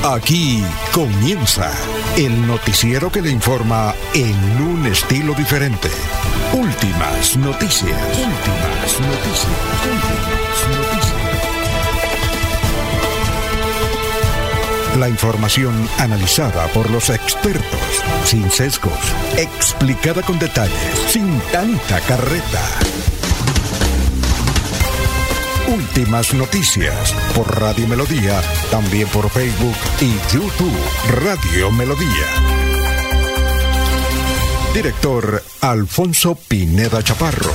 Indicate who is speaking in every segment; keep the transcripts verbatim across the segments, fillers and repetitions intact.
Speaker 1: Aquí comienza el noticiero que le informa en un estilo diferente. Últimas noticias. Últimas noticias. Últimas noticias. La información analizada por los expertos, sin sesgos, explicada con detalles, sin tanta carreta. Últimas noticias por Radio Melodía, también por Facebook y YouTube Radio Melodía. Director Alfonso Pineda Chaparro.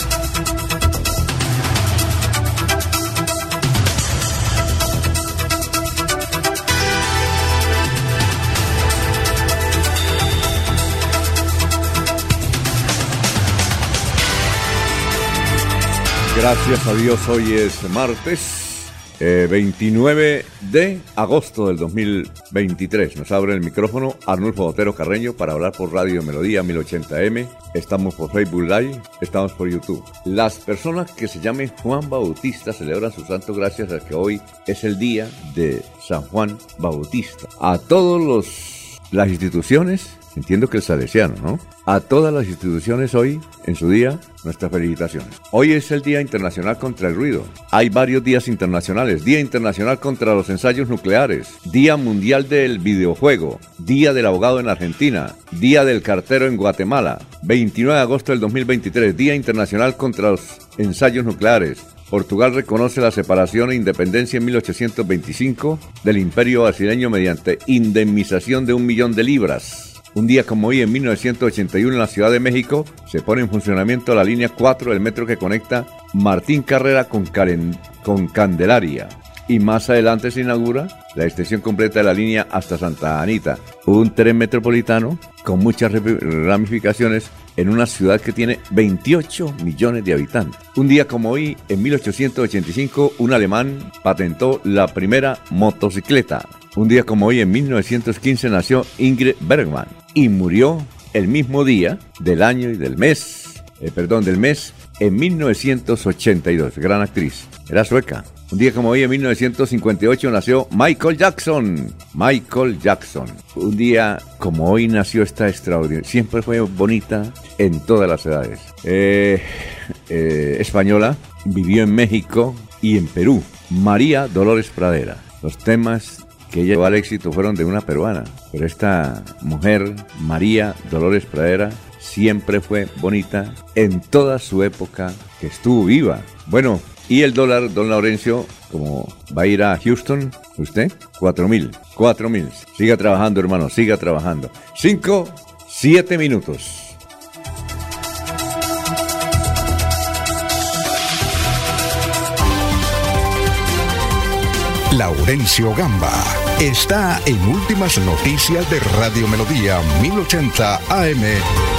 Speaker 2: Gracias a Dios, hoy es martes eh, veintinueve de agosto del dos mil veintitrés. Nos abre el micrófono Arnulfo Otero Carreño para hablar por Radio Melodía mil ochenta eme. Estamos por Facebook Live, estamos por YouTube. Las personas que se llamen Juan Bautista celebran su santo gracias a que hoy es el día de San Juan Bautista. A todos los las instituciones, entiendo que el salesiano, ¿no? A todas las instituciones hoy, en su día, nuestras felicitaciones. Hoy es el Día Internacional contra el Ruido. Hay varios días internacionales. Día Internacional contra los Ensayos Nucleares. Día Mundial del Videojuego. Día del Abogado en Argentina. Día del Cartero en Guatemala. veintinueve de agosto del dos mil veintitrés. Día Internacional contra los Ensayos Nucleares. Portugal reconoce la separación e independencia en mil ochocientos veinticinco del Imperio Brasileño mediante indemnización de un millón de libras. Un día como hoy, en mil novecientos ochenta y uno, en la Ciudad de México, se pone en funcionamiento la línea cuatro del metro que conecta Martín Carrera con, Caren- con Candelaria. Y más adelante se inaugura la extensión completa de la línea hasta Santa Anita. Un tren metropolitano con muchas ramificaciones en una ciudad que tiene veintiocho millones de habitantes. Un día como hoy, en mil ochocientos ochenta y cinco, un alemán patentó la primera motocicleta. Un día como hoy, en mil novecientos quince, nació Ingrid Bergman y murió el mismo día del año y del mes, eh, perdón, del mes, en mil novecientos ochenta y dos. Gran actriz, era sueca. Un día como hoy, en mil novecientos cincuenta y ocho, nació Michael Jackson. Michael Jackson. Un día como hoy nació esta extraordinaria, siempre fue bonita en todas las edades. Eh, eh, española, vivió en México y en Perú. María Dolores Pradera. Los temas que ella llevó al éxito fueron de una peruana, pero esta mujer, María Dolores Pradera, siempre fue bonita en toda su época que estuvo viva. Bueno, y el dólar, don Laurencio, como va a ir a Houston, ¿usted? Cuatro mil, cuatro mil. Siga trabajando, hermano, siga trabajando. Cinco, siete minutos.
Speaker 1: Laurencio Gamba está en Últimas Noticias de Radio Melodía mil ochenta A M.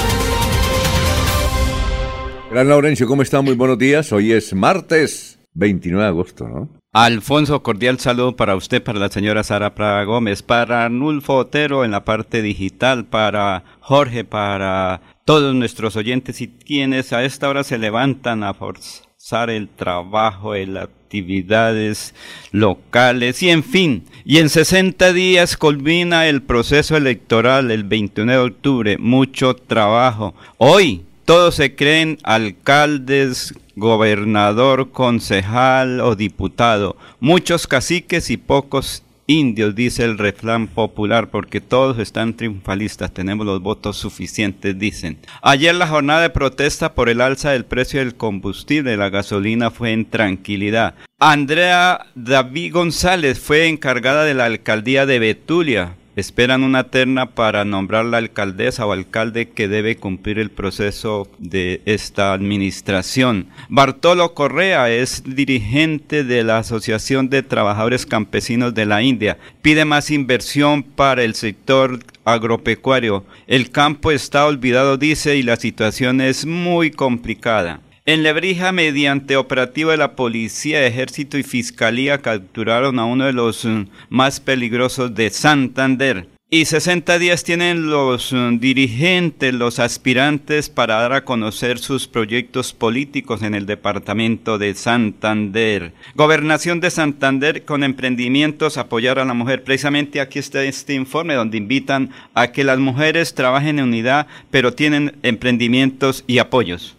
Speaker 2: Gran Laurencio, ¿cómo está? Muy buenos días. Hoy es martes veintinueve de agosto, ¿no?
Speaker 3: Alfonso, cordial saludo para usted, para la señora Sara Prada Gómez, para Arnulfo Otero en la parte digital, para Jorge, para todos nuestros oyentes y quienes a esta hora se levantan a forzar el trabajo, el actividades locales y en fin, y en sesenta días culmina el proceso electoral el veintiuno de octubre, mucho trabajo. Hoy todos se creen alcaldes, gobernador, concejal o diputado, muchos caciques y pocos indios, dice el refrán popular, porque todos están triunfalistas, tenemos los votos suficientes, dicen. Ayer la jornada de protesta por el alza del precio del combustible de la gasolina fue en tranquilidad. Andrea David González fue encargada de la alcaldía de Betulia. Esperan una terna para nombrar la alcaldesa o alcalde que debe cumplir el proceso de esta administración. Bartolo Correa es dirigente de la Asociación de Trabajadores Campesinos de la India. Pide más inversión para el sector agropecuario. El campo está olvidado, dice, y la situación es muy complicada. En Lebrija, mediante operativo de la Policía, Ejército y Fiscalía, capturaron a uno de los más peligrosos de Santander. Y sesenta días tienen los uh, dirigentes, los aspirantes para dar a conocer sus proyectos políticos en el departamento de Santander. Gobernación de Santander con emprendimientos, apoyar a la mujer. Precisamente aquí está este informe donde invitan a que las mujeres trabajen en unidad, pero tienen emprendimientos y apoyos.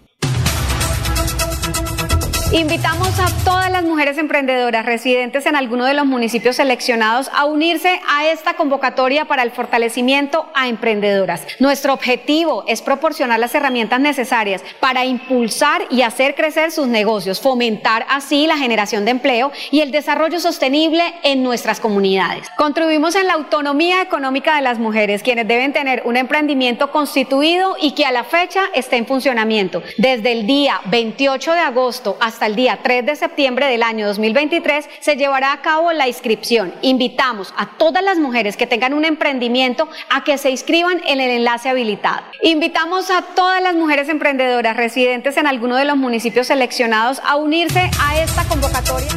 Speaker 4: Invitamos a todas las mujeres emprendedoras residentes en alguno de los municipios seleccionados a unirse a esta convocatoria para el fortalecimiento a emprendedoras. Nuestro objetivo es proporcionar las herramientas necesarias para impulsar y hacer crecer sus negocios, fomentar así la generación de empleo y el desarrollo sostenible en nuestras comunidades. Contribuimos en la autonomía económica de las mujeres, quienes deben tener un emprendimiento constituido y que a la fecha esté en funcionamiento. Desde el día veintiocho de agosto hasta Hasta el día tres de septiembre del año dos mil veintitrés se llevará a cabo la inscripción. Invitamos a todas las mujeres que tengan un emprendimiento a que se inscriban en el enlace habilitado. Invitamos a todas las mujeres emprendedoras residentes en alguno de los municipios seleccionados a unirse a esta convocatoria.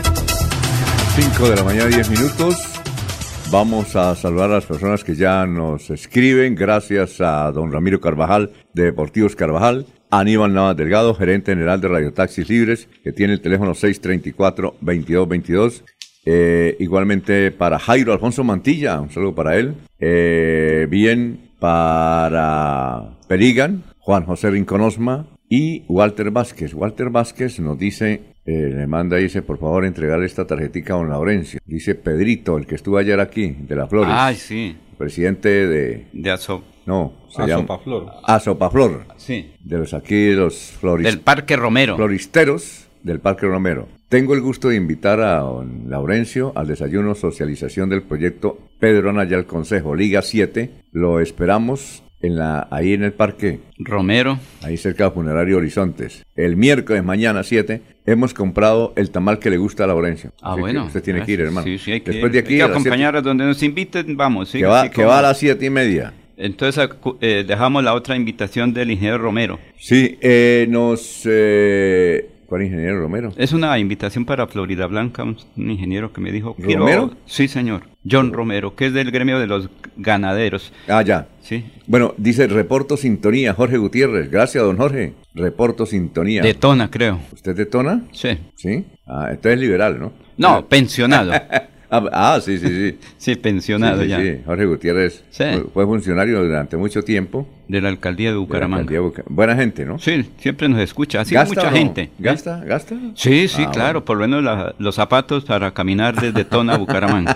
Speaker 2: cinco de la mañana, diez minutos. Vamos a saludar a las personas que ya nos escriben. Gracias a don Ramiro Carvajal de Deportivos Carvajal. Aníbal Navas Delgado, gerente general de Radio Taxis Libres, que tiene el teléfono seis tres cuatro, veintidós veintidós. Eh, igualmente para Jairo Alfonso Mantilla, un saludo para él. Eh, bien, para Perigan, Juan José Rinconosma y Walter Vázquez. Walter Vázquez nos dice, eh, le manda, dice, por favor, entregarle esta tarjetica a don Laurencio. Dice Pedrito, el que estuvo ayer aquí, de las Flores.
Speaker 3: Ay, sí.
Speaker 2: Presidente de...
Speaker 3: De Azop.
Speaker 2: No, se
Speaker 5: Azopaflor.
Speaker 2: llama Azopaflor.
Speaker 3: Sí.
Speaker 2: De los aquí, de los floristeros.
Speaker 3: Del Parque Romero.
Speaker 2: Floristeros del Parque Romero. Tengo el gusto de invitar a don Laurencio al desayuno socialización del proyecto Pedro Anaya al Consejo, Liga siete. Lo esperamos en la ahí en el Parque
Speaker 3: Romero.
Speaker 2: Ahí cerca del Funerario Horizontes. El miércoles mañana siete hemos comprado el tamal que le gusta a Laurencio.
Speaker 3: Ah,
Speaker 2: Así
Speaker 3: bueno.
Speaker 2: Usted tiene que ir, hermano.
Speaker 3: Sí, sí, hay que
Speaker 2: Después de aquí,
Speaker 3: hay que
Speaker 2: a las
Speaker 3: acompañar
Speaker 2: siete,
Speaker 3: a donde nos inviten, vamos. Sí,
Speaker 2: que va,
Speaker 3: así
Speaker 2: que
Speaker 3: como-
Speaker 2: va a las siete y media.
Speaker 3: Entonces eh, dejamos la otra invitación del ingeniero Romero.
Speaker 2: Sí, eh, nos... Eh, ¿Cuál ingeniero Romero?
Speaker 3: Es una invitación para Florida Blanca, un, un ingeniero que me dijo... quiero-
Speaker 2: ¿Romero?
Speaker 3: Sí, señor. John Romero, que es del gremio de los ganaderos.
Speaker 2: Ah, ya.
Speaker 3: Sí.
Speaker 2: Bueno, dice Reporto Sintonía, Jorge Gutiérrez. Gracias, don Jorge. Reporto Sintonía.
Speaker 3: De Tona, creo.
Speaker 2: ¿Usted de Tona?
Speaker 3: Sí.
Speaker 2: Sí. Ah, entonces es liberal, ¿no?
Speaker 3: No, pensionado.
Speaker 2: Ah, ah, sí, sí, sí.
Speaker 3: Sí, pensionado
Speaker 2: Sí, sí,
Speaker 3: ya.
Speaker 2: sí. Jorge Gutiérrez
Speaker 3: Sí.
Speaker 2: fue, fue funcionario durante mucho tiempo.
Speaker 3: De la alcaldía de
Speaker 2: de la
Speaker 3: Bucaramanga.
Speaker 2: alcaldía de Buca- Buena gente, ¿no?
Speaker 3: Sí, siempre nos escucha. Ha sido
Speaker 2: ¿Gasta
Speaker 3: mucha
Speaker 2: o no?
Speaker 3: gente.
Speaker 2: ¿Gasta? ¿Gasta?
Speaker 3: Sí, sí,
Speaker 2: Ah,
Speaker 3: claro.
Speaker 2: bueno.
Speaker 3: Por lo menos la- los zapatos para caminar desde Tona a Bucaramanga.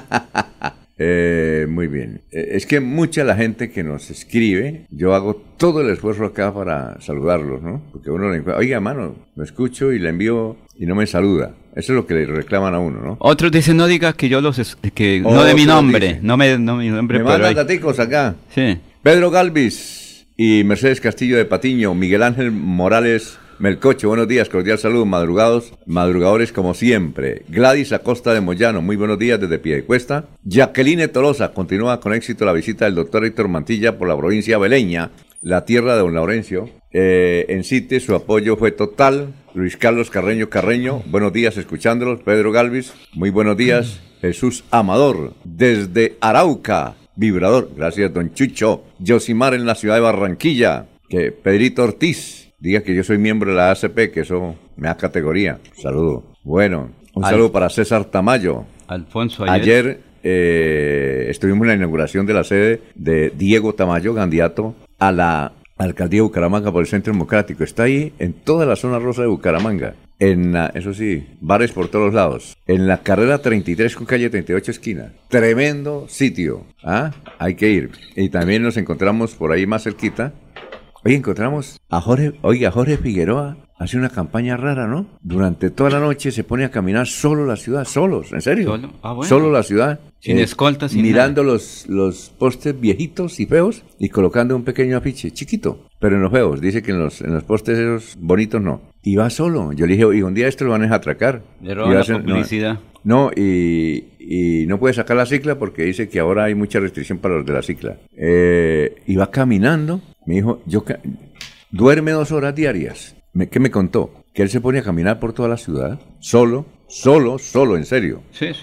Speaker 2: Eh, muy bien. Eh, es que mucha la gente que nos escribe, yo hago todo el esfuerzo acá para saludarlos, ¿no? Porque uno le encuentra, oiga, mano, lo escucho y le envío y no me saluda. Eso es lo que le reclaman a uno, ¿no?
Speaker 3: Otros dicen, no diga que yo los... es- que
Speaker 2: Oh,
Speaker 3: no de mi
Speaker 2: se lo
Speaker 3: nombre.
Speaker 2: dicen.
Speaker 3: No me no mi nombre,
Speaker 2: Me
Speaker 3: pero
Speaker 2: mandan
Speaker 3: hay-
Speaker 2: daticos acá.
Speaker 3: Sí.
Speaker 2: Pedro Galvis y Mercedes Castillo de Patiño, Miguel Ángel Morales Melcocho, buenos días, cordial saludo, madrugados, madrugadores como siempre. Gladys Acosta de Moyano, muy buenos días desde Piedecuesta. Jacqueline Tolosa, continúa con éxito la visita del doctor Héctor Mantilla por la provincia beleña, la tierra de don Laurencio. Eh, en Cite su apoyo fue total. Luis Carlos Carreño Carreño, buenos días escuchándolos. Pedro Galvis, muy buenos días. Jesús Amador, desde Arauca. Vibrador, gracias don Chucho. Yosimar en la ciudad de Barranquilla. Que Pedrito Ortiz diga que yo soy miembro de la A C P, que eso me da categoría. Saludo. Bueno, un
Speaker 3: Al-
Speaker 2: saludo para César Tamayo.
Speaker 3: Alfonso, ayer...
Speaker 2: Ayer eh, estuvimos en la inauguración de la sede de Diego Tamayo, candidato a la alcaldía de Bucaramanga por el Centro Democrático. Está ahí en toda la zona rosa de Bucaramanga. En la- eso sí, bares por todos lados. En la carrera treinta y tres con calle treinta y ocho esquina. Tremendo sitio. ¿Ah? Hay que ir. Y también nos encontramos por ahí más cerquita. Hoy encontramos a Jorge, oiga, Jorge Figueroa hace una campaña rara, ¿no? Durante toda la noche se pone a caminar solo la ciudad, solos, ¿en serio?
Speaker 3: Solo, ah, bueno.
Speaker 2: Solo la ciudad.
Speaker 3: Sin escolta, sin
Speaker 2: mirando los, los postes viejitos y feos y colocando un pequeño afiche, chiquito, pero en los feos. Dice que en los, en los postes esos bonitos no. Y va solo. Yo le dije, y un día esto lo van a atracar.
Speaker 3: Le
Speaker 2: Y
Speaker 3: roban
Speaker 2: va a
Speaker 3: la
Speaker 2: hacer- no,
Speaker 3: publicidad.
Speaker 2: no, y, y no puede sacar la cicla porque dice que ahora hay mucha restricción para los de la cicla. Eh, y va caminando. Me dijo, yo ca- duerme dos horas diarias. Me- ¿Qué me contó? Que él se pone a caminar por toda la ciudad, solo, solo, solo, en serio.
Speaker 3: Sí, sí.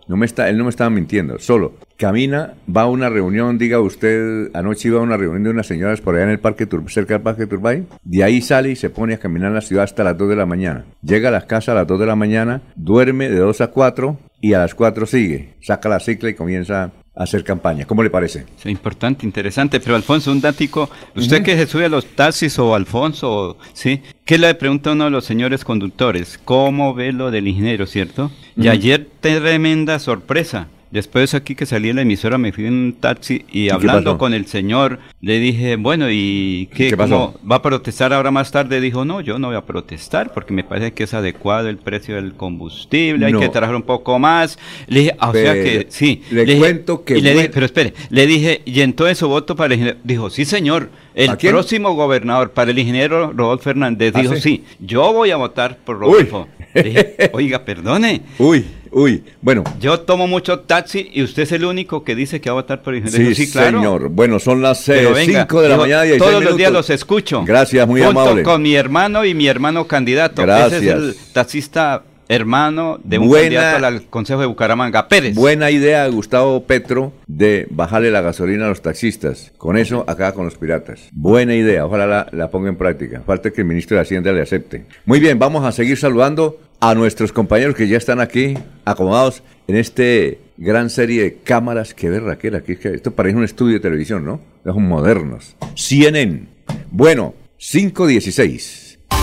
Speaker 2: no me está, él no me estaba mintiendo, solo camina, va a una reunión, diga usted, anoche iba a una reunión de unas señoras por allá en el parque Tur- cerca del parque Turbay, de ahí sale y se pone a caminar en la ciudad hasta las dos de la mañana. Llega a las casas a las dos de la mañana, duerme de dos a cuatro y a las cuatro sigue, saca la cicla y comienza a hacer campaña. ¿Cómo le parece?
Speaker 3: Es importante, interesante, pero Alfonso, un dático, usted uh-huh. que se sube a los taxis o Alfonso, ¿sí? ¿Qué le pregunta a uno de los señores conductores? ¿Cómo ve lo del ingeniero, cierto? Uh-huh. Y ayer tremenda sorpresa. Después aquí que salí de la emisora me fui en un taxi y hablando con el señor le dije, bueno, ¿y qué,
Speaker 2: ¿Qué pasó?
Speaker 3: ¿Cómo va a protestar ahora más tarde? Dijo, no, yo no voy a protestar porque me parece que es adecuado el precio del combustible, no. hay que trabajar un poco más. Le dije, ah, o sea que sí.
Speaker 2: Le, le cuento que...
Speaker 3: Y le
Speaker 2: buen...
Speaker 3: dije, pero espere, le dije, ¿y entonces su voto para el ingeniero? Dijo, sí señor, el próximo gobernador para el ingeniero Rodolfo Fernández. Dijo, ¿Ah, sí? sí, yo voy a votar por Rodolfo. Le dije, oiga, perdone.
Speaker 2: Uy. Uy, bueno.
Speaker 3: Yo tomo mucho taxi y usted es el único que dice que va a votar por el ingeniero.
Speaker 2: Sí,
Speaker 3: sí, claro.
Speaker 2: señor. Bueno, son las cinco de la
Speaker 3: digo,
Speaker 2: mañana y
Speaker 3: todos los
Speaker 2: minutos.
Speaker 3: días los escucho.
Speaker 2: Gracias, muy
Speaker 3: junto
Speaker 2: amable.
Speaker 3: Con mi hermano y mi hermano candidato.
Speaker 2: Gracias.
Speaker 3: Ese es el taxista hermano de un
Speaker 2: buena,
Speaker 3: candidato al Consejo de Bucaramanga, Pérez.
Speaker 2: Buena idea, Gustavo Petro, de bajarle la gasolina a los taxistas. Con eso acaba con los piratas. Buena idea, ojalá la, la ponga en práctica. Falta que el ministro de Hacienda le acepte. Muy bien, vamos a seguir saludando a nuestros compañeros que ya están aquí acomodados en este gran serie de cámaras. Que ver, Raquel, aquí es que esto parece un estudio de televisión, ¿no? Son modernos. C N N. Bueno, cinco dieciséis.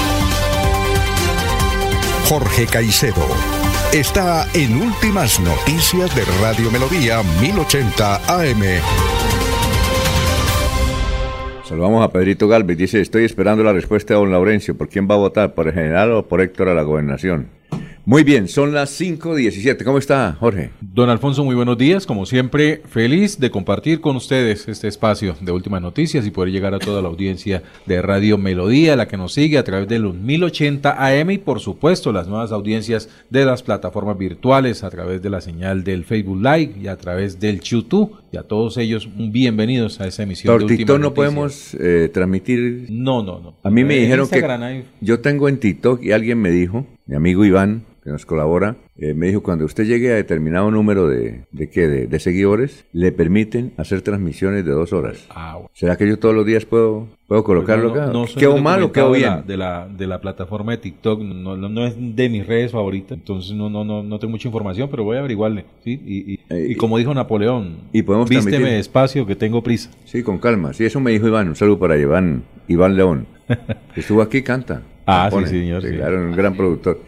Speaker 1: Jorge Caicedo está en Últimas Noticias de Radio Melodía mil ochenta A M.
Speaker 2: Saludamos a Pedrito Galvez, dice, estoy esperando la respuesta de don Laurencio, ¿por quién va a votar? ¿Por el general o por Héctor a la gobernación? Muy bien, son las cinco diecisiete. ¿Cómo está, Jorge?
Speaker 5: Don Alfonso, muy buenos días. Como siempre, feliz de compartir con ustedes este espacio de Últimas Noticias y poder llegar a toda la audiencia de Radio Melodía, la que nos sigue a través de los mil ochenta A M y, por supuesto, las nuevas audiencias de las plataformas virtuales a través de la señal del Facebook Live y a través del YouTube. Y a todos ellos, bienvenidos a esa emisión
Speaker 2: Por
Speaker 5: de Últimas
Speaker 2: TikTok no
Speaker 5: Noticias.
Speaker 2: podemos eh, transmitir...
Speaker 5: No, no, no.
Speaker 2: A mí me
Speaker 5: en
Speaker 2: dijeron
Speaker 5: Instagram
Speaker 2: que
Speaker 5: hay...
Speaker 2: yo tengo en TikTok y alguien me dijo, mi amigo Iván, que nos colabora, eh, me dijo, cuando usted llegue a determinado número de, ¿de qué? De, de seguidores, le permiten hacer transmisiones de dos horas.
Speaker 5: Ah, bueno.
Speaker 2: ¿Será que yo todos los días puedo, puedo colocarlo
Speaker 5: no,
Speaker 2: acá?
Speaker 5: no, no
Speaker 2: ¿Quedó mal o quedó bien?
Speaker 5: De la, de, la, de la plataforma de TikTok, no, no, no es de mis redes favoritas, entonces no, no, no, no tengo mucha información, pero voy a averiguarle, ¿sí? Y, y, eh, y como dijo Napoleón,
Speaker 2: y podemos
Speaker 5: vísteme
Speaker 2: transmitir.
Speaker 5: Despacio que tengo prisa.
Speaker 2: Sí, con calma. Sí, eso me dijo Iván. Un saludo para Iván, Iván León. Estuvo aquí, canta.
Speaker 5: Ah,
Speaker 2: compone.
Speaker 5: sí, señor.
Speaker 2: Sí,
Speaker 5: sí.
Speaker 2: Claro, un gran productor.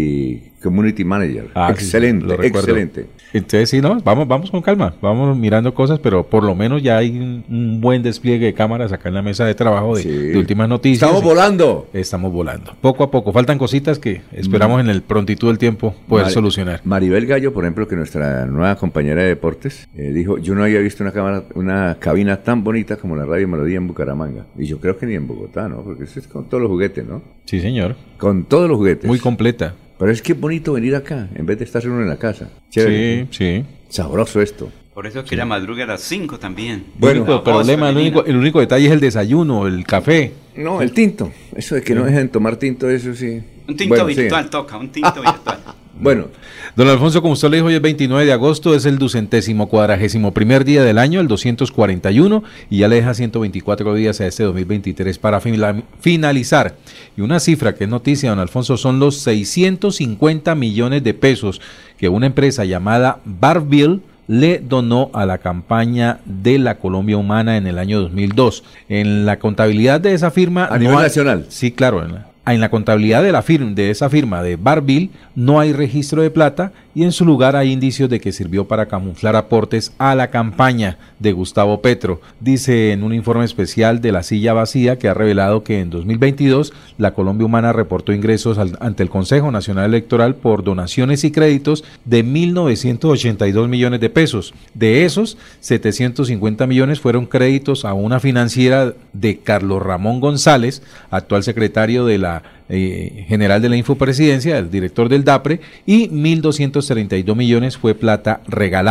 Speaker 2: Y community manager.
Speaker 5: Ah,
Speaker 2: excelente,
Speaker 5: sí,
Speaker 2: excelente.
Speaker 5: Entonces, sí, no, vamos, vamos con calma. Vamos mirando cosas, pero por lo menos ya hay un, un buen despliegue de cámaras acá en la mesa de trabajo de,
Speaker 2: sí.
Speaker 5: de Últimas Noticias.
Speaker 2: ¡Estamos volando!
Speaker 5: Estamos volando. Poco a poco. Faltan cositas que esperamos mm. en el prontitud del tiempo poder
Speaker 2: Mar-
Speaker 5: solucionar.
Speaker 2: Maribel Gallo, por ejemplo, que nuestra nueva compañera de deportes, eh, dijo, yo no había visto una cámara, una cabina tan bonita como la Radio Melodía en Bucaramanga. Y yo creo que ni en Bogotá, ¿no? Porque eso es con todos los juguetes, ¿no?
Speaker 5: Sí, señor.
Speaker 2: Con todos los juguetes.
Speaker 5: Muy completa.
Speaker 2: Pero es que es bonito venir acá, en vez de estar uno en la casa. Chévere.
Speaker 5: Sí, sí.
Speaker 2: Sabroso esto.
Speaker 3: Por eso es que sí. La madruga a las cinco también.
Speaker 5: Bueno, el único problema, el único, el único detalle es el desayuno, el café.
Speaker 2: No, el tinto. Eso de que sí. no dejen tomar tinto, eso sí.
Speaker 3: Un tinto bueno, virtual sí. toca, un tinto virtual.
Speaker 2: Bueno.
Speaker 5: Don Alfonso, como usted le dijo, hoy es veintinueve de agosto, es el ducentésimo cuadragésimo primer día del año, el doscientos cuarenta y uno, y ya le deja ciento veinticuatro días a este dos mil veintitrés para finalizar. Y una cifra que es noticia, don Alfonso, son los seiscientos cincuenta millones de pesos que una empresa llamada Barville le donó a la campaña de la Colombia Humana en el año dos mil dos. En la contabilidad de esa firma...
Speaker 2: A no nivel hay, nacional.
Speaker 5: Sí, claro, en la... En la contabilidad de, la firma, de esa firma de Barville no hay registro de plata y en su lugar hay indicios de que sirvió para camuflar aportes a la campaña de Gustavo Petro. Dice en un informe especial de La Silla Vacía que ha revelado que en dos mil veintidós la Colombia Humana reportó ingresos al, ante el Consejo Nacional Electoral por donaciones y créditos de mil novecientos ochenta y dos millones de pesos. De esos, setecientos cincuenta millones fueron créditos a una financiera de Carlos Ramón González, actual secretario de la Eh, general de la Infopresidencia, el director del DAPRE, y mil doscientos treinta y dos millones fue plata regalada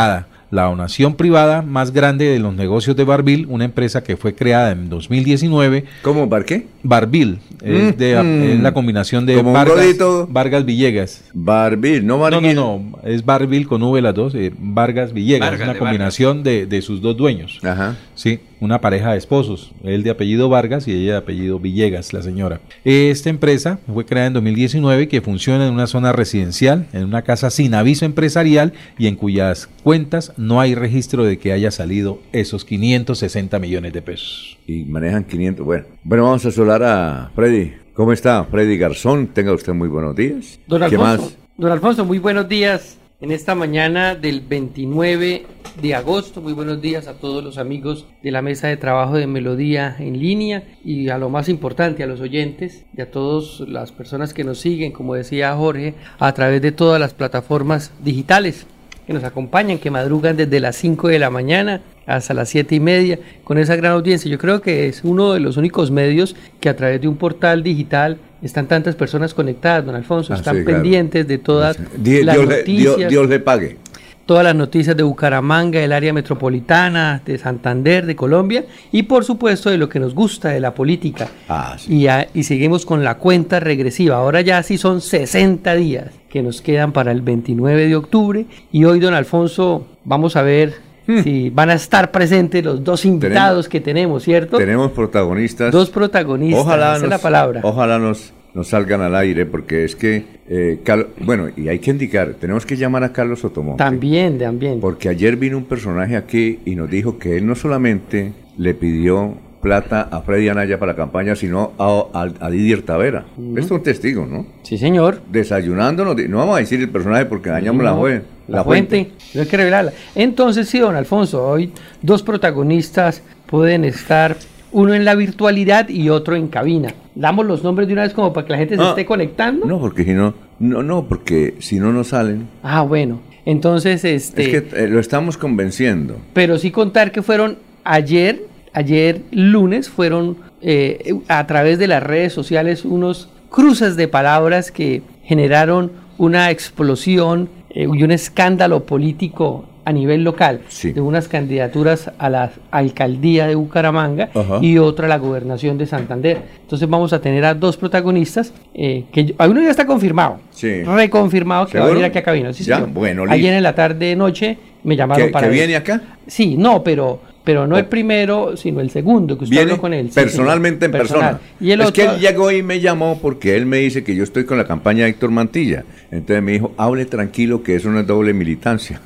Speaker 5: la donación privada más grande de los negocios de Barville, una empresa que fue creada en dos mil diecinueve.
Speaker 2: ¿Cómo? ¿Bar qué?
Speaker 5: Barville,
Speaker 2: Mm,
Speaker 5: es, de,
Speaker 2: mm.
Speaker 5: es la combinación de
Speaker 2: Como un
Speaker 5: Vargas,
Speaker 2: godito.
Speaker 5: Vargas Villegas.
Speaker 2: Barville, no
Speaker 5: No,
Speaker 2: Barville.
Speaker 5: no, no, es Barville con V las dos, eh, Vargas Villegas,
Speaker 3: Vargas,
Speaker 5: una
Speaker 3: de
Speaker 5: combinación de, de sus dos dueños.
Speaker 2: Ajá.
Speaker 5: Sí, una pareja de esposos, él de apellido Vargas y ella de apellido Villegas, la señora. Esta empresa fue creada en dos mil diecinueve, que funciona en una zona residencial, en una casa sin aviso empresarial y en cuyas cuentas no hay registro de que haya salido esos quinientos sesenta millones de pesos.
Speaker 2: Y manejan quinientos. Bueno, bueno, vamos a saludar a Freddy. ¿Cómo está? Freddy Garzón. Tenga usted muy buenos días.
Speaker 6: Don
Speaker 2: ¿Qué
Speaker 6: Alfonso,
Speaker 2: más?
Speaker 6: don Alfonso, muy buenos días en esta mañana del veintinueve de agosto. Muy buenos días a todos los amigos de la mesa de trabajo de Melodía en línea y a lo más importante, a los oyentes y a todas las personas que nos siguen, como decía Jorge, a través de todas las plataformas digitales que nos acompañan, que madrugan desde las cinco de la mañana hasta las siete y media, con esa gran audiencia. Yo creo que es uno de los únicos medios que a través de un portal digital están tantas personas conectadas, don Alfonso,
Speaker 2: Ah,
Speaker 6: están
Speaker 2: sí, claro.
Speaker 6: pendientes de todas
Speaker 2: Dios,
Speaker 6: las
Speaker 2: Dios le,
Speaker 6: noticias,
Speaker 2: Dios, Dios le pague.
Speaker 6: todas las noticias de Bucaramanga, del área metropolitana, de Santander, de Colombia, y por supuesto de lo que nos gusta de la política.
Speaker 2: Ah, sí.
Speaker 6: Y, a- y seguimos con la cuenta regresiva. Ahora ya sí son sesenta días que nos quedan para el veintinueve de octubre. Y hoy, don Alfonso, vamos a ver si van a estar presentes los dos invitados que tenemos, ¿cierto?
Speaker 2: Tenemos protagonistas.
Speaker 6: Dos protagonistas,
Speaker 2: Ojalá
Speaker 6: esa
Speaker 2: nos,
Speaker 6: es la palabra.
Speaker 2: Ojalá nos, nos salgan al aire, porque es que, eh, Cal- bueno, y hay que indicar, tenemos que llamar a Carlos Sotomonte.
Speaker 6: También, también.
Speaker 2: Porque ayer vino un personaje aquí y nos dijo que él no solamente le pidió plata a Freddy Anaya para la campaña, sino a, a, a Didier Tavera. Esto es un testigo, ¿no?
Speaker 6: Sí, señor.
Speaker 2: Desayunándonos, no vamos a decir el personaje porque dañamos la,
Speaker 6: No,
Speaker 2: jue-
Speaker 6: la fuente, no hay que revelarla. Entonces, sí, don Alfonso, hoy dos protagonistas pueden estar, uno en la virtualidad y otro en cabina. Damos los nombres de una vez como para que la gente se
Speaker 2: Ah,
Speaker 6: esté conectando.
Speaker 2: No, porque si no, no, no, porque si no nos salen,
Speaker 6: Ah, bueno. Entonces, este,
Speaker 2: es que eh, lo estamos convenciendo.
Speaker 6: pero sí contar que fueron ayer, ayer lunes, fueron eh, a través de las redes sociales unos cruces de palabras que generaron una explosión eh, y un escándalo político a nivel local,
Speaker 2: Sí.
Speaker 6: de unas candidaturas a la alcaldía de Bucaramanga
Speaker 2: Ajá.
Speaker 6: y otra a la gobernación de Santander. Entonces vamos a tener a dos protagonistas, eh, que yo- uno ya está confirmado,
Speaker 2: Sí.
Speaker 6: reconfirmado que va a
Speaker 2: ¿Seguro?
Speaker 6: venir aquí a cabina. Sí,
Speaker 2: Ya,
Speaker 6: señor.
Speaker 2: bueno, listo.
Speaker 6: Ayer en la tarde noche me llamaron
Speaker 2: ¿Que,
Speaker 6: para
Speaker 2: que
Speaker 6: ver.
Speaker 2: viene acá?
Speaker 6: Sí, no, pero pero no
Speaker 2: Oh.
Speaker 6: el primero, sino el segundo, que usted
Speaker 2: Viene
Speaker 6: habló con él. Sí,
Speaker 2: personalmente
Speaker 6: señor,
Speaker 2: en
Speaker 6: personal.
Speaker 2: persona.
Speaker 6: Y el
Speaker 2: es
Speaker 6: otro,
Speaker 2: que él llegó y me llamó porque él me dice que yo estoy con la campaña de Héctor Mantilla. Entonces me dijo, hable tranquilo que eso no es doble militancia.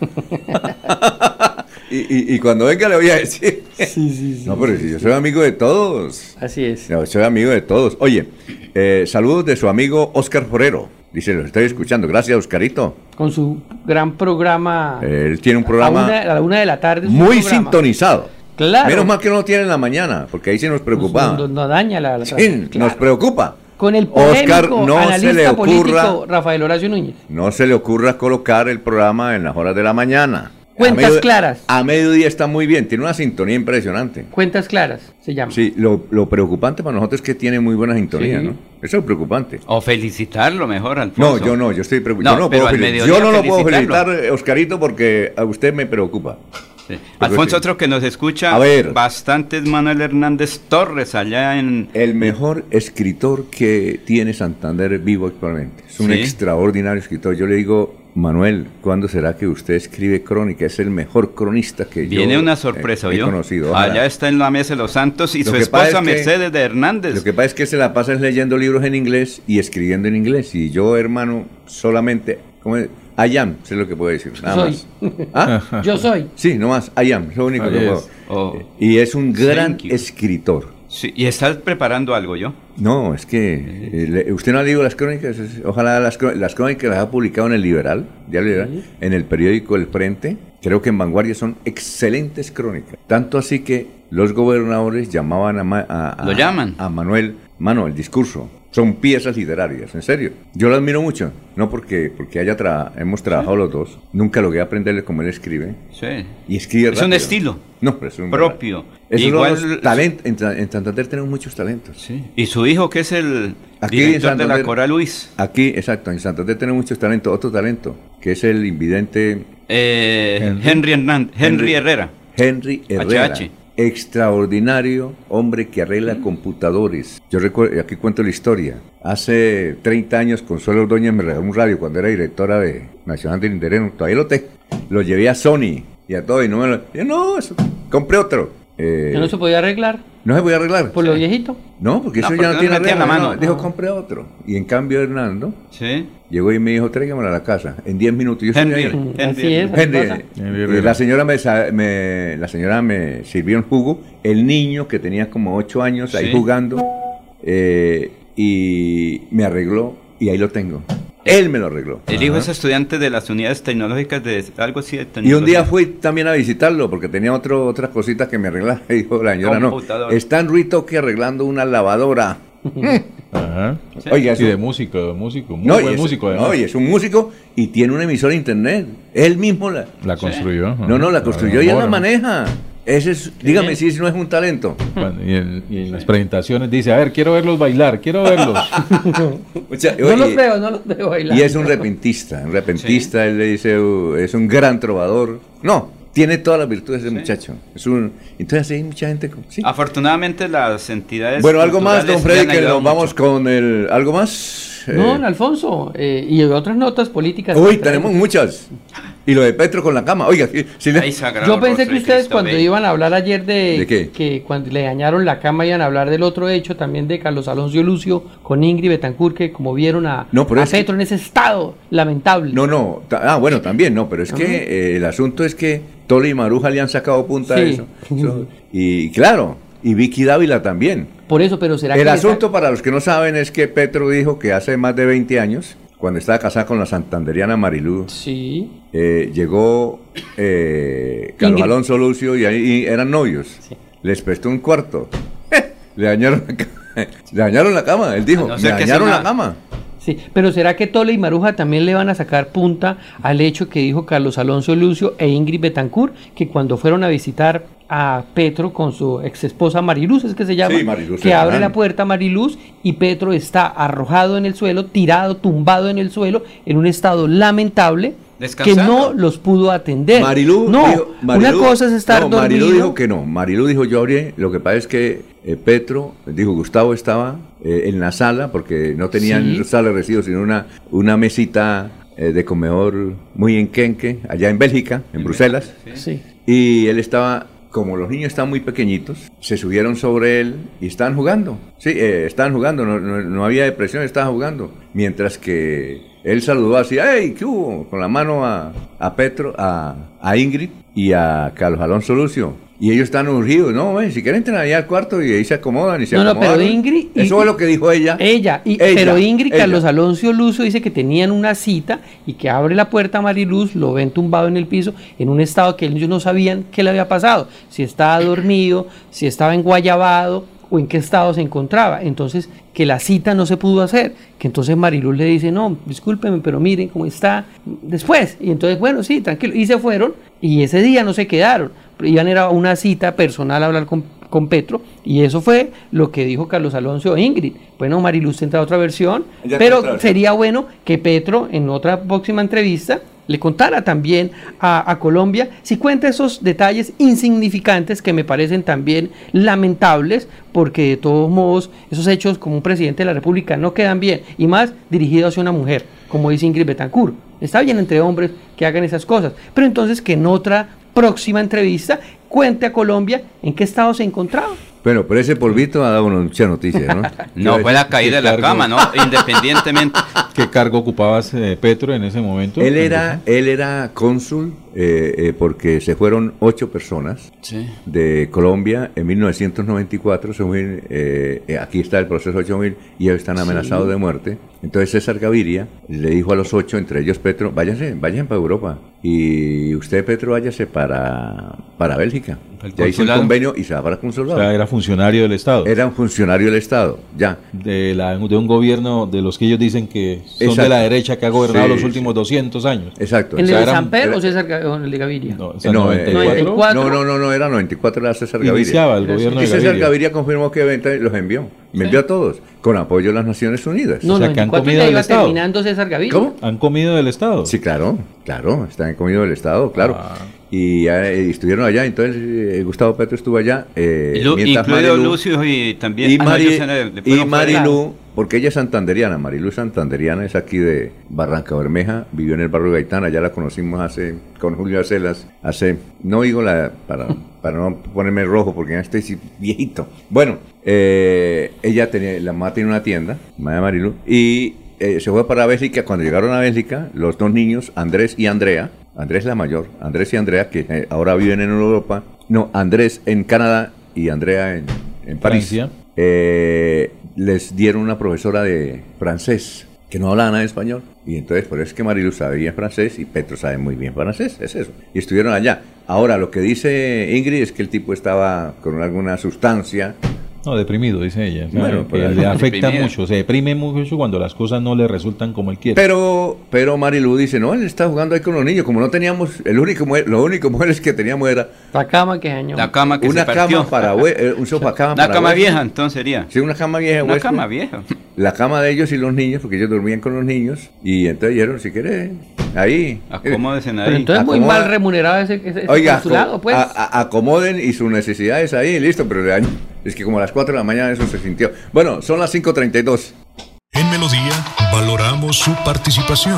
Speaker 2: y, y- y cuando venga le voy a decir.
Speaker 6: sí, sí, sí.
Speaker 2: No, pero si yo soy amigo de todos.
Speaker 6: Así es.
Speaker 2: Yo soy amigo de todos. Oye, eh, saludos de su amigo Oscar Forero. Dice, lo estoy escuchando. Gracias, Oscarito.
Speaker 6: Con su gran programa.
Speaker 2: Él tiene un
Speaker 6: a,
Speaker 2: programa
Speaker 6: una, a la una de la tarde. su
Speaker 2: muy
Speaker 6: programa.
Speaker 2: sintonizado.
Speaker 6: Claro.
Speaker 2: Menos mal que no lo tiene en la mañana, porque ahí se nos preocupa.
Speaker 6: No, no- no daña la. la
Speaker 2: Sí,
Speaker 6: claro.
Speaker 2: nos preocupa.
Speaker 6: Con el
Speaker 2: Oscar,
Speaker 6: polémico
Speaker 2: no se
Speaker 6: analista
Speaker 2: le ocurra,
Speaker 6: político Rafael Horacio Núñez.
Speaker 2: no se le ocurra colocar el programa en las horas de la mañana.
Speaker 6: Cuentas
Speaker 2: A medio-
Speaker 6: claras.
Speaker 2: A mediodía está muy bien, tiene una sintonía impresionante.
Speaker 6: Cuentas claras, se llama.
Speaker 2: Sí, lo, lo preocupante para nosotros es que tiene muy buena sintonía,
Speaker 6: Sí.
Speaker 2: ¿no? Eso es preocupante.
Speaker 3: O felicitarlo mejor, Alfonso.
Speaker 2: No, yo no, yo estoy
Speaker 3: No,
Speaker 2: preocupado. yo no,
Speaker 3: pero
Speaker 2: puedo
Speaker 3: al
Speaker 2: fel-
Speaker 3: mediodía
Speaker 2: yo no lo puedo
Speaker 3: felicitarlo.
Speaker 2: felicitar, eh, Oscarito, porque a usted me preocupa.
Speaker 3: Sí. Alfonso,
Speaker 2: sí.
Speaker 3: otro que nos escucha
Speaker 2: A ver.
Speaker 3: bastante es Manuel Hernández Torres, allá en...
Speaker 2: El mejor escritor que tiene Santander vivo actualmente. Es un
Speaker 3: Sí.
Speaker 2: extraordinario escritor. Yo le digo, Manuel, ¿cuándo será que usted escribe crónica? Es el mejor cronista que
Speaker 3: Viene
Speaker 2: yo
Speaker 3: una sorpresa,
Speaker 2: he, he
Speaker 3: yo.
Speaker 2: conocido. Ojalá.
Speaker 3: Allá está en la Mesa de los Santos y
Speaker 2: Lo
Speaker 3: su
Speaker 2: que pasa
Speaker 3: esposa
Speaker 2: es que-
Speaker 3: Mercedes de Hernández.
Speaker 2: Lo que pasa es que se la pasa es leyendo libros en inglés y escribiendo en inglés. Y yo, hermano, solamente... ¿cómo es? I am, sé lo que puedo decir, nada
Speaker 6: Soy.
Speaker 2: más. ¿Ah?
Speaker 6: Yo soy.
Speaker 2: Sí, no más, I am, es lo único
Speaker 5: Ahí
Speaker 2: que
Speaker 5: es.
Speaker 2: puedo.
Speaker 3: Oh.
Speaker 2: Y es un gran
Speaker 3: Thank you.
Speaker 2: escritor.
Speaker 3: Sí, y estás preparando algo, ¿yo?
Speaker 2: No, es que eh, le- usted no ha leído las crónicas, Es- ojalá las, cró- las crónicas las ha publicado en el Liberal, Diario Liberal, en el periódico El Frente, creo que en Vanguardia son excelentes crónicas, tanto así que los gobernadores llamaban a, Ma- a, a-
Speaker 3: ¿Lo llaman?
Speaker 2: a Manuel, mano, el discurso, son piezas literarias, en serio, yo lo admiro mucho, no porque, porque haya tra- hemos trabajado los dos, nunca logré aprenderle como él escribe,
Speaker 3: Sí.
Speaker 2: y escribe
Speaker 3: Es un
Speaker 2: rápido.
Speaker 3: estilo
Speaker 2: No, pero es un
Speaker 3: propio.
Speaker 2: Esos
Speaker 3: Igual-
Speaker 2: son los talentos, en, Sa- en Santander tenemos muchos talentos.
Speaker 3: Sí. Y su hijo, que es el
Speaker 2: Aquí en
Speaker 3: director de la
Speaker 2: Santander-
Speaker 3: Coral Luis.
Speaker 2: Aquí, exacto, en Santander tenemos muchos talentos. Otro talento que es el invidente
Speaker 3: Eh,
Speaker 5: Henry.
Speaker 3: Henry Hernández, Henry,
Speaker 2: Henry.
Speaker 3: Herrera.
Speaker 2: Henry Herrera.
Speaker 3: H H.
Speaker 2: Extraordinario hombre que arregla computadores. Yo recuerdo, aquí cuento la historia. Hace treinta años Consuelo Ordóñez me regaló un radio cuando era directora de Nacional del Interés. Todavía lo tengo. Lo llevé a Sony y a todo y no me lo... Yo, no, eso, compré otro. Eh,
Speaker 6: ¿Que no se podía arreglar
Speaker 2: no se podía arreglar.
Speaker 6: por lo viejito?
Speaker 2: No, porque
Speaker 3: No,
Speaker 2: eso
Speaker 3: porque
Speaker 2: ya no
Speaker 3: no
Speaker 2: tiene
Speaker 3: metía
Speaker 2: arreglo.
Speaker 3: la mano.
Speaker 2: No, dijo,
Speaker 6: Ah.
Speaker 2: compré otro. Y en cambio Hernando
Speaker 3: Sí.
Speaker 2: llegó y me dijo, tráigamelo a la casa. En diez minutos. Yo estoy
Speaker 3: Henry.
Speaker 2: ahí.
Speaker 6: Mm,
Speaker 3: Henry.
Speaker 6: Así es. así
Speaker 2: Henry,
Speaker 6: pasa.
Speaker 5: Henry
Speaker 2: eh,
Speaker 5: Herrera.
Speaker 2: la señora me, sa- me- la señora me sirvió un jugo, el niño que tenía como ocho años ahí
Speaker 3: Sí.
Speaker 2: jugando eh, y me arregló y ahí lo tengo. Él me lo arregló.
Speaker 3: El hijo es estudiante de las unidades tecnológicas de algo así de
Speaker 2: Y un
Speaker 3: tecnología.
Speaker 2: día fui también a visitarlo porque tenía otro, otras cositas que me arreglar. Y dijo la señora, no,
Speaker 3: Computador.
Speaker 2: está en Ruitoque arreglando una lavadora.
Speaker 5: Ajá.
Speaker 3: Sí.
Speaker 2: Oiga,
Speaker 5: Sí, de
Speaker 2: eso-
Speaker 5: músico, de músico, muy
Speaker 2: no, y
Speaker 5: buen
Speaker 2: es,
Speaker 5: músico además.
Speaker 2: no, y es un músico y tiene una emisora de internet. Él mismo la...
Speaker 5: La construyó. ajá.
Speaker 2: No, no, la construyó y él la
Speaker 5: Mora.
Speaker 2: maneja. Ese es, dígame
Speaker 6: bien.
Speaker 2: si eso no es un talento.
Speaker 5: Bueno, y, en, y en las presentaciones dice, a ver, quiero verlos bailar, quiero verlos.
Speaker 2: O sea,
Speaker 6: No
Speaker 2: oye,
Speaker 6: los veo, no los veo bailar.
Speaker 2: y es un repentista, un repentista, él le dice, uh, es un gran trovador. No, tiene todas las virtudes de ese muchacho. Es un, entonces hay mucha gente. con- sí.
Speaker 3: Afortunadamente las entidades
Speaker 2: Bueno, algo más, don
Speaker 3: culturales
Speaker 2: Freddy,
Speaker 3: le han
Speaker 2: que
Speaker 3: ayudado
Speaker 2: nos vamos
Speaker 3: mucho.
Speaker 2: con el... ¿Algo más?
Speaker 6: No,
Speaker 2: Eh,
Speaker 6: don Alfonso, eh, y otras notas políticas.
Speaker 2: uy,
Speaker 6: que traemos.
Speaker 2: tenemos muchas. Y lo de Petro con la cama. Oiga, sí, sí le-
Speaker 3: Ay, sagrado
Speaker 6: Yo pensé
Speaker 3: rostro
Speaker 6: que
Speaker 3: de
Speaker 6: ustedes
Speaker 3: Cristo,
Speaker 6: cuando
Speaker 3: ve.
Speaker 6: iban a hablar ayer de,
Speaker 2: ¿De qué?
Speaker 6: que cuando le dañaron la cama iban a hablar del otro hecho también de Carlos Alonso Lucio con Ingrid Betancourt, que como vieron a,
Speaker 2: No, pero
Speaker 6: a
Speaker 2: es que-
Speaker 6: Petro en ese estado lamentable.
Speaker 2: No, no. ta- Ah, bueno, también, no, pero es que eh, el asunto es que Tole y Maruja le han sacado punta a
Speaker 6: Sí.
Speaker 2: eso. Eso- Y claro, y Vicky Dávila también.
Speaker 6: Por eso, pero será
Speaker 2: El
Speaker 6: que
Speaker 2: asunto, para los que no saben, es que Petro dijo que hace más de veinte años, cuando estaba casada con la santanderiana Marilú,
Speaker 6: Sí,
Speaker 2: eh, llegó eh, Carlos
Speaker 6: Ingrid.
Speaker 2: Alonso Lucio y ahí y eran novios.
Speaker 6: Sí.
Speaker 2: Les prestó un cuarto. Le dañaron la cama. Le dañaron la cama. Él dijo,
Speaker 3: A no
Speaker 2: me
Speaker 3: ser que
Speaker 2: dañaron
Speaker 3: sea
Speaker 2: la
Speaker 3: una-
Speaker 2: cama.
Speaker 6: sí, pero será que Tole y Maruja también le van a sacar punta al hecho que dijo Carlos Alonso Lucio e Ingrid Betancourt, que cuando fueron a visitar a Petro con su ex esposa Mariluz, es que se llama,
Speaker 2: Sí, Mariluz
Speaker 6: que abre
Speaker 2: Hernández.
Speaker 6: la puerta a Mariluz y Petro está arrojado en el suelo, tirado, tumbado en el suelo, en un estado lamentable, que
Speaker 3: Descansando.
Speaker 6: no los pudo atender.
Speaker 2: Marilú
Speaker 6: no,
Speaker 2: dijo, Marilú-
Speaker 6: una cosa es estar
Speaker 2: no,
Speaker 6: dormido.
Speaker 2: Marilú dijo que no. Marilú dijo, yo abrí. Lo que pasa es que eh, Petro, dijo, Gustavo estaba eh, en la sala porque no tenían
Speaker 6: Sí.
Speaker 2: sala de residuos, sino una, una mesita eh, de comedor muy enquenque, allá en Bélgica, en Bruselas.
Speaker 6: Sí.
Speaker 2: Y él estaba, como los niños están muy pequeñitos, se subieron sobre él y estaban jugando. Sí, eh, estaban jugando, no, no, no había depresión, estaban jugando. Mientras que él saludó así, ¡hey! ¿Qué hubo? Con la mano a, a Petro, a, a Ingrid y a Carlos Alonso Lucio. Y ellos están urgidos, no, ven, si quieren entrar allá al cuarto y ahí se acomodan y se
Speaker 6: No, no, pero
Speaker 2: acomodaron.
Speaker 6: Ingrid-
Speaker 2: Eso
Speaker 6: y-
Speaker 2: es lo que dijo ella.
Speaker 6: Ella, y,
Speaker 2: Ella,
Speaker 6: pero Ingrid
Speaker 2: ella.
Speaker 6: Carlos Alonso Lucio dice que tenían una cita y que abre la puerta a Mariluz, lo ven tumbado en el piso en un estado que ellos no sabían qué le había pasado, si estaba dormido, si estaba enguayabado o en qué estado se encontraba. Entonces, que la cita no se pudo hacer, que entonces Mariluz le dice, no, discúlpeme, pero miren cómo está después. Y entonces, bueno, sí, tranquilo. Y se fueron y ese día no se quedaron. Iban era una cita personal a hablar con, con Petro y eso fue lo que dijo Carlos Alonso e Ingrid. Bueno, Mariluz tendrá otra versión,
Speaker 2: Ella
Speaker 6: pero
Speaker 2: tendrá otra.
Speaker 6: sería bueno que Petro en otra próxima entrevista le contara también a, a Colombia si cuenta esos detalles insignificantes que me parecen también lamentables, porque de todos modos esos hechos como un presidente de la República no quedan bien, y más dirigido hacia una mujer, como dice Ingrid Betancourt. Está bien entre hombres que hagan esas cosas, pero entonces que en otra próxima entrevista cuente a Colombia en qué estado se encontraba.
Speaker 2: Bueno, pero ese polvito ha dado mucha noticia, ¿no?
Speaker 3: No, fue la caída de la
Speaker 5: cargo.
Speaker 3: cama, ¿no? Independientemente.
Speaker 5: ¿Qué cargo ocupabas, eh, Petro, en ese momento?
Speaker 2: Él era, él era cónsul eh, eh, porque se fueron ocho personas
Speaker 3: Sí.
Speaker 2: de Colombia en mil novecientos noventa y cuatro. Se fueron, eh, eh, aquí está el proceso ocho mil y ellos están amenazados de muerte. Entonces César Gaviria le dijo a los ocho, entre ellos Petro, váyanse, vayan para Europa. Y usted, Petro, váyase para, para Bélgica.
Speaker 3: El
Speaker 2: Ya hizo el
Speaker 3: consulado.
Speaker 2: convenio y se va para el
Speaker 5: O
Speaker 2: consulado.
Speaker 5: sea, era funcionario del Estado.
Speaker 2: Era un funcionario del Estado, ya.
Speaker 5: de, la, de un gobierno de los que ellos dicen que son
Speaker 2: Exacto.
Speaker 5: de la derecha, que ha gobernado
Speaker 2: Sí,
Speaker 5: los últimos
Speaker 2: sí.
Speaker 5: doscientos años.
Speaker 2: Exacto.
Speaker 6: ¿En el
Speaker 5: sea,
Speaker 6: de
Speaker 5: era-
Speaker 6: San Pedro
Speaker 2: era-
Speaker 6: o César Ga- o en el de Gaviria?
Speaker 5: No, o sea,
Speaker 2: No,
Speaker 5: noventa y
Speaker 2: eh,
Speaker 5: cuatro.
Speaker 6: noventa y cuatro.
Speaker 2: no, no, no, no, era noventa y cuatro, era César Gaviria.
Speaker 5: Iniciaba el gobierno
Speaker 2: Y
Speaker 5: de
Speaker 2: César
Speaker 5: Gaviria.
Speaker 2: Gaviria confirmó que Venta los envió. Me
Speaker 5: Sí.
Speaker 2: envió a todos, con apoyo de las Naciones Unidas.
Speaker 6: No,
Speaker 5: O sea,
Speaker 6: no,
Speaker 5: que han
Speaker 6: veinticuatro
Speaker 5: comido
Speaker 6: ya
Speaker 5: del
Speaker 6: iba
Speaker 5: Estado.
Speaker 6: terminando César Gaviria.
Speaker 2: ¿Cómo?
Speaker 5: ¿Han comido del Estado?
Speaker 2: Sí, claro, claro, están en comido del Estado, claro.
Speaker 5: Ah.
Speaker 2: Y eh, estuvieron allá, entonces eh, Gustavo Petro estuvo allá. Eh,
Speaker 3: Lu-
Speaker 2: mientras
Speaker 3: incluido
Speaker 2: Marilu-
Speaker 3: Lucio y también...
Speaker 2: y,
Speaker 3: ah, no,
Speaker 2: Mari-
Speaker 3: ellos se le- le
Speaker 2: y
Speaker 3: fueron fuera.
Speaker 2: Marilu, porque ella es santanderiana, Marilu es santanderiana, es aquí de Barranca Bermeja, vivió en el barrio Gaitán, allá la conocimos hace, con Julio Acelas, hace, no digo la, para, para no ponerme rojo, porque ya estoy sí viejito. Bueno, eh, ella tenía, la mamá tiene una tienda, mamá de Marilu, y eh, se fue para Bélgica. Cuando llegaron a Bélgica, los dos niños, Andrés y Andrea, Andrés la mayor, Andrés y Andrea, que eh, ahora viven en Europa, no, Andrés en Canadá y Andrea en, en París,
Speaker 5: Francia.
Speaker 2: eh, les dieron una profesora de francés que no hablaba nada de español, y entonces por eso es que Marilu sabía francés y Petro sabe muy bien francés, es eso, y estuvieron allá. Ahora, lo que dice Ingrid es que el tipo estaba con alguna sustancia.
Speaker 5: No, deprimido, dice ella. O sea,
Speaker 2: Bueno,
Speaker 5: que
Speaker 2: pues,
Speaker 5: le afecta
Speaker 3: deprimido.
Speaker 5: mucho, se deprime mucho cuando las cosas no le resultan como él quiere.
Speaker 2: Pero, pero Marilu dice, no, él está jugando ahí con los niños, como no teníamos, el único mujer, lo único mujeres que teníamos era
Speaker 6: La cama que dañó.
Speaker 3: La cama que
Speaker 2: una
Speaker 3: se partió.
Speaker 2: cama para hue- eh, un sofá cama
Speaker 3: Una
Speaker 2: para
Speaker 3: cama
Speaker 2: huésped.
Speaker 3: vieja, entonces sería.
Speaker 2: Sí, una cama vieja.
Speaker 3: Una
Speaker 2: huésped.
Speaker 3: cama vieja.
Speaker 2: La cama de ellos y los niños, porque ellos dormían con los niños, y entonces dijeron, si quiere, ahí.
Speaker 3: Acomódense
Speaker 6: Pero
Speaker 3: ahí.
Speaker 6: entonces muy
Speaker 2: Acomoda-
Speaker 6: mal remunerado ese, ese, ese
Speaker 2: Oiga,
Speaker 6: consulado,
Speaker 2: aco-
Speaker 6: pues.
Speaker 2: a- a- acomoden y sus necesidades ahí, listo, pero de año. Es que como a las cuatro de la mañana eso se sintió. Bueno, son las cinco treinta y dos.
Speaker 1: En Melodía valoramos su participación.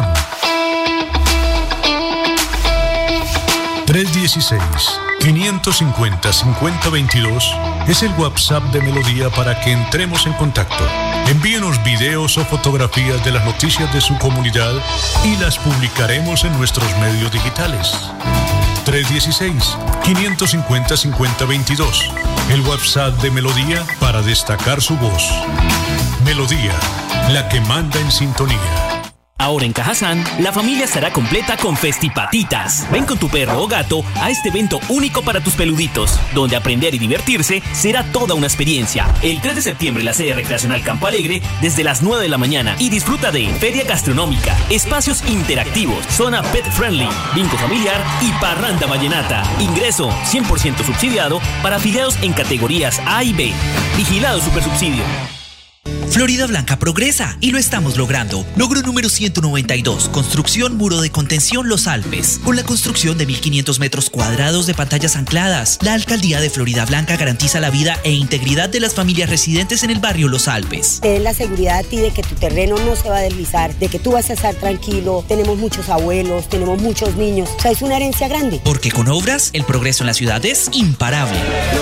Speaker 1: tres uno seis, cinco cinco cero, cinco cero dos dos es el WhatsApp de Melodía para que entremos en contacto. Envíenos videos o fotografías de las noticias de su comunidad y las publicaremos en nuestros medios digitales. tres uno seis, cinco cinco cero, cinco cero dos dos, el WhatsApp de Melodía para destacar su voz. Melodía, la que manda en sintonía.
Speaker 7: Ahora en Cajazán, la familia estará completa con Festipatitas. Ven con tu perro o gato a este evento único para tus peluditos, donde aprender y divertirse será toda una experiencia. El tres de septiembre en la sede recreacional Campo Alegre, desde las nueve de la mañana, y disfruta de feria gastronómica, espacios interactivos, zona pet friendly, bingo familiar y parranda vallenata. Ingreso cien por ciento subsidiado para afiliados en categorías A y B. Vigilado Supersubsidio.
Speaker 8: Florida Blanca progresa y lo estamos logrando. Logro número ciento noventa y dos, construcción muro de contención Los Alpes. Con la construcción de mil quinientos metros cuadrados de pantallas ancladas, la alcaldía de Florida Blanca garantiza la vida e integridad de las familias residentes en el barrio Los Alpes.
Speaker 9: Te den la seguridad a ti de que tu terreno no se va a deslizar, de que tú vas a estar tranquilo. Tenemos muchos abuelos, tenemos muchos niños. O sea, es una herencia grande.
Speaker 8: Porque con obras, el progreso en la ciudad es imparable.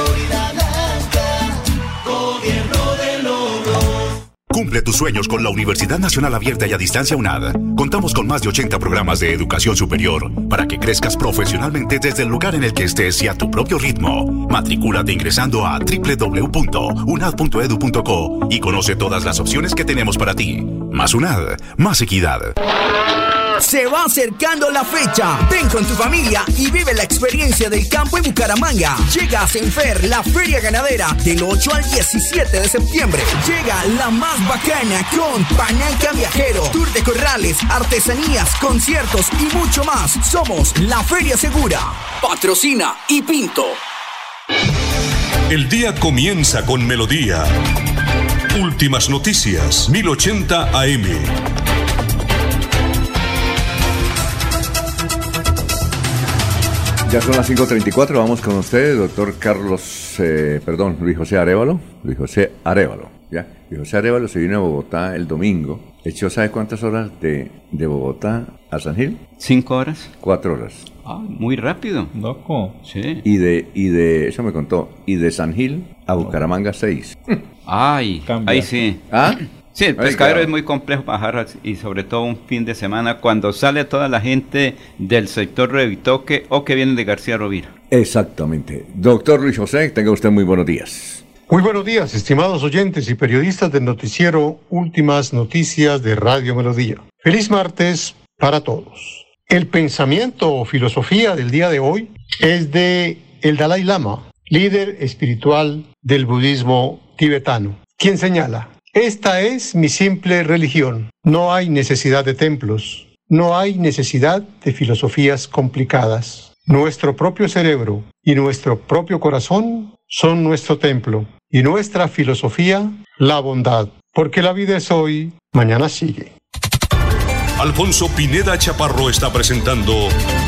Speaker 10: Cumple tus sueños con la Universidad Nacional Abierta y a Distancia UNAD. Contamos con más de ochenta programas de educación superior para que crezcas profesionalmente desde el lugar en el que estés y a tu propio ritmo. Matricúlate ingresando a doble u doble u doble u punto unad punto edu punto co y conoce todas las opciones que tenemos para ti. Más UNAD, más equidad.
Speaker 11: Se va acercando la fecha. Ven con tu familia y vive la experiencia del campo en Bucaramanga. Llega a Senfer, la feria ganadera, del ocho al diecisiete de septiembre. Llega la más bacana con Pañanca Viajero, tour de corrales, artesanías, conciertos y mucho más. Somos la Feria Segura. Patrocina y Pinto.
Speaker 1: El día comienza con Melodía. Últimas noticias, mil ochenta A M.
Speaker 2: Ya son las cinco treinta y cuatro, vamos con usted, doctor Carlos, eh, perdón, Luis José Arévalo, Luis José Arévalo, ¿ya? Luis José Arévalo se vino a Bogotá el domingo, echó, ¿sabe cuántas horas de, de Bogotá a San Gil?
Speaker 3: ¿Cinco horas?
Speaker 2: Cuatro horas.
Speaker 3: Ah, muy rápido.
Speaker 5: Loco.
Speaker 3: Sí.
Speaker 2: Y de, y de, eso me contó, y de San Gil a Bucaramanga seis.
Speaker 3: Ay,
Speaker 5: Cambia.
Speaker 3: ahí sí.
Speaker 2: ¿Ah?
Speaker 3: Sí, el
Speaker 2: Ay,
Speaker 3: pescadero
Speaker 2: claro.
Speaker 3: es muy complejo bajar y sobre todo un fin de semana cuando sale toda la gente del sector Revitoque o que vienen de García Rovira.
Speaker 2: Exactamente. Doctor Luis José, tenga usted muy buenos días.
Speaker 12: Muy buenos días, estimados oyentes y periodistas del noticiero Últimas Noticias de Radio Melodía. Feliz martes para todos. El pensamiento o filosofía del día de hoy es de el Dalai Lama, líder espiritual del budismo tibetano, quien señala: esta es mi simple religión. No hay necesidad de templos. No hay necesidad de filosofías complicadas. Nuestro propio cerebro y nuestro propio corazón son nuestro templo y nuestra filosofía, la bondad. Porque la vida es hoy, mañana sigue.
Speaker 13: Alfonso Pineda Chaparro está presentando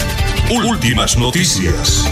Speaker 13: Últimas Noticias.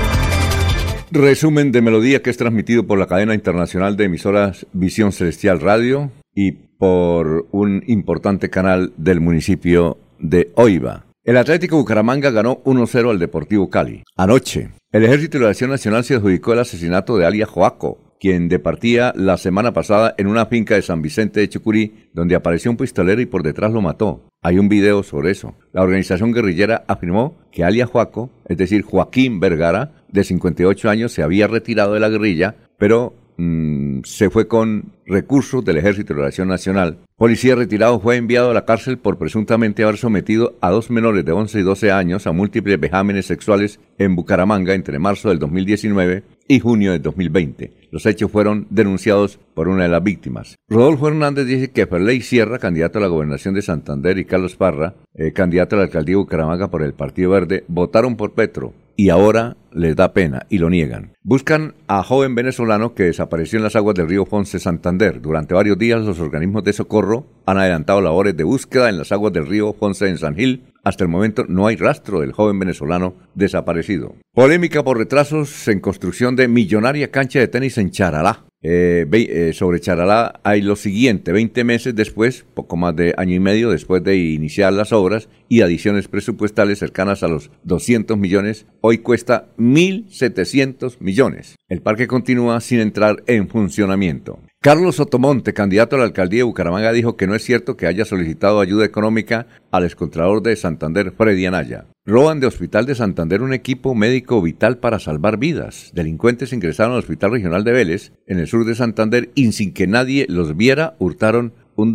Speaker 2: Resumen de Melodía, que es transmitido por la cadena internacional de emisoras Visión Celestial Radio y por un importante canal del municipio de Oiva. El Atlético Bucaramanga ganó uno cero al Deportivo Cali. Anoche, el Ejército de la Acción Nacional se adjudicó el asesinato de alias Joaco, quien departía la semana pasada en una finca de San Vicente de Chucurí, donde apareció un pistolero y por detrás lo mató. Hay un video sobre eso. La organización guerrillera afirmó que alias Joaco, es decir, Joaquín Vergara, de cincuenta y ocho años, se había retirado de la guerrilla, pero mmm, se fue con recursos del Ejército de la Acción Nacional. Policía retirado fue enviado a la cárcel por presuntamente haber sometido a dos menores de once y doce años a múltiples vejámenes sexuales en Bucaramanga entre marzo del dos mil diecinueve y junio del dos mil veinte. Los hechos fueron denunciados por una de las víctimas. Rodolfo Hernández dice que Ferley Sierra, candidato a la gobernación de Santander, y Carlos Parra, eh, candidato a la alcaldía de Bucaramanga por el Partido Verde, votaron por Petro y ahora les da pena y lo niegan. Buscan a joven venezolano que desapareció en las aguas del río Ponce, Santander. Durante varios días los organismos de socorro han adelantado labores de búsqueda en las aguas del río Ponce en San Gil. Hasta el momento no hay rastro del joven venezolano desaparecido. Polémica por retrasos en construcción de millonaria cancha de tenis en Charalá. Eh, ve, eh, sobre Charalá hay lo siguiente: veinte meses después, poco más de año y medio después de iniciar las obras y adiciones presupuestales cercanas a los doscientos millones, hoy cuesta mil setecientos millones. El parque continúa sin entrar en funcionamiento. Carlos Sotomonte, candidato a la alcaldía de Bucaramanga, dijo que no es cierto que haya solicitado ayuda económica al excontralor de Santander, Freddy Anaya. Roban de Hospital de Santander un equipo médico vital para salvar vidas. Delincuentes ingresaron al Hospital Regional de Vélez, en el sur de Santander, y sin que nadie los viera, hurtaron un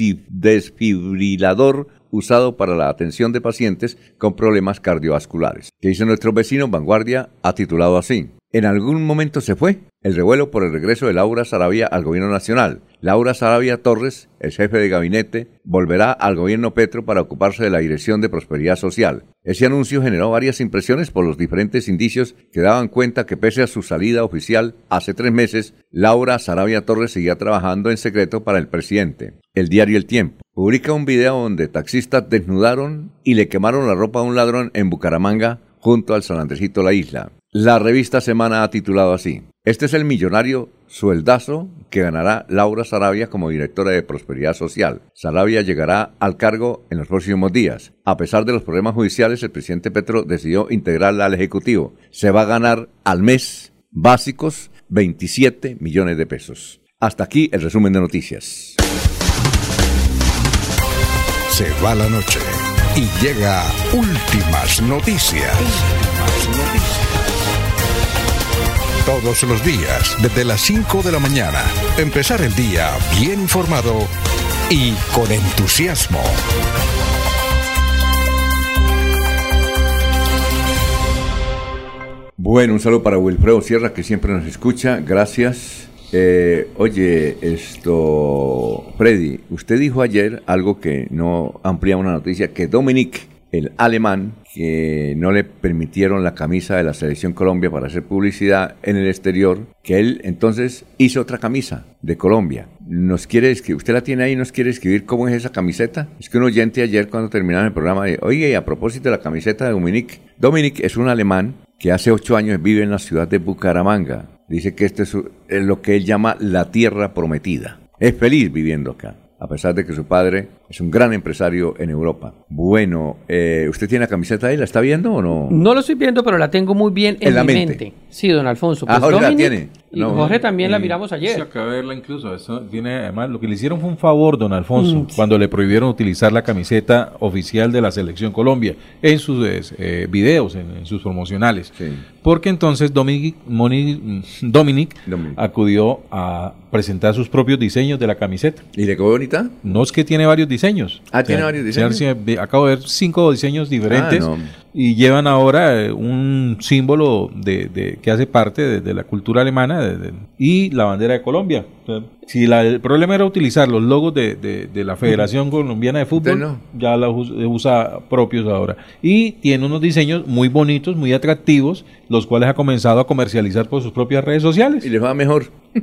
Speaker 2: desfibrilador usado para la atención de pacientes con problemas cardiovasculares. Que dice nuestro vecino, Vanguardia ha titulado así: en algún momento se fue el revuelo por el regreso de Laura Saravia al gobierno nacional. Laura Saravia Torres, el jefe de gabinete, volverá al gobierno Petro para ocuparse de la Dirección de Prosperidad Social. Ese anuncio generó varias impresiones por los diferentes indicios que daban cuenta que pese a su salida oficial hace tres meses, Laura Saravia Torres seguía trabajando en secreto para el presidente. El diario El Tiempo publica un video donde taxistas desnudaron y le quemaron la ropa a un ladrón en Bucaramanga junto al San Andresito La Isla. La revista Semana ha titulado así: este es el millonario sueldazo que ganará Laura Saravia como directora de Prosperidad Social. Saravia llegará al cargo en los próximos días. A pesar de los problemas judiciales, el presidente Petro decidió integrarla al Ejecutivo. Se va a ganar al mes básicos veintisiete millones de pesos. Hasta aquí el resumen de noticias.
Speaker 1: Se va la noche y llega Últimas Noticias. Últimas Noticias. Todos los días, desde las cinco de la mañana, empezar el día bien informado y con entusiasmo.
Speaker 2: Bueno, un saludo para Wilfredo Sierra, que siempre nos escucha. Gracias. Eh, oye, esto, Freddy, usted dijo ayer algo que no amplía una noticia, que Dominic, el alemán, que no le permitieron la camisa de la Selección Colombia para hacer publicidad en el exterior, que él entonces hizo otra camisa de Colombia. Nos quiere escribir, usted la tiene ahí, nos quiere escribir cómo es esa camiseta. Es que un oyente ayer, cuando terminaron el programa, dijo: oye, a propósito de la camiseta de Dominic, Dominic es un alemán que hace ocho años vive en la ciudad de Bucaramanga. Dice que este es lo que él llama la tierra prometida. Es feliz viviendo acá, a pesar de que su padre es un gran empresario en Europa. Bueno, eh, ¿usted tiene la camiseta ahí? ¿La está viendo o no?
Speaker 6: No lo estoy viendo, pero la tengo muy bien en, en la mi mente. mente. Sí, don Alfonso. Pues
Speaker 2: ah, Jorge
Speaker 6: Dominic,
Speaker 2: la tiene.
Speaker 6: Y no, Jorge también eh, la miramos ayer.
Speaker 5: Se acaba de verla incluso. Eso tiene, además, lo que le hicieron fue un favor, don Alfonso, mm, sí. cuando le prohibieron utilizar la camiseta oficial de la Selección Colombia en sus eh, videos, en, en sus promocionales. Sí. Porque entonces Dominic, Moni, Dominic, Dominic acudió a presentar sus propios diseños de la camiseta.
Speaker 2: ¿Y le quedó bonita?
Speaker 5: No, es que tiene varios diseños.
Speaker 2: Ah, o sea, tiene varios diseños.
Speaker 5: Se, acabo de ver cinco diseños diferentes.
Speaker 2: Ah, no.
Speaker 5: Y llevan ahora eh, un símbolo de, de que hace parte de, de la cultura alemana de, de, y la bandera de Colombia. O sea, Si la, el problema era utilizar los logos de, de, de la Federación Colombiana de Fútbol,
Speaker 2: no.
Speaker 5: ya los usa propios ahora. Y tiene unos diseños muy bonitos, muy atractivos, los cuales ha comenzado a comercializar por sus propias redes sociales.
Speaker 2: Y les va mejor.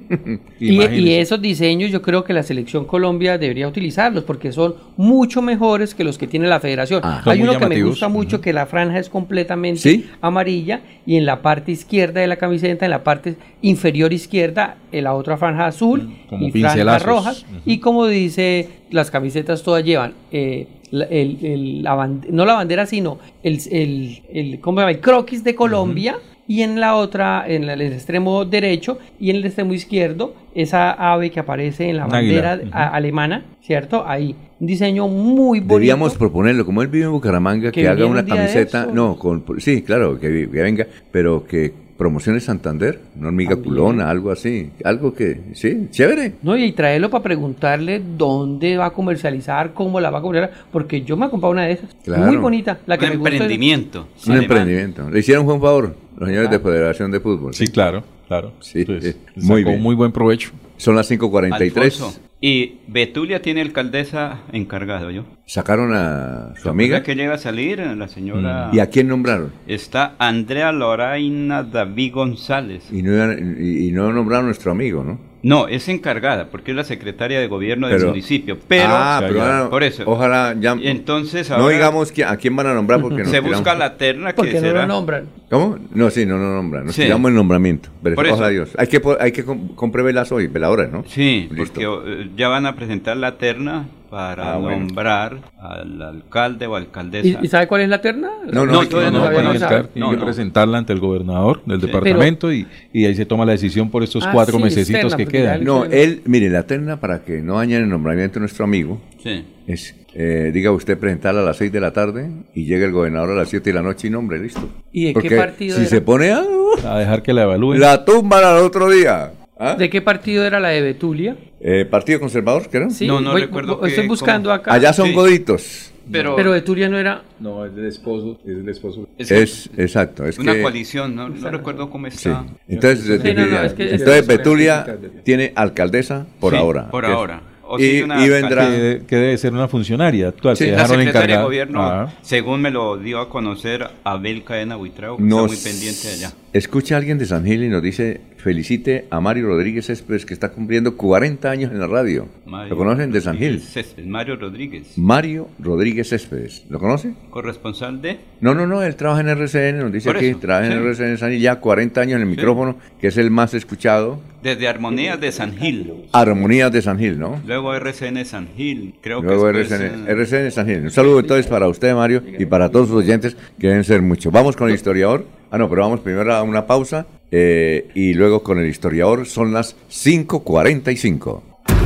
Speaker 6: y, y esos diseños yo creo que la Selección Colombia debería utilizarlos porque son mucho mejores que los que tiene la Federación. Ah, Hay uno que me gusta mucho, uh-huh. que la franja es completamente ¿Sí? amarilla y en la parte izquierda de la camiseta, en la parte inferior izquierda, en la otra franja azul como y franjas rojas. Uh-huh. Y como dice, las camisetas todas llevan eh, la, el, el, la band- no la bandera, sino el, el, el, ¿cómo se llama? El croquis de Colombia. Uh-huh. Y en la otra, en el extremo derecho y en el extremo izquierdo, esa ave que aparece en la bandera uh-huh. a- alemana, ¿cierto? Ahí, un diseño muy bonito.
Speaker 2: Deberíamos proponerlo, como él vive en Bucaramanga, que, que haga una camiseta, no, con, sí, claro, que, que venga, pero que promocione Santander, una hormiga También. culona, algo así, algo que, sí, chévere.
Speaker 6: No, y traerlo para preguntarle dónde va a comercializar, cómo la va a comercializar, porque yo me he comprado una de esas, claro. muy bonita. La que
Speaker 3: un
Speaker 6: me
Speaker 3: emprendimiento.
Speaker 2: Gusta. Un emprendimiento. ¿Le hicieron un favor los señores claro. de Federación de Fútbol?
Speaker 5: Sí, claro, claro.
Speaker 2: Sí,
Speaker 5: pues, muy bien. Muy buen provecho.
Speaker 2: Son las cinco cuarenta y tres.
Speaker 3: Alfonso, y Betulia tiene alcaldesa encargada, ¿yo?
Speaker 2: ¿Sacaron a su amiga?
Speaker 3: que llega a salir, la señora...
Speaker 2: ¿Y a quién nombraron?
Speaker 3: Está Andrea Loraina David González.
Speaker 2: Y no, y, y no nombraron a nuestro amigo, ¿no?
Speaker 3: No, es encargada, porque es la secretaria de gobierno
Speaker 2: pero,
Speaker 3: del municipio, pero...
Speaker 2: Ah, pero ahora,
Speaker 3: por eso.
Speaker 2: Ojalá ya...
Speaker 3: Entonces
Speaker 2: ahora, no digamos que, a quién van a nombrar porque nos
Speaker 3: se
Speaker 2: tiramos.
Speaker 3: busca la terna que
Speaker 6: porque
Speaker 3: será...
Speaker 6: no lo nombran.
Speaker 2: ¿Cómo? No, sí, no lo no nombran. Nos
Speaker 3: sí.
Speaker 2: tiramos el nombramiento. Pero
Speaker 3: por
Speaker 2: ojalá
Speaker 3: eso.
Speaker 2: Dios. Hay que, hay que comprar velas hoy, veladoras, ¿no?
Speaker 3: Sí,
Speaker 2: listo.
Speaker 3: porque uh, ya van a presentar la terna para ah, nombrar bueno. al alcalde o alcaldesa.
Speaker 6: ¿Y, ¿Y sabe cuál es la terna?
Speaker 2: No, no,
Speaker 5: no,
Speaker 2: no,
Speaker 5: todavía no, no, no, no, no, Tiene
Speaker 3: no,
Speaker 5: que
Speaker 3: no.
Speaker 5: presentarla ante el gobernador del sí. departamento
Speaker 6: Pero,
Speaker 5: y, y ahí se toma la decisión por estos
Speaker 6: ah,
Speaker 5: cuatro
Speaker 6: sí,
Speaker 5: mesecitos
Speaker 6: externa,
Speaker 5: que quedan.
Speaker 2: No, él, mire, la terna para que no dañen el nombramiento de nuestro amigo
Speaker 3: sí.
Speaker 2: es, eh, diga usted, presentarla a las seis de la tarde y llega el gobernador a las siete de la noche y nombre, listo.
Speaker 6: ¿Y de
Speaker 2: Porque
Speaker 6: qué partido
Speaker 2: si
Speaker 6: era?
Speaker 2: se pone a...
Speaker 5: A dejar que la evalúen.
Speaker 2: La tumban al otro día. ¿Ah?
Speaker 6: ¿De qué partido era la de Betulia?
Speaker 2: Eh, ¿Partido Conservador, creo?
Speaker 6: Sí,
Speaker 3: no, no
Speaker 6: voy,
Speaker 3: recuerdo.
Speaker 6: Estoy
Speaker 3: que,
Speaker 6: buscando
Speaker 3: ¿cómo?
Speaker 6: acá.
Speaker 2: Allá son
Speaker 3: sí.
Speaker 2: goditos.
Speaker 3: Pero,
Speaker 6: pero Betulia no era...
Speaker 5: No, es del esposo. Es del esposo.
Speaker 2: Es, es exacto. Es
Speaker 3: una
Speaker 2: que,
Speaker 3: coalición, no, no recuerdo cómo está.
Speaker 2: Sí. Entonces,
Speaker 6: sí, no, no, es que
Speaker 2: entonces
Speaker 6: es
Speaker 2: Betulia tiene alcaldesa por
Speaker 3: sí,
Speaker 2: ahora.
Speaker 3: Por ahora.
Speaker 2: O y, una y vendrá...
Speaker 5: Que, que debe ser una funcionaria actual.
Speaker 3: Sí,
Speaker 5: se
Speaker 3: la secretaria
Speaker 5: encargar.
Speaker 3: de gobierno,
Speaker 5: ah.
Speaker 3: según me lo dio a conocer Abel Cadena Buitrago, que Nos está muy pendiente de allá.
Speaker 2: Escucha a alguien de San Gil y nos dice, felicite a Mario Rodríguez Céspedes, que está cumpliendo cuarenta años en la radio. Mario ¿Lo conocen de San Gil?
Speaker 3: Céspedes, Mario Rodríguez.
Speaker 2: Mario Rodríguez Céspedes. ¿Lo conoce?
Speaker 3: ¿Corresponsal de?
Speaker 2: No, no, no, él trabaja en R C N, nos dice
Speaker 3: Por
Speaker 2: aquí,
Speaker 3: eso,
Speaker 2: trabaja
Speaker 3: sí.
Speaker 2: en R C N San Gil, ya cuarenta años en el sí. micrófono, que es el más escuchado.
Speaker 3: Desde Armonías de San Gil.
Speaker 2: Armonías de San Gil, ¿no?
Speaker 3: Luego R C N San Gil, creo
Speaker 2: Luego
Speaker 3: que
Speaker 2: R C N, es, R C N San Gil. Un saludo entonces para usted, Mario, y para todos sus oyentes, que deben ser muchos. Vamos con el historiador. Ah, no, pero vamos primero a una pausa, eh, y luego con el historiador. Son las cinco cuarenta y cinco.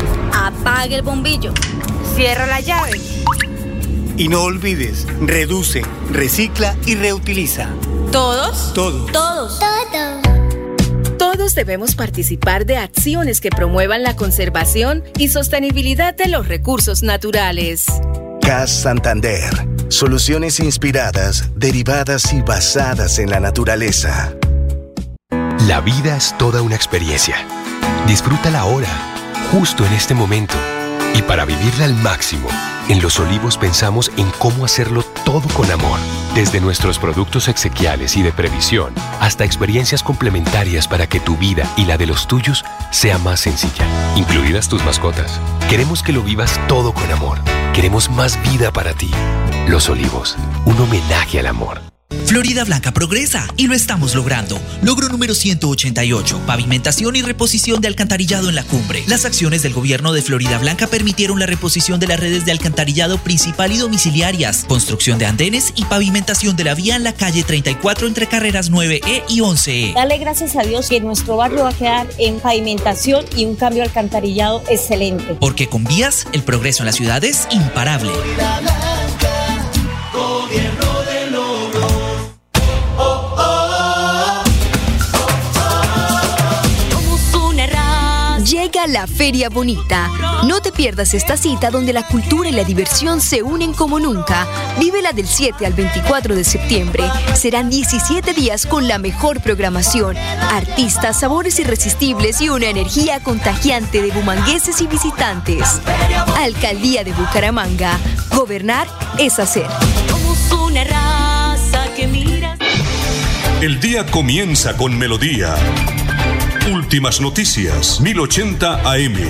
Speaker 14: Apague el bombillo. Cierra la llave.
Speaker 15: Y no olvides, reduce, recicla y reutiliza.
Speaker 14: ¿Todos?
Speaker 15: Todos.
Speaker 14: Todos.
Speaker 16: Todos. Todos debemos participar de acciones que promuevan la conservación y sostenibilidad de los recursos naturales.
Speaker 17: C A S Santander. Soluciones inspiradas, derivadas y basadas en la naturaleza.
Speaker 18: La vida es toda una experiencia. Disfrútala ahora, justo en este momento. Y para vivirla al máximo, en Los Olivos pensamos en cómo hacerlo todo con amor. Desde nuestros productos exequiales y de previsión, hasta experiencias complementarias para que tu vida y la de los tuyos sea más sencilla, incluidas tus mascotas. Queremos que lo vivas todo con amor. Queremos más vida para ti. Los Olivos, un homenaje al amor.
Speaker 8: Florida Blanca progresa y lo estamos logrando. Logro número ciento ochenta y ocho, pavimentación y reposición de alcantarillado en la cumbre. Las acciones del gobierno de Florida Blanca permitieron la reposición de las redes de alcantarillado principal y domiciliarias, construcción de andenes y pavimentación de la vía en la calle treinta y cuatro entre carreras nueve E y once E.
Speaker 19: Dale gracias a Dios que nuestro barrio va a quedar en pavimentación y un cambio de alcantarillado excelente.
Speaker 8: Porque con vías, el progreso en la ciudad es imparable.
Speaker 20: Florida Blanca, gobierno.
Speaker 16: Llega
Speaker 21: la Feria Bonita. No te pierdas esta cita donde la cultura y la diversión se unen como nunca. Vívela del siete al veinticuatro de septiembre. Serán diecisiete días con la mejor programación, artistas, sabores irresistibles y una energía contagiante de bumangueses y visitantes. Alcaldía de Bucaramanga. Gobernar es hacer.
Speaker 20: Somos una raza que mira.
Speaker 13: El día comienza con melodía. Últimas noticias, mil ochenta A M.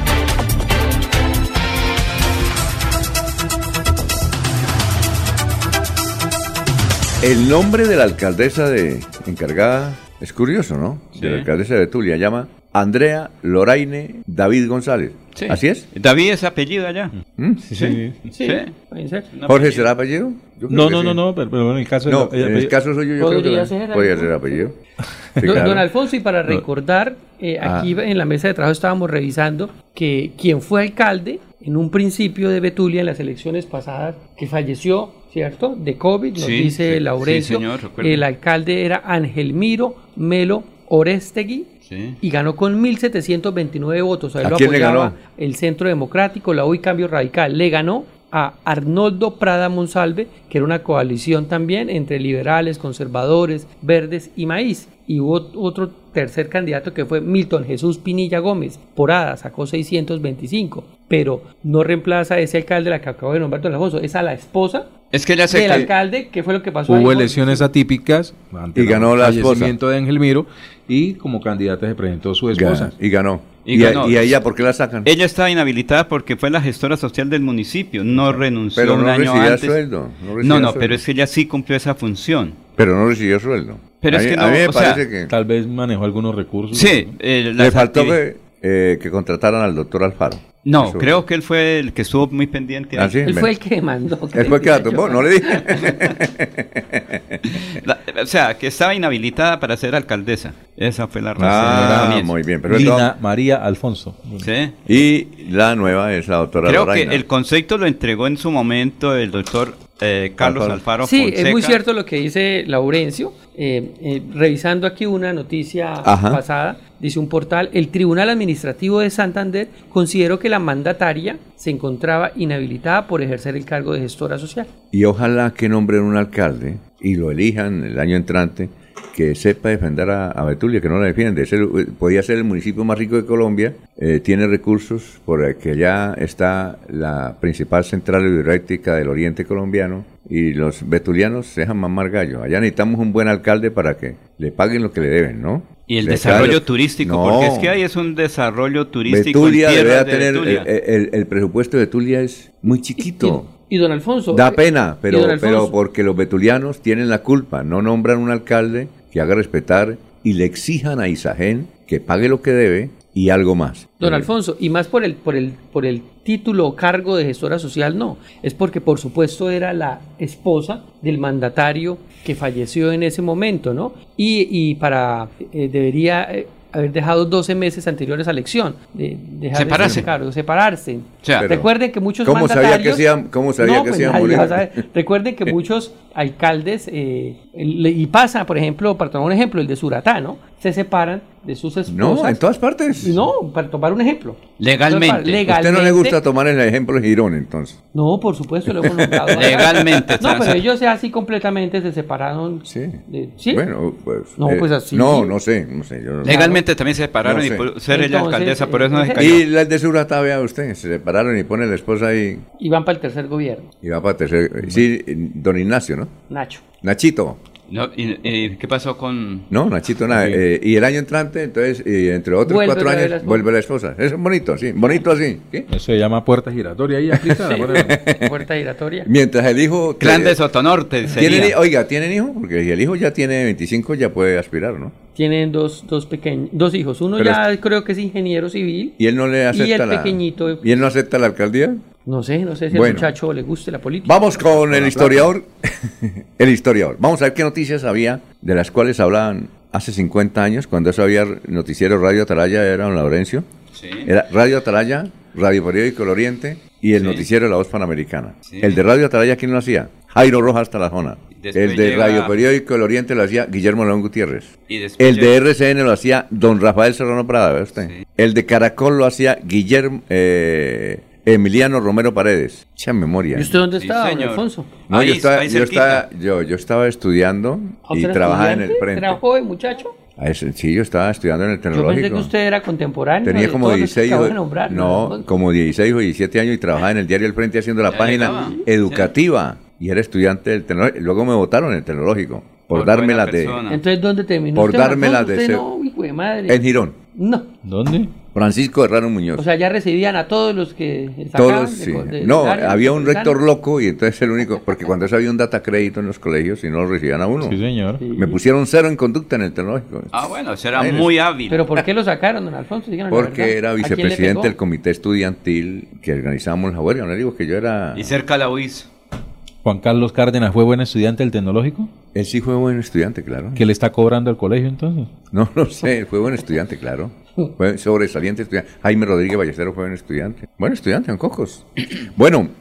Speaker 2: El nombre de la alcaldesa de encargada es curioso, ¿no?
Speaker 3: Sí.
Speaker 2: De la alcaldesa de Betulia, llama Andrea Loraine David González.
Speaker 3: Sí.
Speaker 2: ¿Así es?
Speaker 3: David es apellido allá.
Speaker 2: ¿Mm?
Speaker 5: Sí, sí.
Speaker 6: Sí, puede ser.
Speaker 2: ¿Jorge será apellido? Yo creo
Speaker 5: No,
Speaker 2: que
Speaker 5: no,
Speaker 2: sí.
Speaker 5: no, no, pero, pero en el caso
Speaker 2: No,
Speaker 5: de
Speaker 2: en el caso suyo yo creo
Speaker 6: Podría
Speaker 2: que
Speaker 6: ser,
Speaker 2: podría
Speaker 6: ¿no?
Speaker 2: ser apellido. Sí,
Speaker 6: Don,
Speaker 2: claro.
Speaker 6: don Alfonso, y para recordar, eh,
Speaker 2: Ah.
Speaker 6: aquí en la mesa de trabajo estábamos revisando que quien fue alcalde en un principio de Betulia en las elecciones pasadas, que falleció, ¿cierto? De COVID, nos
Speaker 3: Sí,
Speaker 6: dice
Speaker 3: sí,
Speaker 6: Laurencio.
Speaker 3: sí, señor, recuerdo.
Speaker 6: El alcalde era Angelmiro Melo Orestegui.
Speaker 3: Sí.
Speaker 6: Y ganó con mil setecientos veintinueve votos. A, él
Speaker 2: ¿A
Speaker 6: lo
Speaker 2: quién le
Speaker 6: apoyaba
Speaker 2: ganó?
Speaker 6: el Centro Democrático, la U y Cambio Radical. Le ganó a Arnoldo Prada Monsalve, que era una coalición también entre liberales, conservadores, verdes y maíz. Y hubo otro tercer candidato que fue Milton Jesús Pinilla Gómez. Porada sacó seiscientos veinticinco, pero no reemplaza a ese alcalde la que acabo de nombrar, don Alfonso, es a la esposa
Speaker 3: Es que ella se
Speaker 6: del
Speaker 3: ca-
Speaker 6: alcalde. ¿Qué fue lo que pasó ahí?
Speaker 5: Hubo elecciones atípicas ante
Speaker 2: Y ganó
Speaker 5: el
Speaker 2: la esposa.
Speaker 5: fallecimiento de Angelmiro y como candidata se presentó su esposa.
Speaker 2: Ga- Y ganó.
Speaker 3: Y
Speaker 2: ¿Y, a,
Speaker 3: ganó.
Speaker 2: y a ella por qué la sacan?
Speaker 3: Ella estaba inhabilitada porque fue la gestora social del municipio, no renunció
Speaker 2: Pero
Speaker 3: un
Speaker 2: no
Speaker 3: año
Speaker 2: recibía
Speaker 3: antes.
Speaker 2: sueldo, no
Speaker 3: No,
Speaker 2: recibía
Speaker 3: no,
Speaker 2: sueldo.
Speaker 3: pero es que ella sí cumplió esa función.
Speaker 2: Pero no recibió sueldo.
Speaker 3: Pero
Speaker 2: a
Speaker 3: es
Speaker 2: mí,
Speaker 3: que
Speaker 2: a
Speaker 3: no,
Speaker 2: mí me
Speaker 3: o sea,
Speaker 2: parece que
Speaker 5: Tal vez manejó algunos recursos.
Speaker 3: Sí, eh,
Speaker 2: le
Speaker 3: las
Speaker 2: faltó
Speaker 3: activi-
Speaker 2: que, eh, que contrataran al doctor Alfaro.
Speaker 3: No,
Speaker 2: Eso.
Speaker 3: creo que él fue el que estuvo muy pendiente.
Speaker 2: ¿Ah,
Speaker 3: ahí.
Speaker 2: sí?
Speaker 6: Él fue el que mandó.
Speaker 2: Él fue el que la tumbó, no le dije.
Speaker 3: La- o sea, que estaba inhabilitada para ser alcaldesa. Esa fue la razón.
Speaker 2: Ah,
Speaker 3: También.
Speaker 2: muy bien. Pero
Speaker 5: Lina María Alfonso.
Speaker 3: Sí.
Speaker 2: Y la nueva es la doctora
Speaker 3: Creo
Speaker 2: Loraina.
Speaker 3: que el concepto lo entregó en su momento el doctor eh, Carlos
Speaker 2: Alfaro.
Speaker 3: Alfaro
Speaker 6: Sí,
Speaker 3: Fonseca.
Speaker 6: es muy cierto lo que dice Laurencio. Eh, eh, revisando aquí una noticia
Speaker 2: Ajá.
Speaker 6: pasada, dice un portal, el Tribunal Administrativo de Santander consideró que la mandataria se encontraba inhabilitada por ejercer el cargo de gestora social.
Speaker 2: Y ojalá que nombren un alcalde y lo elijan el año entrante que sepa defender a, a Betulia, que no la defiende. Es el- podía ser el municipio más rico de Colombia, eh, tiene recursos, porque allá está la principal central hidroeléctrica del oriente colombiano, y los betulianos se dejan mamar gallo. Allá necesitamos un buen alcalde para que le paguen lo que le deben, ¿no?
Speaker 3: Y el
Speaker 2: Le
Speaker 3: desarrollo
Speaker 2: cae-
Speaker 3: turístico,
Speaker 2: No.
Speaker 3: porque es que ahí es un desarrollo turístico
Speaker 2: Betulia
Speaker 3: en
Speaker 2: debe
Speaker 3: tierras de
Speaker 2: tener,
Speaker 3: Betulia.
Speaker 2: el, el- el presupuesto de Betulia es muy chiquito.
Speaker 6: Y don Alfonso...
Speaker 2: Da
Speaker 6: eh,
Speaker 2: pena,
Speaker 6: y
Speaker 2: pero,
Speaker 6: don Alfonso,
Speaker 2: pero porque los betulianos tienen la culpa, no nombran un alcalde que haga respetar y le exijan a Isagen que pague lo que debe y algo más.
Speaker 6: Don Alfonso, y más por el, por el, por el título o cargo de gestora social, no. Es porque, por supuesto, era la esposa del mandatario que falleció en ese momento, ¿no? Y, y para, eh, debería eh, haber dejado doce meses anteriores a la elección. De, dejar de
Speaker 3: Separarse.
Speaker 6: ser cargo, separarse.
Speaker 3: O sea,
Speaker 2: Pero,
Speaker 6: recuerden que muchos
Speaker 2: ¿cómo sabía
Speaker 6: mandatarios...
Speaker 2: que se iban- cómo sabía
Speaker 6: No,
Speaker 2: que
Speaker 6: pues
Speaker 2: se iban a
Speaker 6: nadie
Speaker 2: morir?
Speaker 6: va a saber. Recuerden que muchos alcaldes, eh, le- y pasa, por ejemplo, para tomar un ejemplo, el de Suratá, ¿no? Se separan de sus esposas.
Speaker 2: No, en todas partes.
Speaker 6: No, para tomar un ejemplo.
Speaker 3: Legalmente.
Speaker 6: Legalmente.
Speaker 2: ¿A usted no le gusta tomar el ejemplo de Girón, entonces?
Speaker 6: No, por supuesto, lo hemos notado.
Speaker 3: Legalmente,
Speaker 6: No, pero
Speaker 3: transa-
Speaker 6: ellos así completamente se separaron.
Speaker 2: Sí.
Speaker 6: de- ¿sí?
Speaker 2: Bueno, pues...
Speaker 6: No,
Speaker 2: eh,
Speaker 6: pues así.
Speaker 2: No, no sé, no sé. Yo no-
Speaker 3: Legalmente también se separaron
Speaker 2: No
Speaker 3: y
Speaker 2: sé.
Speaker 3: por ser ella
Speaker 6: Entonces,
Speaker 3: alcaldesa, por
Speaker 6: eh,
Speaker 3: eso no se
Speaker 6: ese-
Speaker 3: cayó.
Speaker 2: Y la de Suratá, vea usted, se separaron y pone la esposa ahí
Speaker 6: Y van para el tercer gobierno.
Speaker 2: y va para tercer... Sí, don Ignacio, ¿no?
Speaker 6: Nacho.
Speaker 2: Nachito.
Speaker 3: No, y, y ¿qué pasó con...?
Speaker 2: No, Nachito nada.
Speaker 5: Sí.
Speaker 2: Eh, y el año entrante, entonces, y entre otros
Speaker 6: Vuelve
Speaker 2: cuatro
Speaker 6: otra vez
Speaker 2: años,
Speaker 6: la esposa.
Speaker 2: vuelve la esposa. Eso es bonito, sí. Bonito así. ¿sí?
Speaker 5: Eso se llama puerta giratoria ahí aplicada.
Speaker 6: Sí.
Speaker 5: por-
Speaker 6: Puerta giratoria.
Speaker 2: Mientras el hijo...
Speaker 3: Clan de
Speaker 2: eh,
Speaker 3: Sotonorte
Speaker 2: ¿tienen,
Speaker 3: sería.
Speaker 2: hi- oiga, ¿tienen hijo? Porque si el hijo ya tiene veinticinco, ya puede aspirar, ¿no?
Speaker 6: Tienen dos, dos pequeños, dos hijos. Uno
Speaker 2: Pero
Speaker 6: ya creo que es ingeniero civil.
Speaker 2: Y él no le acepta
Speaker 6: Y el
Speaker 2: la...
Speaker 6: pequeñito,
Speaker 2: ¿Y él no acepta la alcaldía?
Speaker 6: no sé, no sé si
Speaker 2: Bueno.
Speaker 6: al muchacho le guste la política.
Speaker 2: Vamos con el historiador. El historiador. Vamos a ver qué noticias había de las cuales hablaban hace cincuenta años, cuando eso había noticiero Radio Atalaya, era don Laurencio.
Speaker 3: Sí.
Speaker 2: Era Radio Atalaya, Radio Periódico El Oriente y el
Speaker 3: Sí.
Speaker 2: noticiero La Voz Panamericana.
Speaker 3: Sí.
Speaker 2: El de Radio Atalaya, ¿quién lo hacía? Jairo Rojas Talajona. El de
Speaker 3: llega...
Speaker 2: Radio Periódico El Oriente lo hacía Guillermo León Gutiérrez.
Speaker 3: Y después
Speaker 2: el de
Speaker 3: llega...
Speaker 2: R C N lo hacía don Rafael Serrano Prada, ¿ve usted? Sí. El de Caracol lo hacía Guillermo... Eh, Emiliano Romero Paredes. Mucha memoria.
Speaker 6: ¿Y usted dónde estaba, sí, Alfonso?
Speaker 2: No, ahí, yo, estaba, yo, estaba, yo, yo estaba estudiando y trabajaba en el frente.
Speaker 6: ¿Era joven, muchacho?
Speaker 2: Sí, yo estaba estudiando en el tecnológico.
Speaker 6: Yo pensé que usted era contemporáneo.
Speaker 2: Tenía como dieciséis, o,
Speaker 6: nombrar,
Speaker 2: no, ¿no? como dieciséis o diecisiete años y trabajaba en el diario El Frente haciendo la ya página llegaba. educativa. Sí. Y era estudiante del tecnológico. Luego me votaron en el tecnológico. Por, por darme las de...
Speaker 6: Entonces, ¿dónde terminó
Speaker 2: Por
Speaker 6: usted,
Speaker 2: darme las de...
Speaker 6: Usted no, hijo de madre.
Speaker 2: En Girón.
Speaker 6: No.
Speaker 5: ¿Dónde?
Speaker 2: Francisco Herrano Muñoz.
Speaker 6: O sea, ya recibían a todos los que sacaban.
Speaker 2: Todos, sí. De, de, no, de había un rector loco y entonces el único, porque cuando eso había un data crédito en los colegios y no lo recibían a uno.
Speaker 5: Sí, señor.
Speaker 2: Sí. Me pusieron cero en conducta en el tecnológico.
Speaker 3: Ah, bueno, eso era muy hábil.
Speaker 6: ¿Pero por qué lo sacaron, don Alfonso? Díganos
Speaker 2: porque era vicepresidente del comité estudiantil que organizábamos la huelga. No digo que yo era...
Speaker 3: Y cerca la U I S.
Speaker 5: Juan Carlos Cárdenas fue buen estudiante del tecnológico.
Speaker 2: Él sí fue buen estudiante, claro.
Speaker 5: ¿Qué le está cobrando al colegio entonces?
Speaker 2: No, no sé, fue buen estudiante, claro. Fue sobresaliente estudiante. Jaime Rodríguez Ballesteros fue buen estudiante. Buen estudiante, en Cocos. Bueno,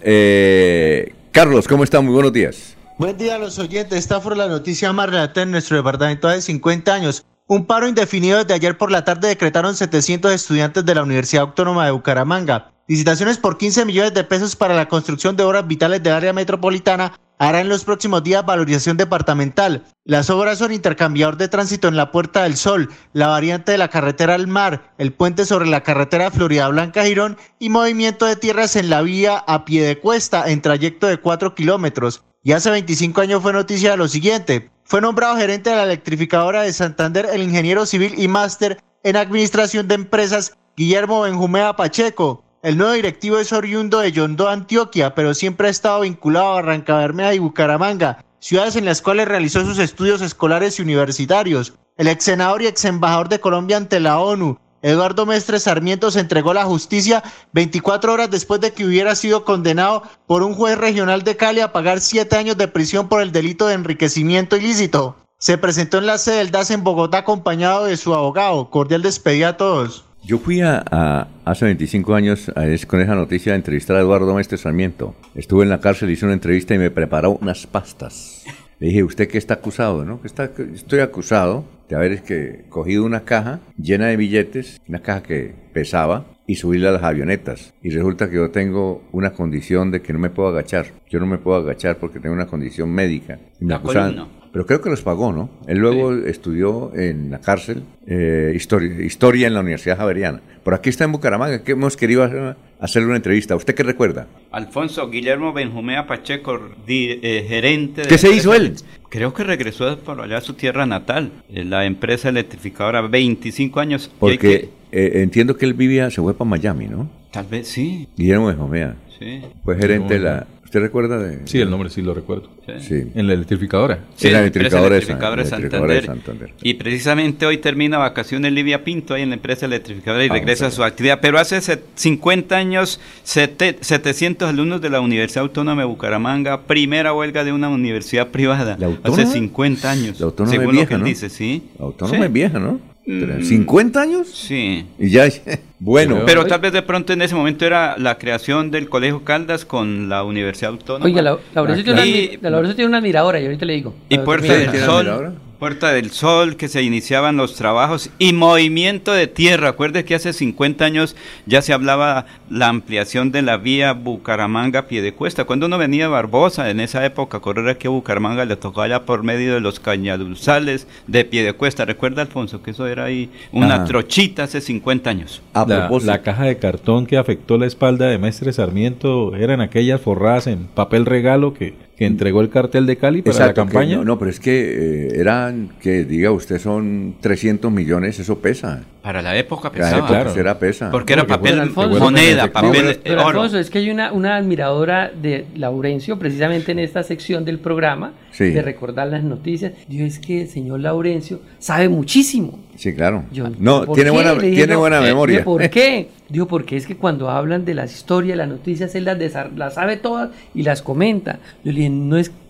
Speaker 2: eh, Carlos, ¿cómo está? Muy buenos días.
Speaker 4: Buen día a los oyentes. Esta fue la noticia más relatada en nuestro departamento de cincuenta años. Un paro indefinido desde ayer por la tarde decretaron setecientos estudiantes de la Universidad Autónoma de Bucaramanga. Licitaciones por quince millones de pesos para la construcción de obras vitales del área metropolitana hará en los próximos días valorización departamental. Las obras son intercambiador de tránsito en la Puerta del Sol, la variante de la carretera al mar, el puente sobre la carretera Florida Blanca Girón y movimiento de tierras en la vía a pie de cuesta en trayecto de cuatro kilómetros. Y hace veinticinco años fue noticia de lo siguiente. Fue nombrado gerente de la electrificadora de Santander el ingeniero civil y máster en administración de empresas Guillermo Benjumea Pacheco. El nuevo directivo es oriundo de Yondó, Antioquia, pero siempre ha estado vinculado a Barrancabermeja y Bucaramanga, ciudades en las cuales realizó sus estudios escolares y universitarios. El ex senador y ex embajador de Colombia ante la ONU, Eduardo Mestre Sarmiento, se entregó a la justicia veinticuatro horas después de que hubiera sido condenado por un juez regional de Cali a pagar siete años de prisión por el delito de enriquecimiento ilícito. Se presentó en la sede del D A S en Bogotá acompañado de su abogado. Cordial despedida a todos.
Speaker 2: Yo fui a, a hace veinticinco años a, es, con esa noticia a entrevistar a Eduardo Mestre Sarmiento. Estuve en la cárcel, hice una entrevista y me preparó unas pastas. Le dije, ¿usted qué está acusado? ¿No? Que está, estoy acusado de haber es que, cogido una caja llena de billetes, una caja que pesaba, y subirla a las avionetas. Y resulta que yo tengo una condición de que no me puedo agachar. Yo no me puedo agachar porque tengo una condición médica. Y me
Speaker 3: la
Speaker 2: acusaban,
Speaker 3: columna.
Speaker 2: Pero creo que los pagó, ¿no? Él luego sí. estudió en la cárcel eh, historia, historia en la Universidad Javeriana. Por aquí está en Bucaramanga, que hemos querido hacer, hacerle una entrevista. ¿Usted qué recuerda?
Speaker 3: Alfonso Guillermo Benjumea Pacheco, di, eh, gerente de...
Speaker 2: ¿Qué se hizo él?
Speaker 3: Creo que regresó por allá a su tierra natal, la empresa electrificadora, veinticinco años.
Speaker 2: Porque
Speaker 3: que...
Speaker 2: eh, entiendo que él vivía, se fue para Miami, ¿no?
Speaker 3: Tal vez sí.
Speaker 2: Guillermo Benjumea.
Speaker 3: Sí.
Speaker 2: Fue gerente de la... ¿Usted recuerda de...?
Speaker 5: Sí, el nombre sí lo recuerdo.
Speaker 3: Sí.
Speaker 2: sí.
Speaker 5: En la electrificadora.
Speaker 3: Sí,
Speaker 2: en la
Speaker 3: electrificadora,
Speaker 2: electrificadora,
Speaker 3: de, San,
Speaker 2: electrificadora
Speaker 3: de,
Speaker 2: Santander. de Santander.
Speaker 3: Y precisamente hoy termina vacaciones Livia Pinto ahí en la empresa electrificadora y ah, regresa a su actividad. Pero hace cincuenta años, sete, setecientos alumnos de la Universidad Autónoma de Bucaramanga, primera huelga de una universidad privada.
Speaker 2: ¿La autónoma?
Speaker 3: Hace cincuenta años.
Speaker 2: La autónoma
Speaker 3: según
Speaker 2: es vieja,
Speaker 3: lo que él
Speaker 2: ¿no?
Speaker 3: dice, sí.
Speaker 2: La autónoma
Speaker 3: sí.
Speaker 2: es vieja, ¿no? ¿cincuenta años?
Speaker 3: Sí.
Speaker 2: Y ya, bueno.
Speaker 3: Pero tal vez de pronto en ese momento era la creación del Colegio Caldas con la Universidad Autónoma.
Speaker 6: Oiga, la, Laurencio tiene, tiene una admiradora, y ahorita le digo.
Speaker 3: Y Puerta del Sol, Puerta del Sol, que se iniciaban los trabajos, y Movimiento de Tierra. Acuerde que hace cincuenta años ya se hablaba la ampliación de la vía Bucaramanga-Piedecuesta. Cuando uno venía a Barbosa, en esa época, correr aquí a Bucaramanga, le tocaba allá por medio de los cañaduzales de Piedecuesta. ¿Recuerda, Alfonso, que eso era ahí una Ajá. trochita hace cincuenta años?
Speaker 5: A la, la caja de cartón que afectó la espalda de Mestre Sarmiento eran aquellas forradas en papel regalo que, que entregó el cartel de Cali para
Speaker 2: Exacto,
Speaker 5: la campaña.
Speaker 2: No, no, pero es que eh, eran, que diga usted, son trescientos millones, eso pesa.
Speaker 3: Para la época pesaba.
Speaker 2: Claro, pues era pesa.
Speaker 3: Porque era papel,
Speaker 6: Alfonso,
Speaker 3: moneda, papel
Speaker 6: no, pero,
Speaker 3: oro.
Speaker 6: Alfonso, es que hay una, una admiradora de Laurencio, precisamente en esta sección del programa, sí. de recordar las noticias. Yo es que el señor Laurencio sabe muchísimo.
Speaker 2: Sí, claro.
Speaker 6: Yo,
Speaker 2: no, tiene buena, dije, tiene no, buena memoria.
Speaker 6: ¿Por qué? Digo, porque es que cuando hablan de las historias, las noticias, él las, las sabe todas y las comenta. Yo le dije, no es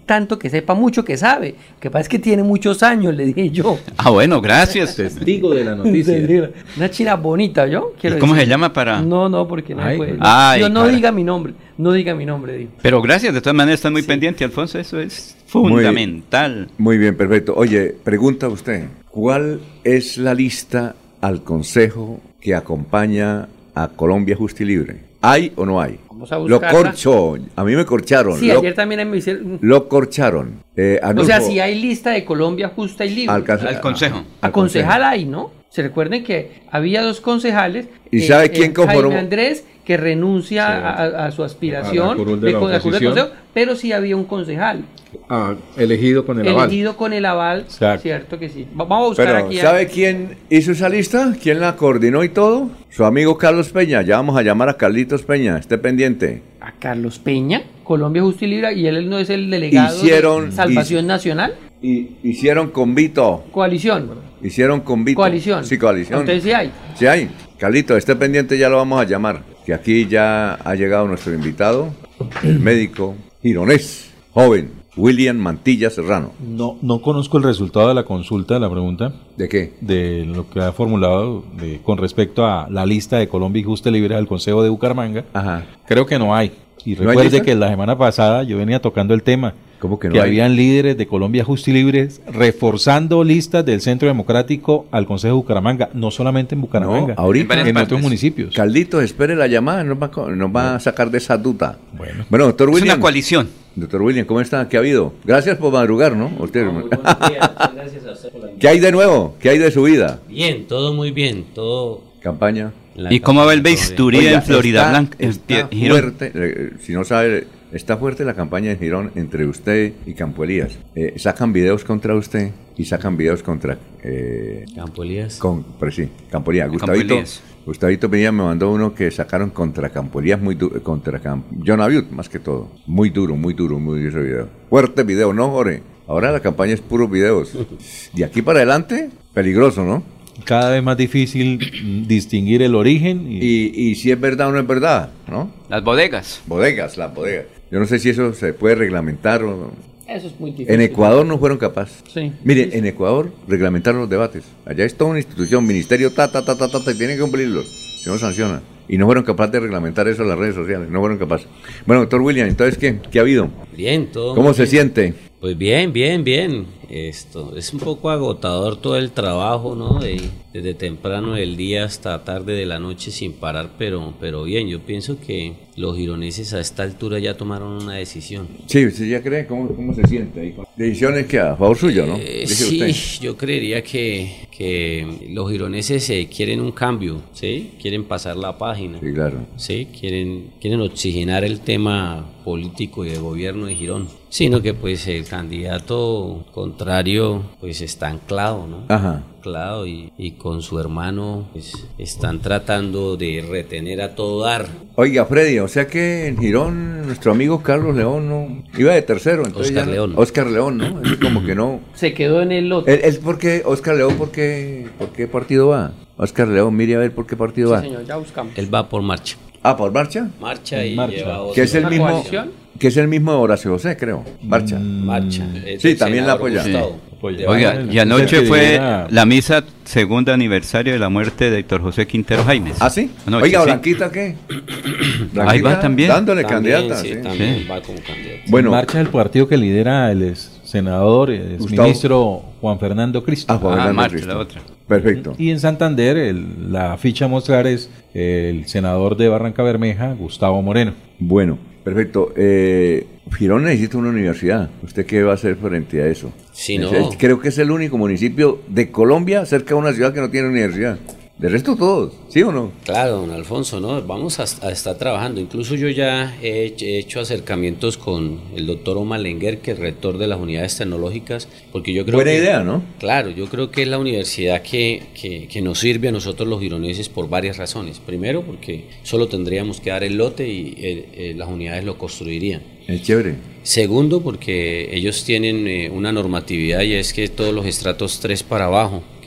Speaker 6: tanto que sepa, mucho que sabe. Lo que pasa es que tiene muchos años, le dije yo.
Speaker 3: Ah, bueno, gracias.
Speaker 5: Testigo de la noticia.
Speaker 6: Una china bonita, ¿yo?
Speaker 3: ¿Y cómo decir? Se llama para...?
Speaker 6: No, no, porque no
Speaker 3: ay,
Speaker 6: puede. No,
Speaker 3: ay,
Speaker 6: yo no
Speaker 3: cara.
Speaker 6: diga mi nombre, no diga mi nombre, digo.
Speaker 3: Pero gracias, de todas maneras estás muy sí. pendiente, Alfonso, eso es fundamental.
Speaker 2: Muy, muy bien, perfecto. Oye, pregunta usted, ¿cuál es la lista al consejo que acompaña a Colombia Justa y Libre? ¿Hay o no hay?
Speaker 6: Vamos a
Speaker 2: lo corcho, a mí me corcharon.
Speaker 6: Sí,
Speaker 2: lo,
Speaker 6: ayer también me hicieron...
Speaker 2: Lo corcharon. Eh,
Speaker 6: o sea, si hay lista de Colombia Justa y Libre.
Speaker 2: Al,
Speaker 3: al consejo.
Speaker 6: A concejal hay, ¿no? Se recuerden que había dos concejales.
Speaker 2: ¿Y eh, sabe quién
Speaker 6: eh,
Speaker 2: conformó?
Speaker 6: Jaime Andrés, que renuncia sí. a, a su aspiración. A la curul de, de la oposición. Consejo, pero sí había un concejal.
Speaker 5: Ah, elegido con el
Speaker 6: elegido
Speaker 5: aval.
Speaker 6: Elegido con el aval, Exacto. Cierto que sí. Vamos a buscar
Speaker 2: pero,
Speaker 6: aquí.
Speaker 2: ¿sabe
Speaker 6: a...
Speaker 2: quién hizo esa lista? ¿Quién la coordinó y todo? Su amigo Carlos Peña. Ya vamos a llamar a Carlitos Peña. Esté pendiente.
Speaker 6: ¿A Carlos Peña? Colombia Justa y Libre. ¿Y él no es el delegado
Speaker 2: Hicieron,
Speaker 6: de Salvación
Speaker 2: hic-
Speaker 6: Nacional?
Speaker 2: Y hicieron convito.
Speaker 6: Coalición.
Speaker 2: Hicieron convito.
Speaker 6: Coalición.
Speaker 2: Sí, coalición.
Speaker 6: Entonces sí hay.
Speaker 2: Sí hay. Carlito, esté pendiente, ya lo vamos a llamar. Que aquí ya ha llegado nuestro invitado, el médico gironés, joven, William Mantilla Serrano.
Speaker 5: No, no conozco el resultado de la consulta, de la pregunta.
Speaker 2: ¿De qué?
Speaker 5: De lo que ha formulado de, con respecto a la lista de Colombia Justa y Libre al Consejo de Bucaramanga.
Speaker 2: Ajá.
Speaker 5: Creo que no hay. Y
Speaker 2: ¿No
Speaker 5: recuerde que la semana pasada yo venía tocando el tema.
Speaker 2: ¿Cómo que no
Speaker 5: que
Speaker 2: hay?
Speaker 5: habían líderes de Colombia Justa y Libre reforzando listas del Centro Democrático al Consejo de Bucaramanga, no solamente en Bucaramanga,
Speaker 2: no, ahorita,
Speaker 5: en, en otros municipios.
Speaker 2: Caldito, espere la llamada, nos va, nos va a sacar de esa duda.
Speaker 5: Bueno,
Speaker 2: bueno doctor William.
Speaker 3: Es una coalición.
Speaker 2: Doctor William, ¿cómo está? ¿Qué ha habido? Gracias por madrugar, ¿no? Usted.
Speaker 7: No, muy buenos días. Muchas gracias a usted por la invitación.
Speaker 2: ¿Qué hay de nuevo? ¿Qué hay de su vida?
Speaker 7: Bien, todo muy bien, todo...
Speaker 2: Campaña.
Speaker 3: ¿Y cómo va el Beisturí en Florida
Speaker 2: está,
Speaker 3: Blanca?
Speaker 2: Está fuerte, eh, si no sabe, está fuerte la campaña en Girón entre usted y Campo Elías. Eh, sacan videos contra usted y sacan videos contra... Eh,
Speaker 7: Campo Elías.
Speaker 2: Con, pues sí, Campo Elías. Gustavito, Elías. Gustavito Peña me mandó uno que sacaron contra Campo Elías, muy duro, contra Camp, John Abiut, más que todo. Muy duro, muy duro, muy duro ese video. Fuerte video, ¿no, Jorge? Ahora la campaña es puros videos. De aquí para adelante, peligroso, ¿no?
Speaker 5: Cada vez más difícil distinguir el origen.
Speaker 2: Y... Y, y si es verdad o no es verdad, ¿no?
Speaker 3: Las bodegas.
Speaker 2: Bodegas, las bodegas. Yo no sé si eso se puede reglamentar o...
Speaker 6: Eso es muy difícil.
Speaker 2: En Ecuador no fueron capaces.
Speaker 6: Sí.
Speaker 2: Mire,
Speaker 6: sí, sí.
Speaker 2: en Ecuador reglamentaron los debates. Allá es toda una institución, ministerio, ta, ta, ta, ta, ta, ta, y tienen que cumplirlos. Si no, sanciona. Y no fueron capaces de reglamentar eso en las redes sociales. No fueron capaces. Bueno, doctor William, entonces, ¿qué, qué ha habido?
Speaker 7: Bien, todo.
Speaker 2: ¿Cómo se
Speaker 7: bien.
Speaker 2: siente?
Speaker 7: Pues bien, bien, bien. Esto es un poco agotador todo el trabajo, ¿no? De, desde temprano del día hasta tarde de la noche sin parar, pero, pero bien, yo pienso que los gironeses a esta altura ya tomaron una decisión.
Speaker 2: Sí, ¿usted ya cree? ¿Cómo, cómo se siente ahí? Decisiones que a favor suyo, ¿no?
Speaker 7: Eh,
Speaker 2: Dice
Speaker 7: sí,
Speaker 2: usted.
Speaker 7: yo creería que, que los gironeses eh, quieren un cambio, ¿sí? Quieren pasar la página.
Speaker 2: Sí, claro.
Speaker 7: Sí, quieren, quieren oxigenar el tema político y de gobierno de Girón. Sino que pues el candidato contrario pues está anclado, ¿no?
Speaker 2: Ajá.
Speaker 7: Anclado y, y con su hermano pues están tratando de retener a todo dar.
Speaker 2: Oiga, Freddy, o sea que en Girón nuestro amigo Carlos León no iba de tercero. Entonces
Speaker 7: Oscar
Speaker 2: ya no,
Speaker 7: León.
Speaker 2: Oscar León, ¿no? Es como que no.
Speaker 6: Se quedó en el otro.
Speaker 2: ¿Es, es porque Oscar León, por qué, por qué partido va? Oscar León, mire a ver por qué partido
Speaker 6: sí,
Speaker 2: va.
Speaker 6: Señor, ya buscamos.
Speaker 7: Él va por marcha.
Speaker 2: Ah, ¿por marcha?
Speaker 7: Marcha y
Speaker 5: marcha.
Speaker 7: lleva otro.
Speaker 2: Que es el
Speaker 6: ¿Una
Speaker 2: mismo.
Speaker 6: coalición?
Speaker 2: Que es el mismo de Horacio José, creo. Marcha.
Speaker 5: Mm,
Speaker 7: Marcha.
Speaker 2: Sí, también la apoya.
Speaker 3: Sí.
Speaker 5: Apoya.
Speaker 3: Oiga, y anoche fue la misa segundo aniversario de la muerte de Héctor José Quintero Jaimes.
Speaker 2: ¿Ah, sí?
Speaker 3: Anoche,
Speaker 2: Oiga,
Speaker 3: sí.
Speaker 2: ¿Blanquita qué? ¿Blanquita?
Speaker 3: Ahí va también.
Speaker 2: Dándole
Speaker 7: También,
Speaker 2: candidata.
Speaker 7: sí,
Speaker 2: Sí.
Speaker 7: también
Speaker 3: Sí.
Speaker 7: va como candidato.
Speaker 2: Bueno,
Speaker 5: Marcha del partido que lidera el ex senador, el ex
Speaker 2: Gustavo.
Speaker 5: ministro Juan Fernando Cristo.
Speaker 2: Ah, Juan
Speaker 3: Ah,
Speaker 2: Fernando
Speaker 3: Marta,
Speaker 2: Cristo.
Speaker 3: la otra.
Speaker 2: Perfecto.
Speaker 5: Y en Santander el- la ficha a mostrar es el senador de Barranca Bermeja, Gustavo Moreno.
Speaker 2: Bueno, perfecto. Eh, Girón necesita una universidad. ¿Usted qué va a hacer frente a eso?
Speaker 7: Sí, no.
Speaker 2: Es- Creo que es el único municipio de Colombia cerca de una ciudad que no tiene universidad. De resto todos, ¿sí o no?
Speaker 7: Claro, don Alfonso, ¿no? Vamos a, a estar trabajando. Incluso yo ya he hecho, he hecho acercamientos con el doctor Omar Lenguer, que es rector de las unidades tecnológicas, porque yo creo
Speaker 2: Buena
Speaker 7: que...
Speaker 2: idea, ¿no?
Speaker 7: Claro, yo creo que es la universidad que, que, que nos sirve a nosotros los gironeses por varias razones. Primero, porque solo tendríamos que dar el lote y eh, eh, las unidades lo construirían.
Speaker 2: Es chévere.
Speaker 7: Segundo, porque ellos tienen eh, una normatividad y es que todos los estratos tres para abajo que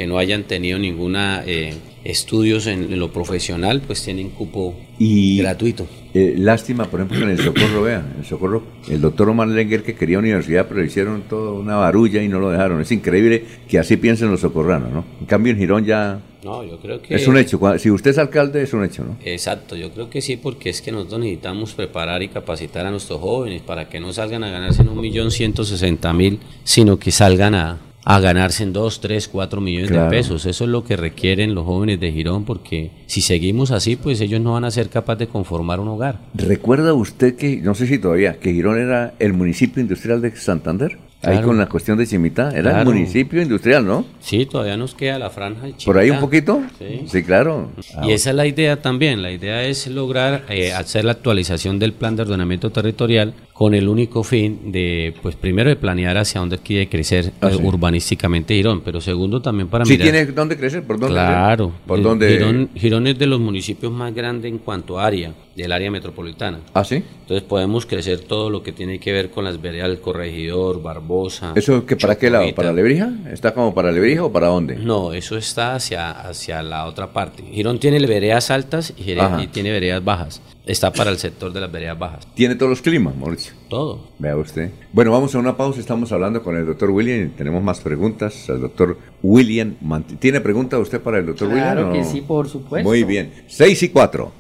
Speaker 7: que no hayan tenido ninguna eh, estudios en, en lo profesional, pues tienen cupo
Speaker 2: y,
Speaker 7: gratuito.
Speaker 2: Eh, lástima, por ejemplo, en el Socorro, vean, en el Socorro, el doctor Omar Lenguer que quería universidad, pero hicieron toda una barulla y no lo dejaron. Es increíble que así piensen los socorranos, ¿no? En cambio, en Girón ya...
Speaker 7: No, yo creo que...
Speaker 2: Es un hecho. Si usted es alcalde, es un hecho, ¿no?
Speaker 7: Exacto, yo creo que sí, porque es que nosotros necesitamos preparar y capacitar a nuestros jóvenes para que no salgan a ganarse en un millón ciento sesenta mil, sino que salgan a... a ganarse en dos, tres, cuatro millones claro. de pesos. Eso es lo que requieren los jóvenes de Girón, porque si seguimos así, pues ellos no van a ser capaces de conformar un hogar.
Speaker 2: ¿Recuerda usted que, no sé si todavía, que Girón era el municipio industrial de Santander? Claro. Ahí con la cuestión de Chimita, era claro. el municipio industrial, ¿no?
Speaker 7: Sí, todavía nos queda la franja de Chimita.
Speaker 2: ¿Por ahí un poquito?
Speaker 7: Sí,
Speaker 2: sí claro.
Speaker 7: Ah, y esa es la idea también, la idea es lograr eh, hacer la actualización del plan de ordenamiento territorial con el único fin de, pues primero de planear hacia dónde quiere crecer ah, eh, sí. urbanísticamente Girón, pero segundo también para
Speaker 2: sí,
Speaker 7: mirar...
Speaker 2: ¿Sí tiene dónde crecer? ¿Por dónde?
Speaker 7: Claro.
Speaker 2: ¿Por
Speaker 7: eh,
Speaker 2: dónde?
Speaker 7: Girón, Girón es de los municipios más grandes en cuanto a área, del área metropolitana.
Speaker 2: ¿Ah, sí?
Speaker 7: Entonces podemos crecer todo lo que tiene que ver con las veredas del Corregidor, Barbosa...
Speaker 2: ¿Eso que para qué lado? ¿Para Lebrija? ¿Está como para Lebrija o para dónde?
Speaker 7: No, eso está hacia, hacia la otra parte. Girón tiene veredas altas y, y tiene veredas bajas. Está para el sector de las veredas bajas.
Speaker 2: ¿Tiene todos los climas, Mauricio?
Speaker 7: Todo.
Speaker 2: Vea usted. Bueno, vamos a una pausa. Estamos hablando con el doctor William y tenemos más preguntas. El doctor William Mantilla. ¿Tiene pregunta usted para el doctor William?
Speaker 6: Claro que sí, por supuesto.
Speaker 2: Muy bien. Seis y cuatro.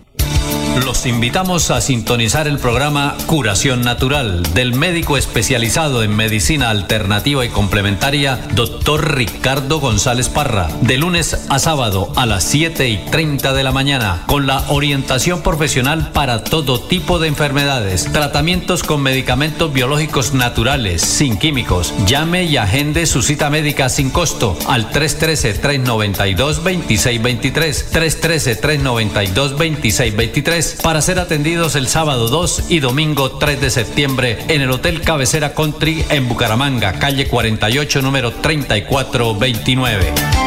Speaker 9: Los invitamos a sintonizar el programa Curación Natural del médico especializado en medicina alternativa y complementaria, doctor Ricardo González Parra, de lunes a sábado a las siete y treinta de la mañana, con la orientación profesional para todo tipo de enfermedades, tratamientos con medicamentos biológicos naturales, sin químicos. Llame y agende su cita médica sin costo al tres uno tres, tres nueve dos, dos seis dos tres, tres uno tres, tres nueve dos, dos seis dos tres, para ser atendidos el sábado dos y domingo tres de septiembre en el Hotel Cabecera Country en Bucaramanga, calle cuarenta y ocho, número treinta y cuatro veintinueve.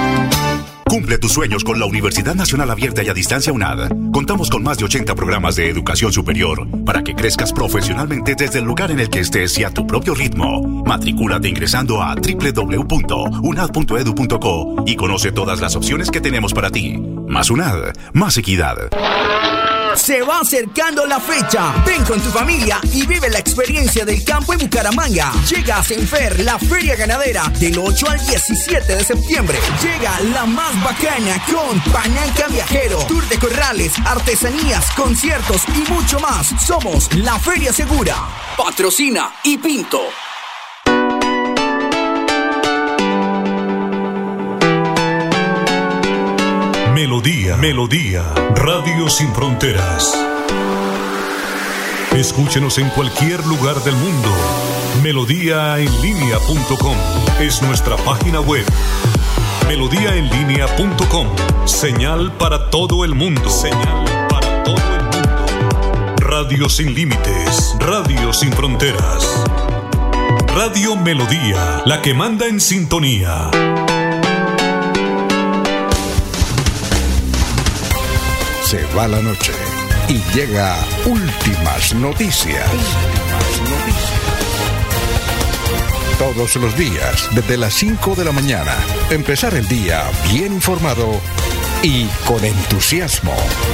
Speaker 10: Cumple tus sueños con la Universidad Nacional Abierta y a Distancia UNAD. Contamos con más de ochenta programas de educación superior para que crezcas profesionalmente desde el lugar en el que estés y a tu propio ritmo. Matricúlate ingresando a doble u doble u doble u punto unad punto edu punto co y conoce todas las opciones que tenemos para ti. Más UNAD, más equidad.
Speaker 11: Se va acercando la fecha. Ven con tu familia y vive la experiencia del campo en Bucaramanga. Llega a Senfer, la feria ganadera, del ocho al diecisiete de septiembre. Llega la más bacana con Palanca Viajero, tour de corrales, artesanías, conciertos y mucho más. Somos la Feria Segura. Patrocina y Pinto.
Speaker 13: Melodía, Melodía, Radio Sin Fronteras. Escúchenos en cualquier lugar del mundo. melodía en línea punto com es nuestra página web. melodía en línea punto com, señal para todo el mundo. Señal para todo el mundo. Radio sin límites, Radio sin fronteras. Radio Melodía, la que manda en sintonía.
Speaker 1: Se va la noche y llega Últimas Noticias. Todos los días, desde las cinco de la mañana, empezar el día bien informado y con entusiasmo.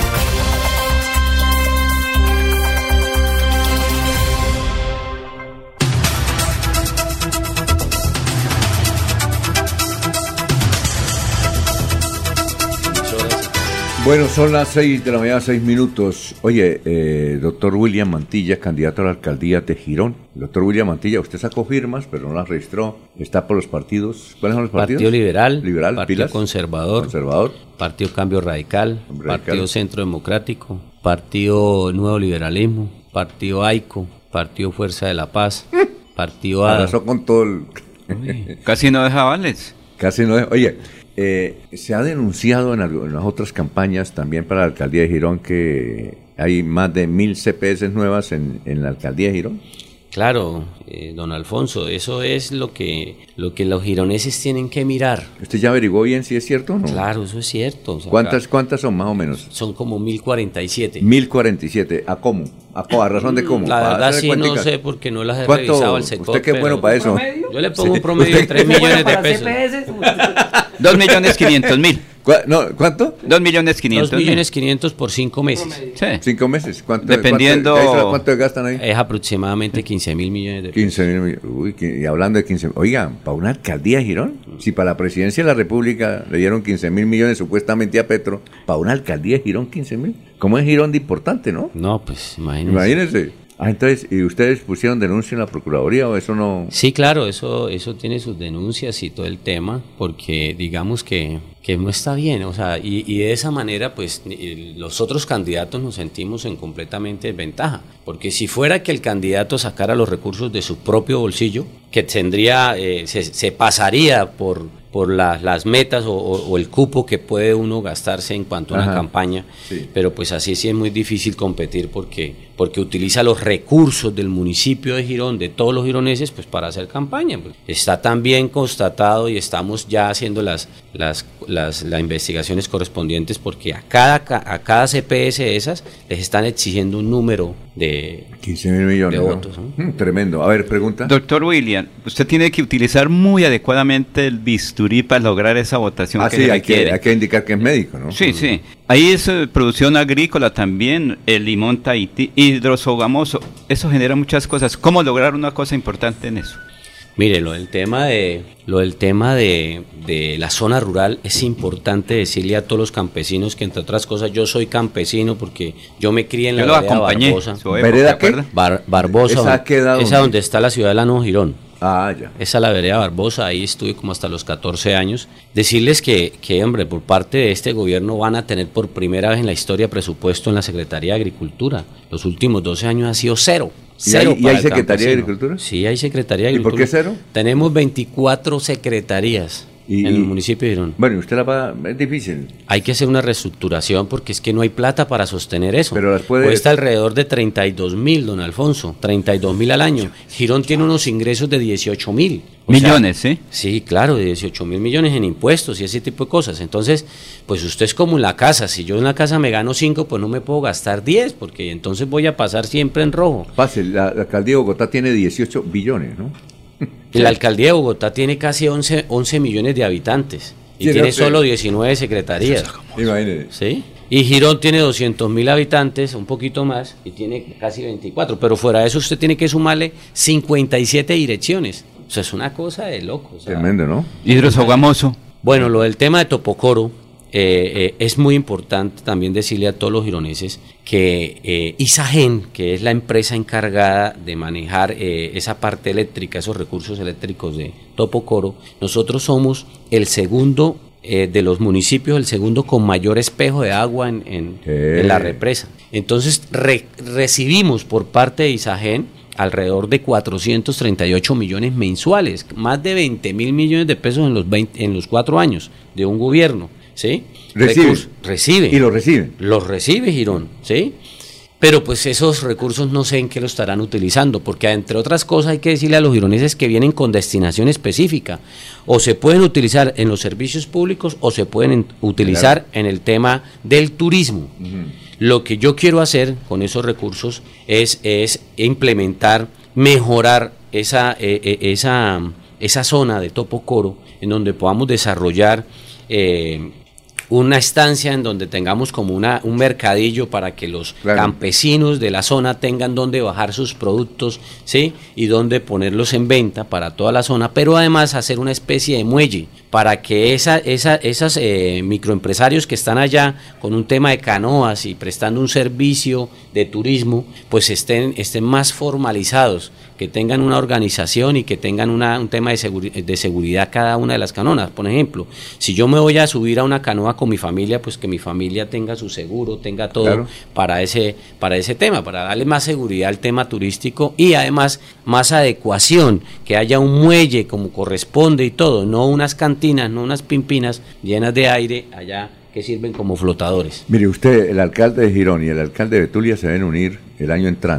Speaker 2: Bueno, son las seis de la mañana, seis minutos. Oye, eh, doctor William Mantilla, candidato a la alcaldía de Girón. Doctor William Mantilla, usted sacó firmas, pero no las registró. Está por los partidos. ¿Cuáles son los partidos?
Speaker 7: Partido Liberal,
Speaker 2: Liberal
Speaker 7: Partido
Speaker 2: pilas,
Speaker 7: Conservador,
Speaker 2: Conservador,
Speaker 7: Partido Cambio Radical,
Speaker 2: Radical,
Speaker 7: Partido Centro Democrático, Partido Nuevo Liberalismo, Partido AICO, Partido Fuerza de la Paz, Partido A.
Speaker 2: Arrasó con todo el...
Speaker 3: Casi no deja vales.
Speaker 2: Casi no deja... Oye... Eh, se ha denunciado en algunas otras campañas también para la alcaldía de Girón que hay más de mil C P S nuevas en, en la alcaldía de Girón.
Speaker 7: Claro, eh, don Alfonso, eso es lo que lo que los gironeses tienen que mirar.
Speaker 2: ¿Usted ya averiguó bien si es cierto o no?
Speaker 7: Claro, eso es cierto. O sea,
Speaker 2: ¿Cuántas, ¿Cuántas son más o menos?
Speaker 7: Son como mil cuarenta y siete.
Speaker 2: mil cuarenta y siete. ¿A cómo? ¿A, ¿A razón de cómo?
Speaker 7: La verdad sí no sé porque no las he
Speaker 2: ¿Cuánto?
Speaker 7: revisado al sector.
Speaker 2: ¿Usted qué es bueno para eso?
Speaker 7: Yo le pongo un promedio de tres millones de pesos.
Speaker 3: Dos millones quinientos mil.
Speaker 2: No, ¿cuánto?
Speaker 3: Dos millones quinientos.
Speaker 7: Dos millones quinientos por cinco meses.
Speaker 3: Sí.
Speaker 2: Cinco meses. ¿Cuánto,
Speaker 3: Dependiendo.
Speaker 2: ¿Cuánto, cuánto gastan ahí?
Speaker 7: Es aproximadamente quince mil millones de pesos.
Speaker 2: quince mil millones. Uy, y hablando de quince. Oigan, ¿para una alcaldía de Girón? Si para la presidencia de la República le dieron quince mil millones supuestamente a Petro, ¿para una alcaldía de Girón quince mil? ¿Cómo es Girón de importante, no?
Speaker 7: No, pues imagínense.
Speaker 2: Imagínense. Ah, entonces, ¿y ustedes pusieron denuncia en la Procuraduría o eso no?
Speaker 7: Sí, claro, eso eso tiene sus denuncias y todo el tema, porque digamos que, que no está bien, o sea, y, y de esa manera, pues, los otros candidatos nos sentimos en completamente desventaja, porque si fuera que el candidato sacara los recursos de su propio bolsillo, que tendría, eh, se, se pasaría por por la, las metas o, o, o el cupo que puede uno gastarse en cuanto a una Ajá, campaña, sí. Pero pues así sí es muy difícil competir porque, porque utiliza los recursos del municipio de Girón, de todos los gironeses, pues para hacer campaña. Está también constatado y estamos ya haciendo las, las, las, las investigaciones correspondientes porque a cada, a cada C P S de esas les están exigiendo un número de
Speaker 2: quince mil millones
Speaker 7: de votos.
Speaker 2: ¿no? ¿no? Tremendo. A ver, pregunta.
Speaker 3: Doctor William, usted tiene que utilizar muy adecuadamente el bisturí para lograr esa votación
Speaker 2: ah,
Speaker 3: que
Speaker 2: sí,
Speaker 3: se
Speaker 2: hay
Speaker 3: requiere.
Speaker 2: Que, hay que indicar que es médico, ¿no?
Speaker 3: Sí, sí. Ahí es eh, producción agrícola también, el limón Tahití, hidrosogamoso. Eso genera muchas cosas. ¿Cómo lograr una cosa importante en eso?
Speaker 7: Mire, lo del tema de lo del tema de, de la zona rural es importante decirle a todos los campesinos que, entre otras cosas, yo soy campesino porque yo me crié en la
Speaker 3: yo
Speaker 7: vereda Barbosa.
Speaker 2: ¿Vereda qué?
Speaker 7: Bar, Barbosa,
Speaker 2: ¿Esa ha quedado
Speaker 7: esa donde está la ciudad de Lano Girón.
Speaker 2: Ah, ya.
Speaker 7: Esa es la vereda Barbosa, ahí estuve como hasta los catorce años. Decirles que, que, hombre, por parte de este gobierno van a tener por primera vez en la historia presupuesto en la Secretaría de Agricultura. Los últimos doce años ha sido cero. Cero.
Speaker 2: ¿Y hay, ¿y hay Secretaría de Agricultura?
Speaker 7: Sí, hay Secretaría de Agricultura.
Speaker 2: ¿Y por qué cero?
Speaker 7: Tenemos veinticuatro secretarías
Speaker 2: y,
Speaker 7: en el municipio de Girón.
Speaker 2: Bueno, usted la va, es difícil.
Speaker 7: Hay que hacer una reestructuración porque es que no hay plata para sostener eso.
Speaker 2: Pero las puede...
Speaker 7: Cuesta alrededor de treinta y dos mil, don Alfonso, treinta y dos mil al año. Girón tiene unos ingresos de dieciocho mil.
Speaker 3: Millones, ¿sí?
Speaker 7: Sí, claro, de dieciocho mil millones en impuestos y ese tipo de cosas. Entonces, pues usted es como en la casa. Si yo en la casa me gano cinco, pues no me puedo gastar diez, porque entonces voy a pasar siempre en rojo.
Speaker 2: Fácil, la, la alcaldía de Bogotá tiene dieciocho billones, ¿no?
Speaker 7: La alcaldía de Bogotá tiene casi once, once millones de habitantes y sí, tiene no sé. solo diecinueve secretarías.
Speaker 2: Imagínese.
Speaker 7: ¿Sí? Y Girón tiene doscientos mil habitantes, un poquito más, y tiene casi veinticuatro. Pero fuera de eso usted tiene que sumarle cincuenta y siete direcciones. O sea, es una cosa de loco. O sea,
Speaker 2: tremendo, ¿no?
Speaker 3: Hidrosogamoso.
Speaker 7: Bueno, lo del tema de Topocoro, eh, eh, es muy importante también decirle a todos los gironeses que eh, Isagen, que es la empresa encargada de manejar eh, esa parte eléctrica, esos recursos eléctricos de Topocoro, nosotros somos el segundo eh, de los municipios, el segundo con mayor espejo de agua en, en, en la represa. Entonces re, recibimos por parte de Isagen alrededor de cuatrocientos treinta y ocho millones mensuales, más de veinte mil millones de pesos en los veinte, en los cuatro años de un gobierno, ¿sí?
Speaker 2: Recibe.
Speaker 7: Recibe.
Speaker 2: Y lo recibe.
Speaker 7: Los recibe Girón, ¿sí? Pero pues esos recursos no sé en qué lo estarán utilizando, porque entre otras cosas hay que decirle a los gironeses que vienen con destinación específica, o se pueden utilizar en los servicios públicos o se pueden utilizar claro. en el tema del turismo. Uh-huh. Lo que yo quiero hacer con esos recursos es, es implementar, mejorar esa, eh, esa, esa zona de Topocoro, en donde podamos desarrollar eh, una estancia en donde tengamos como una, un mercadillo para que los claro. campesinos de la zona tengan donde bajar sus productos, ¿sí? Y donde ponerlos en venta para toda la zona, pero además hacer una especie de muelle para que esa, esa, esas eh, microempresarios que están allá con un tema de canoas y prestando un servicio de turismo, pues estén, estén más formalizados, que tengan una organización y que tengan una, un tema de, seguri- de seguridad cada una de las canoas. Por ejemplo, si yo me voy a subir a una canoa con mi familia, pues que mi familia tenga su seguro, tenga todo claro. para ese, para ese tema, para darle más seguridad al tema turístico y además más adecuación, que haya un muelle como corresponde y todo, no unas cantinas, no unas pimpinas llenas de aire allá que sirven como flotadores.
Speaker 2: Mire usted, el alcalde de Girón y el alcalde de Betulia se deben unir el año entrante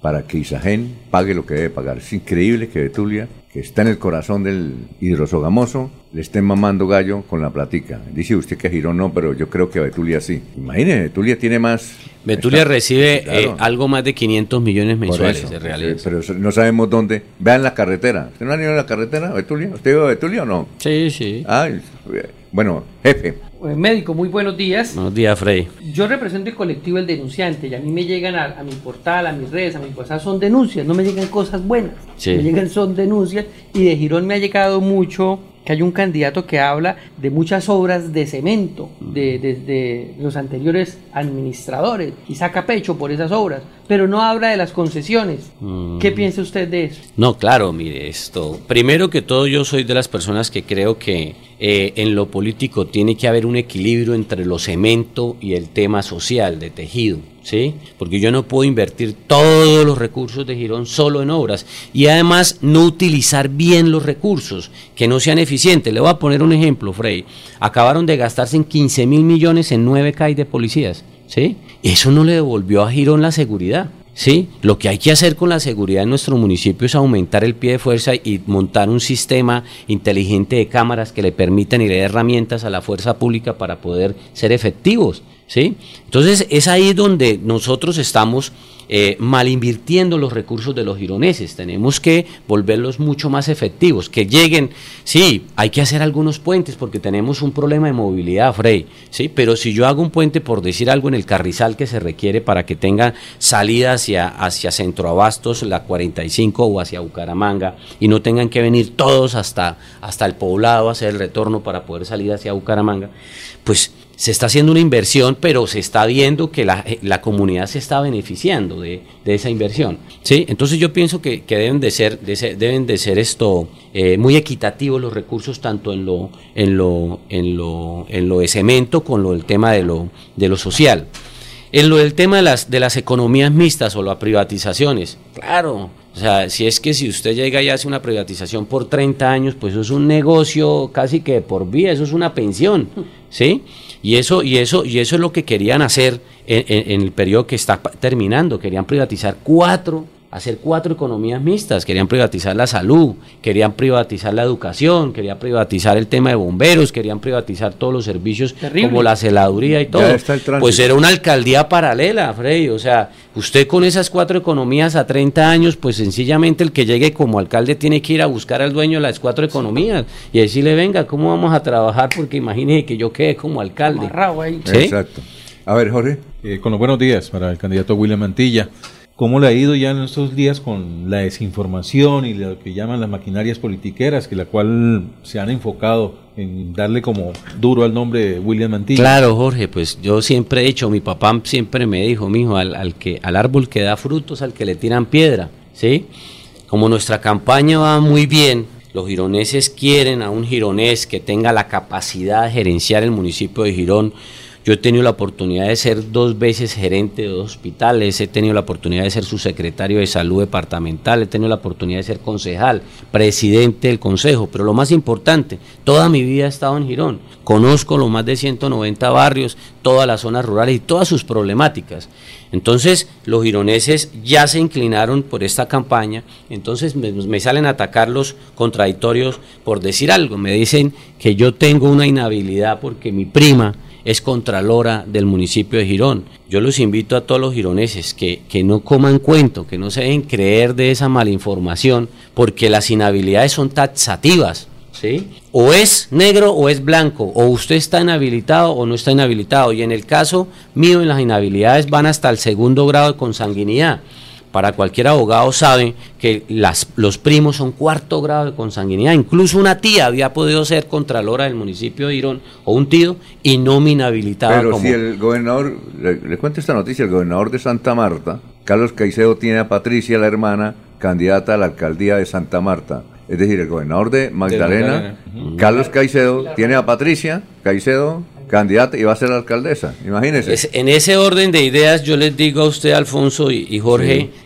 Speaker 2: para que Isagen pague lo que debe pagar. Es increíble que Betulia, que está en el corazón del hidrosogamoso, le estén mamando gallo con la platica. Dice usted que Girón no, pero yo creo que Betulia sí. Imagínese, Betulia tiene más...
Speaker 7: Betulia
Speaker 2: está,
Speaker 7: recibe
Speaker 2: claro.
Speaker 7: eh, algo más de quinientos millones mensuales
Speaker 2: eso,
Speaker 7: de reales.
Speaker 2: Pero no sabemos dónde. Vean la carretera. ¿Usted no ha ido a la carretera, Betulia? ¿Usted iba a Betulia o no?
Speaker 7: Sí, sí.
Speaker 2: Ah, bueno, jefe.
Speaker 6: Médico, muy buenos días.
Speaker 7: Buenos días, Frey.
Speaker 6: Yo represento el colectivo El Denunciante y a mí me llegan a, a mi portal, a mis redes, a mi WhatsApp, son denuncias, no me llegan cosas buenas.
Speaker 7: Sí.
Speaker 6: Me llegan son denuncias y de Girón me ha llegado mucho que hay un candidato que habla de muchas obras de cemento de, de, de los anteriores administradores y saca pecho por esas obras, pero no habla de las concesiones. Mm. ¿Qué piensa usted de eso?
Speaker 7: No, claro, mire esto. Primero que todo, yo soy de las personas que creo que eh, en lo político tiene que haber un equilibrio entre lo cemento y el tema social de tejido. ¿Sí? Porque yo no puedo invertir todos los recursos de Girón solo en obras y además no utilizar bien los recursos, que no sean eficientes. Le voy a poner un ejemplo, Frey. Acabaron de gastarse en quince mil millones en nueve C A I de policías, ¿sí? Eso no le devolvió a Girón la seguridad, ¿sí? Lo que hay que hacer con la seguridad en nuestro municipio es aumentar el pie de fuerza y montar un sistema inteligente de cámaras que le permitan y le dé herramientas a la fuerza pública para poder ser efectivos, ¿sí? Entonces es ahí donde nosotros estamos eh, mal invirtiendo los recursos de los gironeses. Tenemos que volverlos mucho más efectivos, que lleguen. Sí, hay que hacer algunos puentes porque tenemos un problema de movilidad, Frey, ¿sí? Pero si yo hago un puente, por decir algo, en el Carrizal que se requiere para que tenga salida hacia, hacia Centroabastos, la cuarenta y cinco o hacia Bucaramanga, y no tengan que venir todos hasta, hasta el Poblado a hacer el retorno para poder salir hacia Bucaramanga, pues se está haciendo una inversión, pero se está viendo que la, la comunidad se está beneficiando de, de esa inversión, ¿sí? Entonces yo pienso que, que deben de ser, de ser deben de ser esto eh, muy equitativos los recursos, tanto en lo en lo en lo en lo de cemento con lo del tema de lo de lo social. En lo del tema de las de las economías mixtas o las privatizaciones, claro. O sea, si es que si usted llega y hace una privatización por treinta años, pues eso es un negocio casi que por vida, eso es una pensión, ¿sí? Y eso y eso y eso es lo que querían hacer en, en, en el periodo que está terminando. Querían privatizar cuatro, hacer cuatro economías mixtas. Querían privatizar la salud, querían privatizar la educación, querían privatizar el tema de bomberos, querían privatizar todos los servicios. Terrible. Como la celaduría y todo. Pues era una alcaldía paralela, Freddy. O sea, usted con esas cuatro economías a treinta años, pues sencillamente el que llegue como alcalde tiene que ir a buscar al dueño de las cuatro economías y decirle, venga, ¿cómo vamos a trabajar? Porque imagínese que yo quede como alcalde.
Speaker 6: Ahí.
Speaker 2: ¿Sí? Exacto. A ver, Jorge.
Speaker 5: Eh, con los buenos días para el candidato William Mantilla. ¿Cómo le ha ido ya en estos días con la desinformación y lo que llaman las maquinarias politiqueras, que la cual se han enfocado en darle como duro al nombre de William Mantilla?
Speaker 7: Claro, Jorge, pues yo siempre he dicho, mi papá siempre me dijo, mijo, al, al que al árbol que da frutos, al que le tiran piedra, ¿sí? Como nuestra campaña va muy bien, los gironeses quieren a un gironés que tenga la capacidad de gerenciar el municipio de Girón. Yo he tenido la oportunidad de ser dos veces gerente de dos hospitales, he tenido la oportunidad de ser subsecretario de salud departamental, he tenido la oportunidad de ser concejal, presidente del consejo, pero lo más importante, toda mi vida he estado en Girón, conozco los más de ciento noventa barrios, todas las zonas rurales y todas sus problemáticas. Entonces los gironeses ya se inclinaron por esta campaña, entonces me, me salen a atacar los contradictorios por decir algo, me dicen que yo tengo una inhabilidad porque mi prima es contralora del municipio de Girón. Yo los invito a todos los gironeses que, que no coman cuento, que no se dejen creer de esa malinformación, porque las inhabilidades son taxativas, ¿sí? O es negro o es blanco, o usted está inhabilitado o no está inhabilitado, y en el caso mío en las inhabilidades van hasta el segundo grado de consanguinidad. Para cualquier abogado sabe que las, los primos son cuarto grado de consanguinidad. Incluso una tía había podido ser contralora del municipio de Girón o un tío y no me inhabilitaba.
Speaker 2: Pero
Speaker 7: como...
Speaker 2: si el gobernador, le, le cuento esta noticia, el gobernador de Santa Marta, Carlos Caicedo, tiene a Patricia, la hermana, candidata a la alcaldía de Santa Marta. Es decir, el gobernador de Magdalena, de Magdalena. Uh-huh. Carlos Caicedo, tiene a Patricia Caicedo, candidata, y va a ser la alcaldesa, imagínese.
Speaker 7: Es, en ese orden de ideas yo les digo a usted, Alfonso y, y Jorge, sí,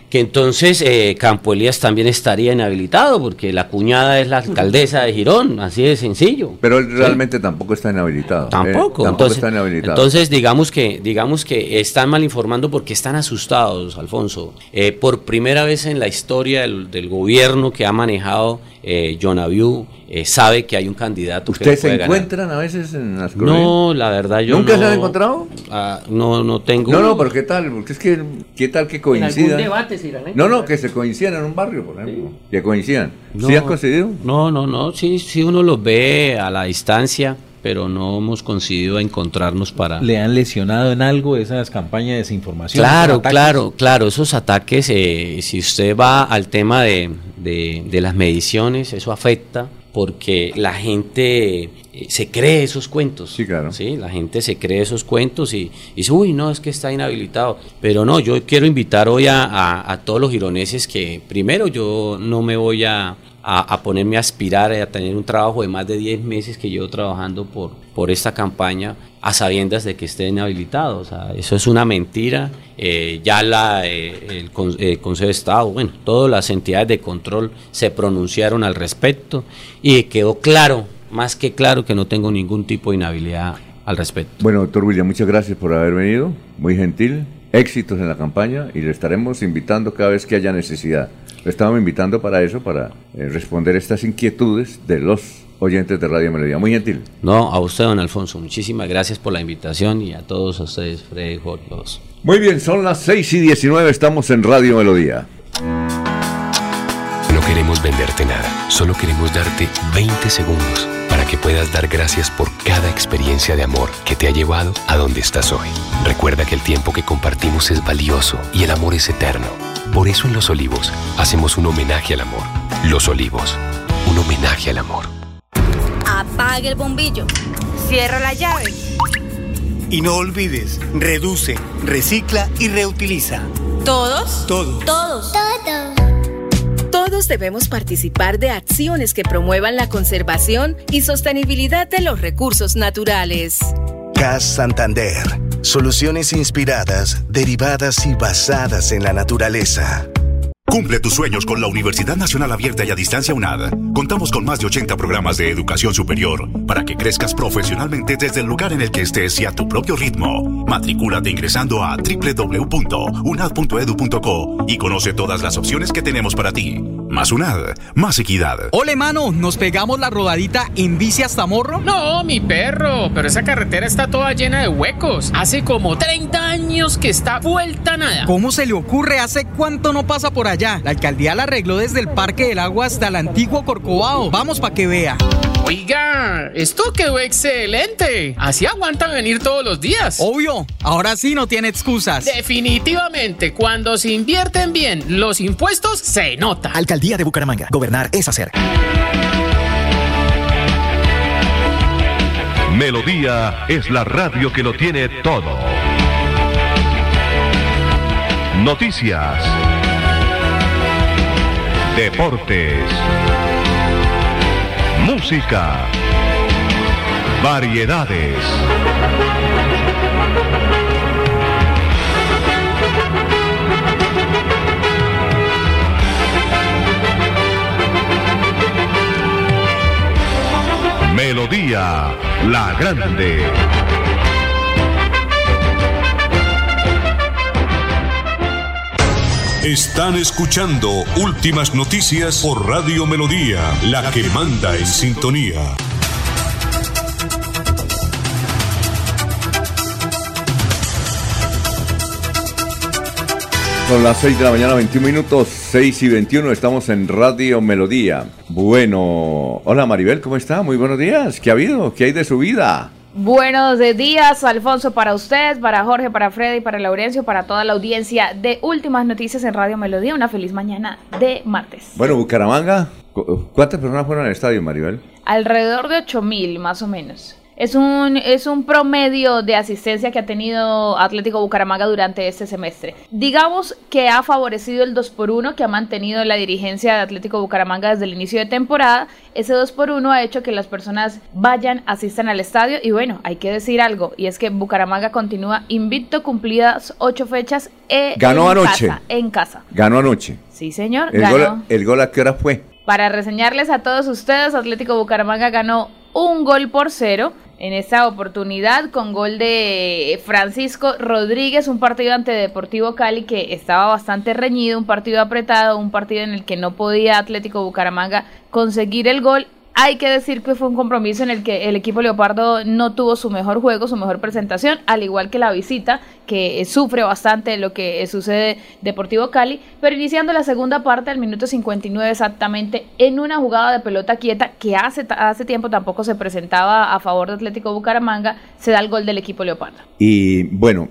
Speaker 7: que entonces eh, Campo Elías también estaría inhabilitado, porque la cuñada es la alcaldesa de Girón, así de sencillo.
Speaker 2: Pero él
Speaker 7: ¿sí?
Speaker 2: realmente tampoco está inhabilitado.
Speaker 7: Tampoco,
Speaker 2: eh, tampoco
Speaker 7: entonces,
Speaker 2: está inhabilitado.
Speaker 7: Entonces digamos que, digamos que están mal informando porque están asustados, Alfonso. Eh, por primera vez en la historia del, del gobierno que ha manejado eh, John Abiu, eh, sabe que hay un candidato que
Speaker 2: ¿Ustedes se
Speaker 7: puede
Speaker 2: encuentran
Speaker 7: ganar.
Speaker 2: a veces en las
Speaker 7: No, la verdad yo
Speaker 2: ¿Nunca
Speaker 7: no,
Speaker 2: se han encontrado?
Speaker 7: Ah, no, no tengo.
Speaker 2: No, no, pero ¿qué tal? Porque es que, ¿qué tal que coincidan?
Speaker 6: En algún debate se irán a
Speaker 2: No, no, que se coincidan en un barrio, por ejemplo. Sí. Que coincidan.
Speaker 7: No,
Speaker 2: ¿Sí han coincidido?
Speaker 7: No, no, no, sí, sí uno los ve a la distancia, pero no hemos coincidido a encontrarnos para...
Speaker 5: ¿Le han lesionado en algo esas campañas de desinformación?
Speaker 7: Claro, claro, claro, esos ataques, eh, si usted va al tema de, de, de las mediciones, eso afecta, porque la gente eh, se cree esos cuentos.
Speaker 2: Sí, claro.
Speaker 7: ¿sí? La gente se cree esos cuentos y, y dice, uy, no, es que está inhabilitado. Pero no, yo quiero invitar hoy a, a, a todos los gironeses que, primero, yo no me voy a, a, a ponerme a aspirar a tener un trabajo de más de diez meses que llevo trabajando por, por esta campaña, a sabiendas de que esté inhabilitado. O sea, eso es una mentira. Eh, ya la, eh, el, con, el Consejo de Estado, bueno, todas las entidades de control se pronunciaron al respecto y quedó claro, más que claro, que no tengo ningún tipo de inhabilidad al respecto.
Speaker 2: Bueno, doctor William, muchas gracias por haber venido, muy gentil, éxitos en la campaña y le estaremos invitando cada vez que haya necesidad. Le estamos invitando para eso, para eh, responder estas inquietudes de los oyentes de Radio Melodía. Muy gentil.
Speaker 7: No, a usted, don Alfonso, muchísimas gracias por la invitación y a todos ustedes, Freddy, Jorge.
Speaker 2: Muy bien, son las seis y diecinueve, estamos en Radio Melodía.
Speaker 18: No queremos venderte nada, solo queremos darte veinte segundos para que puedas dar gracias por cada experiencia de amor que te ha llevado a donde estás hoy. Recuerda que el tiempo que compartimos es valioso y el amor es eterno. Por eso en Los Olivos hacemos un homenaje al amor. Los Olivos, un homenaje al amor.
Speaker 14: Apague el bombillo, cierra la llave.
Speaker 15: Y no olvides, reduce, recicla y reutiliza.
Speaker 14: ¿Todos?
Speaker 15: Todos.
Speaker 14: Todos.
Speaker 16: Todos. Todos debemos participar de acciones que promuevan la conservación y sostenibilidad de los recursos naturales.
Speaker 17: C A S Santander. Soluciones inspiradas, derivadas y basadas en la naturaleza.
Speaker 10: Cumple tus sueños con la Universidad Nacional Abierta y a Distancia UNAD. Contamos con más de ochenta programas de educación superior para que crezcas profesionalmente desde el lugar en el que estés y a tu propio ritmo. Matricúlate ingresando a doble u doble u doble u punto unad punto edu punto co y conoce todas las opciones que tenemos para ti. Más UNAD, más equidad.
Speaker 12: Ole, mano, ¿nos pegamos la rodadita en bici hasta Morro?
Speaker 22: No, mi perro, pero esa carretera está toda llena de huecos. Hace como treinta años que está vuelta a nada.
Speaker 12: ¿Cómo se le ocurre? ¿Hace cuánto no pasa por allá? La alcaldía la arregló desde el Parque del Agua hasta el antiguo Corcovado. Vamos pa' que vea.
Speaker 22: Oiga, esto quedó excelente. Así aguantan venir todos los días.
Speaker 12: Obvio, ahora sí no tiene excusas.
Speaker 22: Definitivamente, cuando se invierten bien los impuestos, se nota.
Speaker 11: Alcaldía de Bucaramanga. Gobernar es hacer.
Speaker 23: Melodía es la radio que lo tiene todo. Noticias. Deportes. Música. Variedades. Melodía, la grande.
Speaker 13: Están escuchando Últimas Noticias por Radio Melodía, la que manda en sintonía.
Speaker 2: Son las seis de la mañana, veintiún minutos, seis y veintiuno, estamos en Radio Melodía. Bueno, hola Maribel, ¿cómo está? Muy buenos días, ¿qué ha habido? ¿Qué hay de su vida?
Speaker 24: Buenos días, Alfonso, para usted, para Jorge, para Freddy, para Laurencio, para toda la audiencia de Últimas Noticias en Radio Melodía. Una feliz mañana de martes.
Speaker 2: Bueno, Bucaramanga, ¿cuántas personas fueron al estadio, Maribel?
Speaker 24: Alrededor de ocho mil, más o menos. Es un, es un promedio de asistencia que ha tenido Atlético Bucaramanga durante este semestre. Digamos que ha favorecido el dos por uno que ha mantenido la dirigencia de Atlético Bucaramanga desde el inicio de temporada. Ese dos por uno ha hecho que las personas vayan, asistan al estadio y bueno, hay que decir algo, y es que Bucaramanga continúa invicto, cumplidas ocho fechas eh,
Speaker 2: ganó
Speaker 24: en
Speaker 2: anoche.
Speaker 24: casa, en casa.
Speaker 2: Ganó anoche.
Speaker 24: Sí, señor,
Speaker 2: El
Speaker 24: ganó.
Speaker 2: gol, ¿El gol a qué hora fue?
Speaker 24: Para reseñarles a todos ustedes, Atlético Bucaramanga ganó un gol por cero en esta oportunidad con gol de Francisco Rodríguez, un partido ante Deportivo Cali que estaba bastante reñido, un partido apretado, un partido en el que no podía Atlético Bucaramanga conseguir el gol. Hay que decir que fue un compromiso en el que el equipo leopardo no tuvo su mejor juego, su mejor presentación, al igual que la visita, que sufre bastante de lo que sucede Deportivo Cali, pero iniciando la segunda parte al minuto cincuenta y nueve exactamente, en una jugada de pelota quieta que hace, hace tiempo tampoco se presentaba a favor de Atlético Bucaramanga, se da el gol del equipo leopardo.
Speaker 2: Y bueno,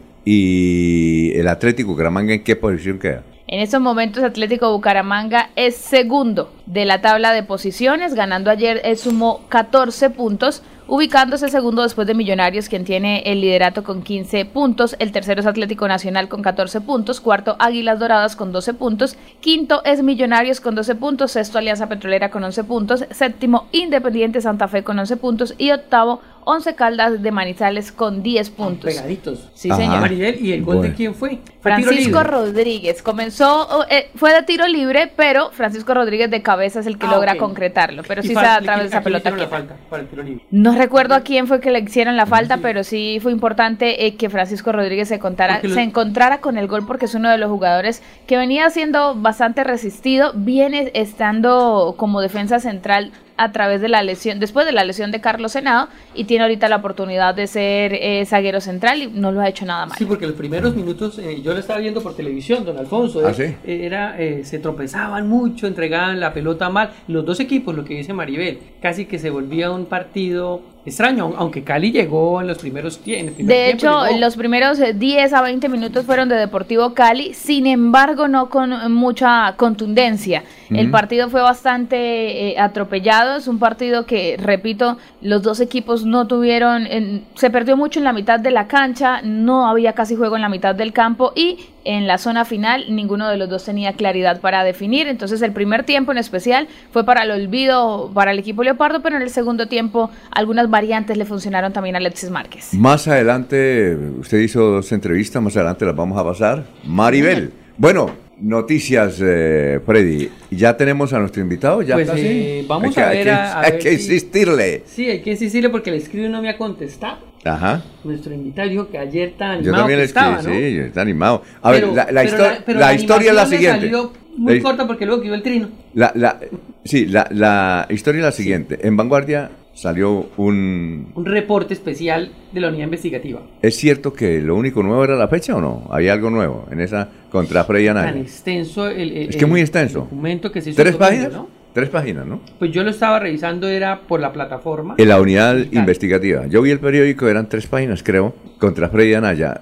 Speaker 2: ¿y el Atlético Bucaramanga en qué posición queda?
Speaker 24: En estos momentos Atlético Bucaramanga es segundo de la tabla de posiciones, ganando ayer eh, sumó catorce puntos, ubicándose segundo después de Millonarios, quien tiene el liderato con quince puntos, el tercero es Atlético Nacional con catorce puntos, cuarto Águilas Doradas con doce puntos, quinto es Millonarios con doce puntos, sexto Alianza Petrolera con once puntos, séptimo Independiente Santa Fe con once puntos y octavo Once Caldas de Manizales con diez puntos.
Speaker 6: Pegaditos.
Speaker 24: Sí, Ajá. señor.
Speaker 6: Maribel, ¿y el gol bueno. de quién fue? ¿Fue
Speaker 24: Francisco Rodríguez. Comenzó, eh, fue de tiro libre, pero Francisco Rodríguez de cabeza es el que ah, logra okay. concretarlo. Pero y sí se da a través de esa pelota que
Speaker 6: falta para el tiro libre.
Speaker 24: No recuerdo a quién fue que le hicieron la falta, sí. pero sí fue importante eh, que Francisco Rodríguez se, contara, lo... se encontrara con el gol, porque es uno de los jugadores que venía siendo bastante resistido, viene estando como defensa central a través de la lesión, después de la lesión de Carlos Senado, y tiene ahorita la oportunidad de ser eh, zaguero central y no lo ha hecho nada mal.
Speaker 6: Sí, porque los primeros minutos, eh, yo lo estaba viendo por televisión, don Alfonso, eh,
Speaker 2: ¿Ah, sí?
Speaker 6: era, eh, se tropezaban mucho, entregaban la pelota mal, los dos equipos, lo que dice Maribel, casi que se volvía un partido extraño, aunque Cali llegó en los primeros tiempos.
Speaker 24: De hecho, llegó. los primeros diez a veinte minutos fueron de Deportivo Cali, sin embargo no con mucha contundencia. Uh-huh. El partido fue bastante eh, atropellado, es un partido que, repito, los dos equipos no tuvieron, en, se perdió mucho en la mitad de la cancha, no había casi juego en la mitad del campo y en la zona final ninguno de los dos tenía claridad para definir. Entonces el primer tiempo en especial fue para el olvido para el equipo leopardo, pero en el segundo tiempo algunas variantes le funcionaron también a Alexis Márquez.
Speaker 2: Más adelante, usted hizo dos entrevistas, más adelante las vamos a pasar. Maribel, bueno, noticias, eh, Freddy, ¿ya tenemos a nuestro invitado? ¿Ya
Speaker 6: pues eh, vamos
Speaker 2: hay
Speaker 6: a
Speaker 2: que,
Speaker 6: ver,
Speaker 2: hay
Speaker 6: a,
Speaker 2: que,
Speaker 6: a
Speaker 2: hay
Speaker 6: ver
Speaker 2: que
Speaker 6: si,
Speaker 2: insistirle.
Speaker 6: Sí, hay que insistirle porque el escribo no me ha contestado.
Speaker 2: Ajá.
Speaker 6: Nuestro invitado dijo que ayer está animado.
Speaker 2: Yo también
Speaker 6: que estaba,
Speaker 2: escribí,
Speaker 6: ¿no?
Speaker 2: sí, está animado. A
Speaker 6: pero,
Speaker 2: ver, la, la,
Speaker 6: pero
Speaker 2: histo-
Speaker 6: la, pero
Speaker 2: la
Speaker 6: la
Speaker 2: historia es la siguiente.
Speaker 6: Salió muy
Speaker 2: la,
Speaker 6: corta porque luego quedó el trino.
Speaker 2: La, la, sí, la, la historia es la siguiente. Sí. En Vanguardia salió un...
Speaker 6: Un reporte especial de la unidad investigativa.
Speaker 2: ¿Es cierto que lo único nuevo era la fecha o no? ¿Hay algo nuevo en esa contra Freddy Anaya?
Speaker 6: Tan extenso el, el,
Speaker 2: es que muy extenso.
Speaker 6: El documento que se hizo.
Speaker 2: ¿Tres páginas?
Speaker 6: ¿No?
Speaker 2: Tres páginas, ¿no?
Speaker 6: Pues yo lo estaba revisando, era por la plataforma.
Speaker 2: En la unidad digital. Investigativa. Yo vi el periódico, eran tres páginas, creo, contra Freddy Anaya.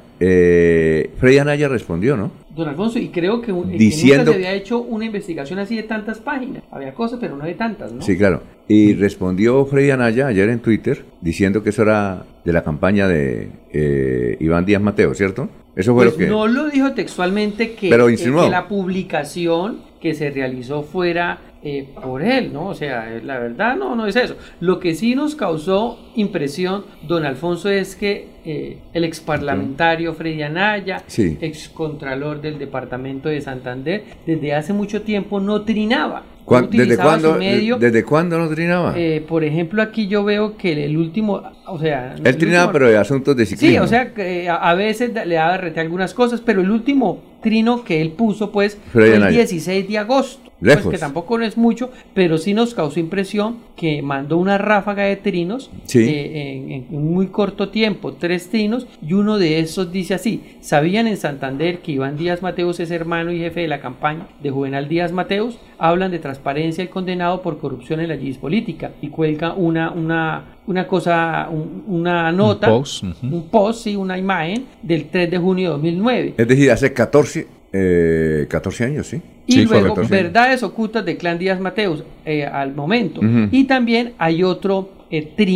Speaker 2: Eh, Freddy Anaya respondió, ¿no?
Speaker 6: Don Alfonso, y creo que, un,
Speaker 2: Diciendo...
Speaker 6: que nunca se había hecho una investigación así de tantas páginas. Había cosas, pero no de tantas, ¿no?
Speaker 2: Sí, claro. Y respondió Freddy Anaya ayer en Twitter diciendo que eso era de la campaña de eh, Iván Díaz Mateo, ¿cierto? Eso fue
Speaker 6: pues
Speaker 2: lo que...
Speaker 6: no lo dijo textualmente que,
Speaker 2: pero
Speaker 6: que,
Speaker 2: insinuó.
Speaker 6: que la publicación que se realizó fuera eh, por él, ¿no? O sea, la verdad no, no es eso. Lo que sí nos causó impresión, don Alfonso, es que eh, el exparlamentario Freddy Anaya,
Speaker 2: sí.
Speaker 6: excontralor del departamento de Santander, desde hace mucho tiempo no trinaba.
Speaker 2: No ¿Desde cuándo, medio. ¿Desde cuándo no trinaba?
Speaker 6: Eh, por ejemplo, aquí yo veo que el último, o sea...
Speaker 2: Él trinaba, último, pero de asuntos de ciclismo.
Speaker 6: Sí, o sea, que a, a veces le daba rete algunas cosas, pero el último trino que él puso, pues,
Speaker 2: Freddy
Speaker 6: fue el
Speaker 2: Anaya.
Speaker 6: dieciséis de agosto.
Speaker 2: Lejos.
Speaker 6: Pues que tampoco no es mucho, pero sí nos causó impresión que mandó una ráfaga de trinos
Speaker 2: sí.
Speaker 6: eh, en, en muy corto tiempo, tres trinos, y uno de esos dice así: ¿sabían en Santander que Iván Díaz Mateus es hermano y jefe de la campaña de Juvenal Díaz Mateus? Hablan de transparencia y condenado por corrupción en la G I S política, y cuelga una, una, una cosa, un, una nota,
Speaker 5: un post, uh-huh.
Speaker 6: un post, sí, una imagen del tres de junio de dos mil nueve.
Speaker 2: Es decir, hace catorce, eh, catorce años, ¿sí?
Speaker 6: Y
Speaker 2: sí,
Speaker 6: luego,
Speaker 2: correcto,
Speaker 6: verdades sí. ocultas de Clan Díaz Mateus eh, al momento.
Speaker 2: Uh-huh.
Speaker 6: Y también hay otro eh, trino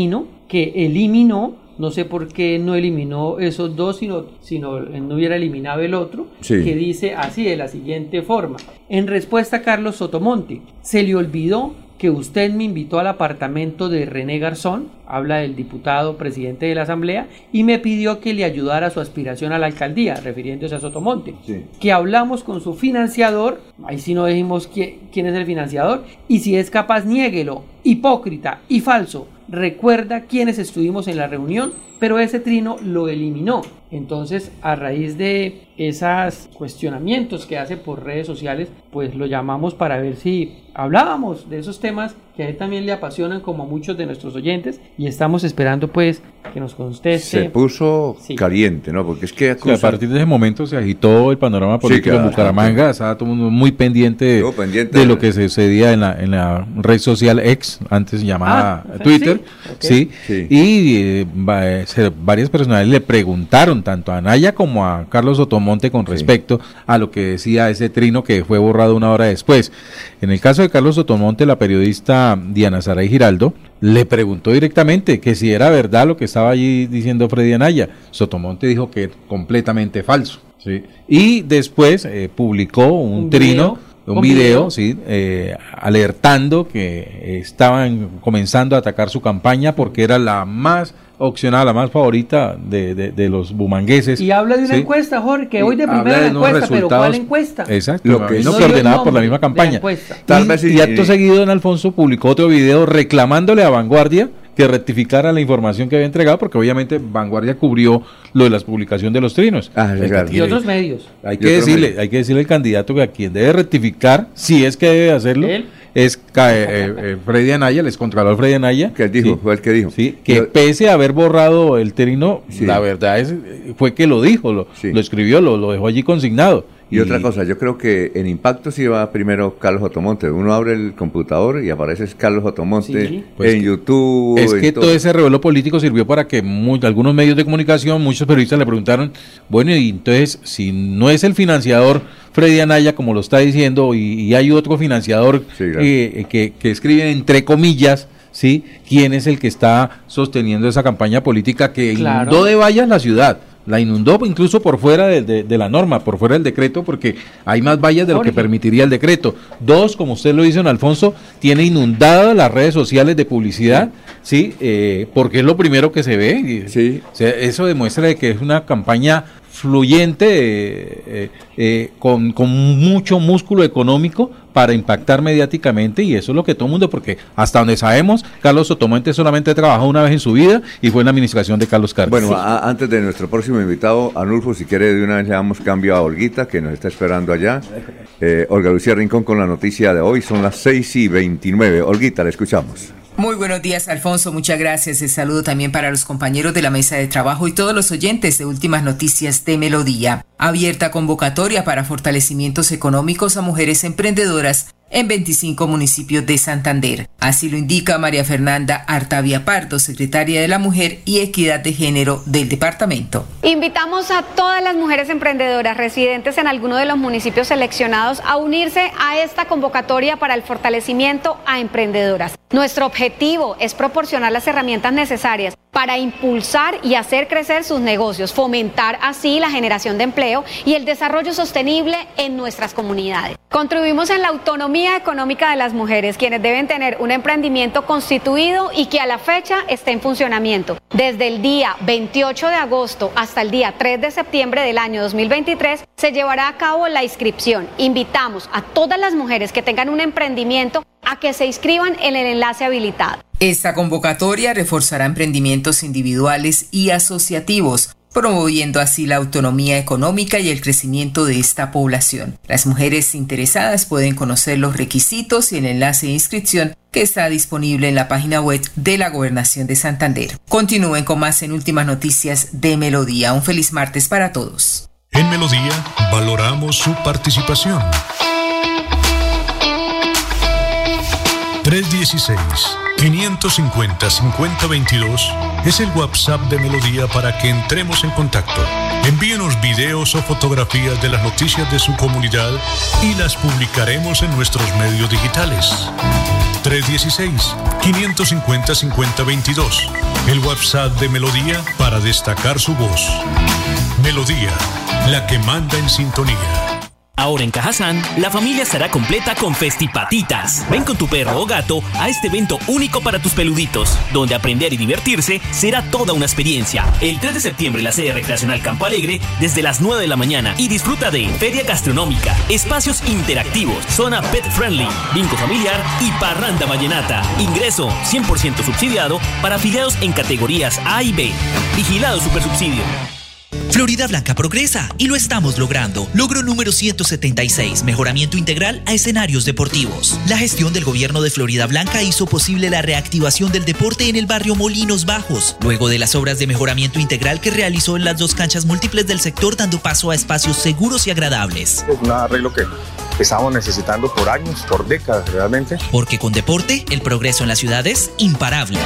Speaker 6: que eliminó. No sé por qué no eliminó esos dos, sino, sino no hubiera eliminado el otro, sí. Que dice así, de la siguiente forma. En respuesta a Carlos Sotomonte, se le olvidó que usted me invitó al apartamento de René Garzón, habla del diputado presidente de la Asamblea, y me pidió que le ayudara a su aspiración a la alcaldía, refiriéndose a Sotomonte. Sí. Que hablamos con su financiador, ahí sí no dijimos quién, quién es el financiador, y si es capaz, niéguelo, hipócrita y falso. Recuerda quiénes estuvimos en la reunión, pero ese trino lo eliminó. Entonces, a raíz de esos cuestionamientos que hace por redes sociales, pues lo llamamos para ver si hablábamos de esos temas que a él también le apasionan, como a muchos de nuestros oyentes, y estamos esperando pues que nos conteste.
Speaker 2: Se puso sí. caliente, ¿no? Porque es que
Speaker 5: acusa... sí, a partir de ese momento se agitó el panorama político sí, claro, en Bucaramanga, claro. Estaba todo el mundo muy pendiente, pendiente de, de lo que sucedía en la, en la red social X, antes llamada ah, Twitter, sí, okay. sí. sí. y eh, varias personas le preguntaron tanto a Anaya como a Carlos Sotomonte con respecto sí. a lo que decía ese trino que fue borrado una hora después. En el caso de Carlos Sotomonte, la periodista Diana Saray Giraldo le preguntó directamente que si era verdad lo que estaba allí diciendo Freddy Anaya. Sotomonte dijo que es completamente falso, ¿sí? Y después eh, publicó un, un trino video. Un video, video, sí, eh, alertando que estaban comenzando a atacar su campaña porque era la más opcionada, la más favorita de, de, de los bumangueses.
Speaker 6: Y habla de una ¿sí? encuesta, Jorge, que hoy de primera de encuesta, pero ¿cuál encuesta?
Speaker 5: Exacto, lo que no que ordenada por la misma campaña. Tal y, vez y, y acto y, seguido, don Alfonso publicó otro video reclamándole a Vanguardia que rectificara la información que había entregado, porque obviamente Vanguardia cubrió lo de la publicación de los trinos.
Speaker 6: Ah, claro. Y otros medios.
Speaker 5: Hay que decirle, medios. hay que decirle al candidato que a quien debe rectificar, si es que debe hacerlo, ¿él? es eh, eh, Freddy Anaya, el excontralor Freddy Anaya.
Speaker 2: Que él dijo,
Speaker 5: sí,
Speaker 2: fue el que dijo.
Speaker 5: Sí, que Yo, pese a haber borrado el trino, sí. la verdad es fue que lo dijo, lo, sí. lo escribió, lo, lo dejó allí consignado.
Speaker 2: Y, y otra cosa, yo creo que en Impacto sí va primero Carlos Sotomonte. Uno abre el computador y aparece Carlos Sotomonte sí, pues en YouTube.
Speaker 5: Es que
Speaker 2: todo.
Speaker 5: todo ese revuelo político sirvió para que muy, algunos medios de comunicación, muchos periodistas le preguntaron, bueno, y entonces, si no es el financiador Freddy Anaya, como lo está diciendo, y, y hay otro financiador sí, claro. eh, que, que escribe entre comillas, ¿sí? ¿Quién es el que está sosteniendo esa campaña política que claro. inundó de vallas la ciudad? La inundó incluso por fuera de, de, de la norma, por fuera del decreto, porque hay más vallas de lo que permitiría el decreto. Dos, como usted lo dice, don Alfonso, tiene inundadas las redes sociales de publicidad, sí, eh, porque es lo primero que se ve. Sí. O sea, eso demuestra de que es una campaña fluyente, eh, eh, eh, con, con mucho músculo económico para impactar mediáticamente, y eso es lo que todo el mundo, porque hasta donde sabemos, Carlos Sotomonte solamente trabajó una vez en su vida y fue en la administración de Carlos Cárdenas.
Speaker 2: Bueno, a, antes de nuestro próximo invitado, Arnulfo, si quiere de una vez le damos cambio a Olguita, que nos está esperando allá. Eh, Olga Lucía Rincón con la noticia de hoy, son las seis y veintinueve. Olguita, la escuchamos.
Speaker 8: Muy buenos días, Alfonso, muchas gracias. El saludo también para los compañeros de la mesa de trabajo y todos los oyentes de Últimas Noticias de Melodía. Abierta convocatoria para fortalecimientos económicos a mujeres emprendedoras en veinticinco municipios de Santander. Así lo indica María Fernanda Artavia Pardo, secretaria de la Mujer y Equidad de Género del departamento.
Speaker 19: Invitamos a todas las mujeres emprendedoras residentes en alguno de los municipios seleccionados a unirse a esta convocatoria para el fortalecimiento a emprendedoras. Nuestro objetivo es proporcionar las herramientas necesarias para impulsar y hacer crecer sus negocios, fomentar así la generación de empleo y el desarrollo sostenible en nuestras comunidades. Contribuimos en la autonomía económica de las mujeres, quienes deben tener un emprendimiento constituido y que a la fecha esté en funcionamiento. Desde el día veintiocho de agosto hasta el día tres de septiembre del año dos mil veintitrés se llevará a cabo la inscripción. Invitamos a todas las mujeres que tengan un emprendimiento a que se inscriban en el enlace habilitado.
Speaker 8: Esta convocatoria reforzará emprendimientos individuales y asociativos, promoviendo así la autonomía económica y el crecimiento de esta población. Las mujeres interesadas pueden conocer los requisitos y el enlace de inscripción que está disponible en la página web de la Gobernación de Santander. Continúen con más en Últimas Noticias de Melodía. Un feliz martes para todos.
Speaker 13: En Melodía valoramos su participación. tres uno seis, cinco cinco cero, cinco cero dos dos es el WhatsApp de Melodía para que entremos en contacto. Envíenos videos o fotografías de las noticias de su comunidad y las publicaremos en nuestros medios digitales. tres uno seis, cinco cinco cero, cinco cero dos dos. El WhatsApp de Melodía para destacar su voz. Melodía, la que manda en sintonía.
Speaker 4: Ahora en Cajazán, la familia estará completa con Festipatitas. Ven con tu perro o gato a este evento único para tus peluditos, donde aprender y divertirse será toda una experiencia. El tres de septiembre en la sede recreacional Campo Alegre, desde las nueve de la mañana, y disfruta de feria gastronómica, espacios interactivos, zona pet friendly, bingo familiar y parranda vallenata. Ingreso cien por ciento subsidiado para afiliados en categorías A y B. Vigilado Supersubsidio.
Speaker 9: Florida Blanca progresa y lo estamos logrando. Logro número ciento setenta y seis, mejoramiento integral a escenarios deportivos. La gestión del gobierno de Florida Blanca hizo posible la reactivación del deporte en el barrio Molinos Bajos, luego de las obras de mejoramiento integral que realizó en las dos canchas múltiples del sector, dando paso a espacios seguros y agradables.
Speaker 20: Es un arreglo que estamos necesitando por años, por décadas realmente.
Speaker 9: Porque con deporte, el progreso en la ciudad es imparable.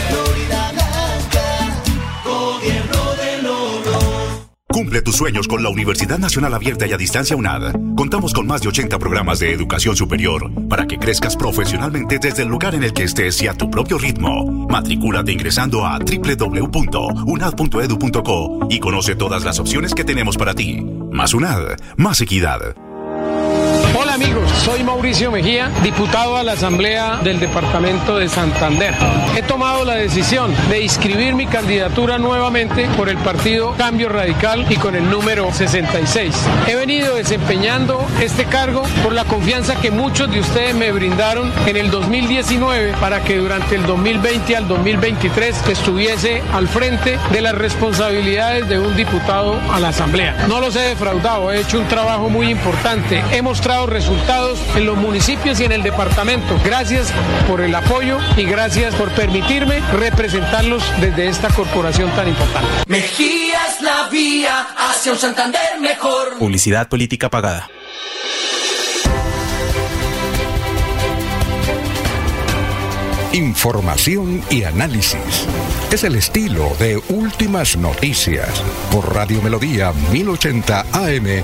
Speaker 10: Cumple tus sueños con la Universidad Nacional Abierta y a Distancia UNAD. Contamos con más de ochenta programas de educación superior para que crezcas profesionalmente desde el lugar en el que estés y a tu propio ritmo. Matricúlate ingresando a doble u doble u doble u punto unad punto edu punto co y conoce todas las opciones que tenemos para ti. Más UNAD, más equidad.
Speaker 21: Hola amigos, soy Mauricio Mejía, diputado a la Asamblea del Departamento de Santander. He tomado la decisión de inscribir mi candidatura nuevamente por el partido Cambio Radical y con el número sesenta y seis. He venido desempeñando este cargo por la confianza que muchos de ustedes me brindaron en el dos mil diecinueve para que durante el dos mil veinte al dos mil veintitrés estuviese al frente de las responsabilidades de un diputado a la Asamblea. No los he defraudado, he hecho un trabajo muy importante, he mostrado resultados en los municipios y en el departamento. Gracias por el apoyo y gracias por permitirme representarlos desde esta corporación tan importante.
Speaker 25: Mejía es la vía hacia un Santander mejor.
Speaker 26: Publicidad política pagada.
Speaker 1: Información y análisis. Es el estilo de Últimas Noticias por Radio Melodía mil ochenta A M.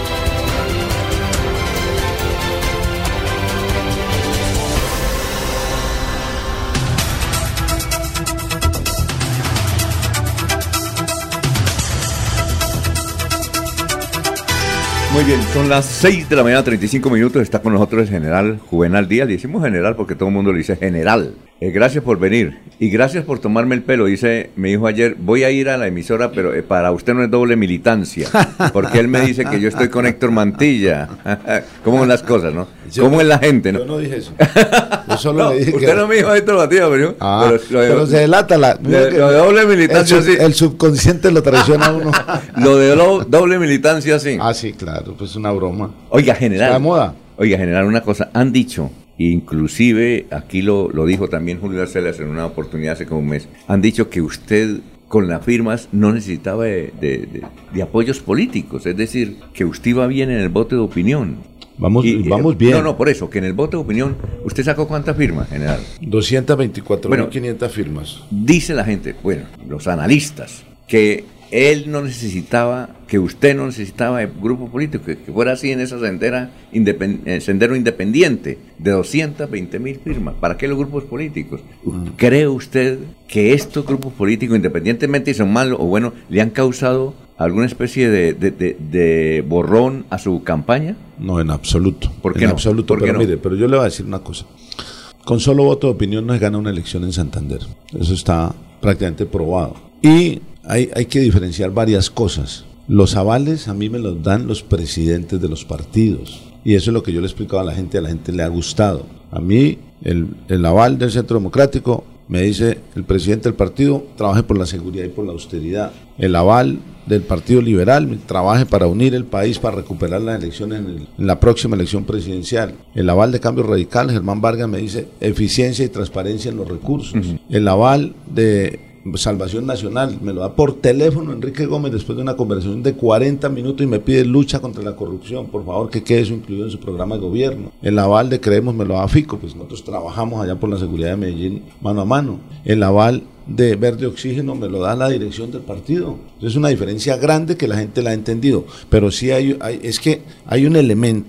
Speaker 2: Muy bien, son las seis de la mañana, treinta y cinco minutos. Está con nosotros el general Juvenal Díaz. Le decimos general porque todo el mundo le dice general. Eh, gracias por venir y gracias por tomarme el pelo. Dice, me dijo ayer, voy a ir a la emisora, pero eh, para usted no es doble militancia. Porque él me dice que yo estoy con Héctor Mantilla. ¿Cómo son las cosas, no?
Speaker 27: Yo
Speaker 2: ¿Cómo
Speaker 27: no,
Speaker 2: es la gente, no?
Speaker 27: Yo no dije eso. Yo solo
Speaker 2: no,
Speaker 27: le dije
Speaker 2: usted
Speaker 27: que...
Speaker 2: no me dijo Héctor Mantilla, pero,
Speaker 27: ah,
Speaker 2: pero, lo de,
Speaker 27: pero se delata la...
Speaker 2: De, lo de doble militancia,
Speaker 27: el, sub,
Speaker 2: sí.
Speaker 27: El subconsciente lo traiciona a uno.
Speaker 2: Lo de lo, doble militancia, sí.
Speaker 27: Ah, sí, claro, pues es una broma.
Speaker 2: Oiga, general.
Speaker 27: Está de moda.
Speaker 2: Oiga, general, una cosa. Han dicho, inclusive aquí lo, lo dijo también Julio Arcelas en una oportunidad hace como un mes, han dicho que usted con las firmas no necesitaba de, de, de, de apoyos políticos, es decir, que usted iba bien en el voto de opinión.
Speaker 27: Vamos,
Speaker 2: y,
Speaker 27: vamos
Speaker 2: eh,
Speaker 27: bien.
Speaker 2: No, no, por eso, que en el voto de opinión, ¿usted sacó cuántas firmas, general?
Speaker 27: doscientas veinticuatro mil quinientas
Speaker 2: bueno,
Speaker 27: firmas.
Speaker 2: Dice la gente, bueno, los analistas, que él no necesitaba, que usted no necesitaba de grupo político, que, que fuera así en esa sendera independ, eh, sendero independiente de doscientas veinte mil firmas. ¿Para qué los grupos políticos? Uh-huh. ¿Cree usted que estos grupos políticos, independientemente si son malos o buenos, le han causado alguna especie de, de, de, de borrón a su campaña?
Speaker 27: No, en absoluto.
Speaker 2: ¿Por qué
Speaker 27: en
Speaker 2: no?
Speaker 27: absoluto,
Speaker 2: ¿Por
Speaker 27: pero
Speaker 2: qué
Speaker 27: mire,
Speaker 2: no?
Speaker 27: pero yo le voy a decir una cosa. Con solo voto de opinión no se gana una elección en Santander. Eso está prácticamente probado. Y hay, hay que diferenciar varias cosas. Los avales a mí me los dan los presidentes de los partidos. Y eso es lo que yo le he explicado a la gente, a la gente le ha gustado. A mí, el, el aval del Centro Democrático me dice el presidente del partido, trabaje por la seguridad y por la austeridad. El aval del Partido Liberal, trabaje para unir el país, para recuperar las elecciones en, el, en la próxima elección presidencial. El aval de Cambio Radical, Germán Vargas, me dice eficiencia y transparencia en los recursos. Uh-huh. El aval de Salvación Nacional me lo da por teléfono Enrique Gómez después de una conversación de cuarenta minutos y me pide lucha contra la corrupción, por favor que quede eso incluido en su programa de gobierno. El aval de Creemos me lo da Fico, pues nosotros trabajamos allá por la seguridad de Medellín mano a mano. El aval de Verde Oxígeno me lo da la dirección del partido. Entonces es una diferencia grande que la gente la ha entendido, pero sí hay, hay es que hay un elemento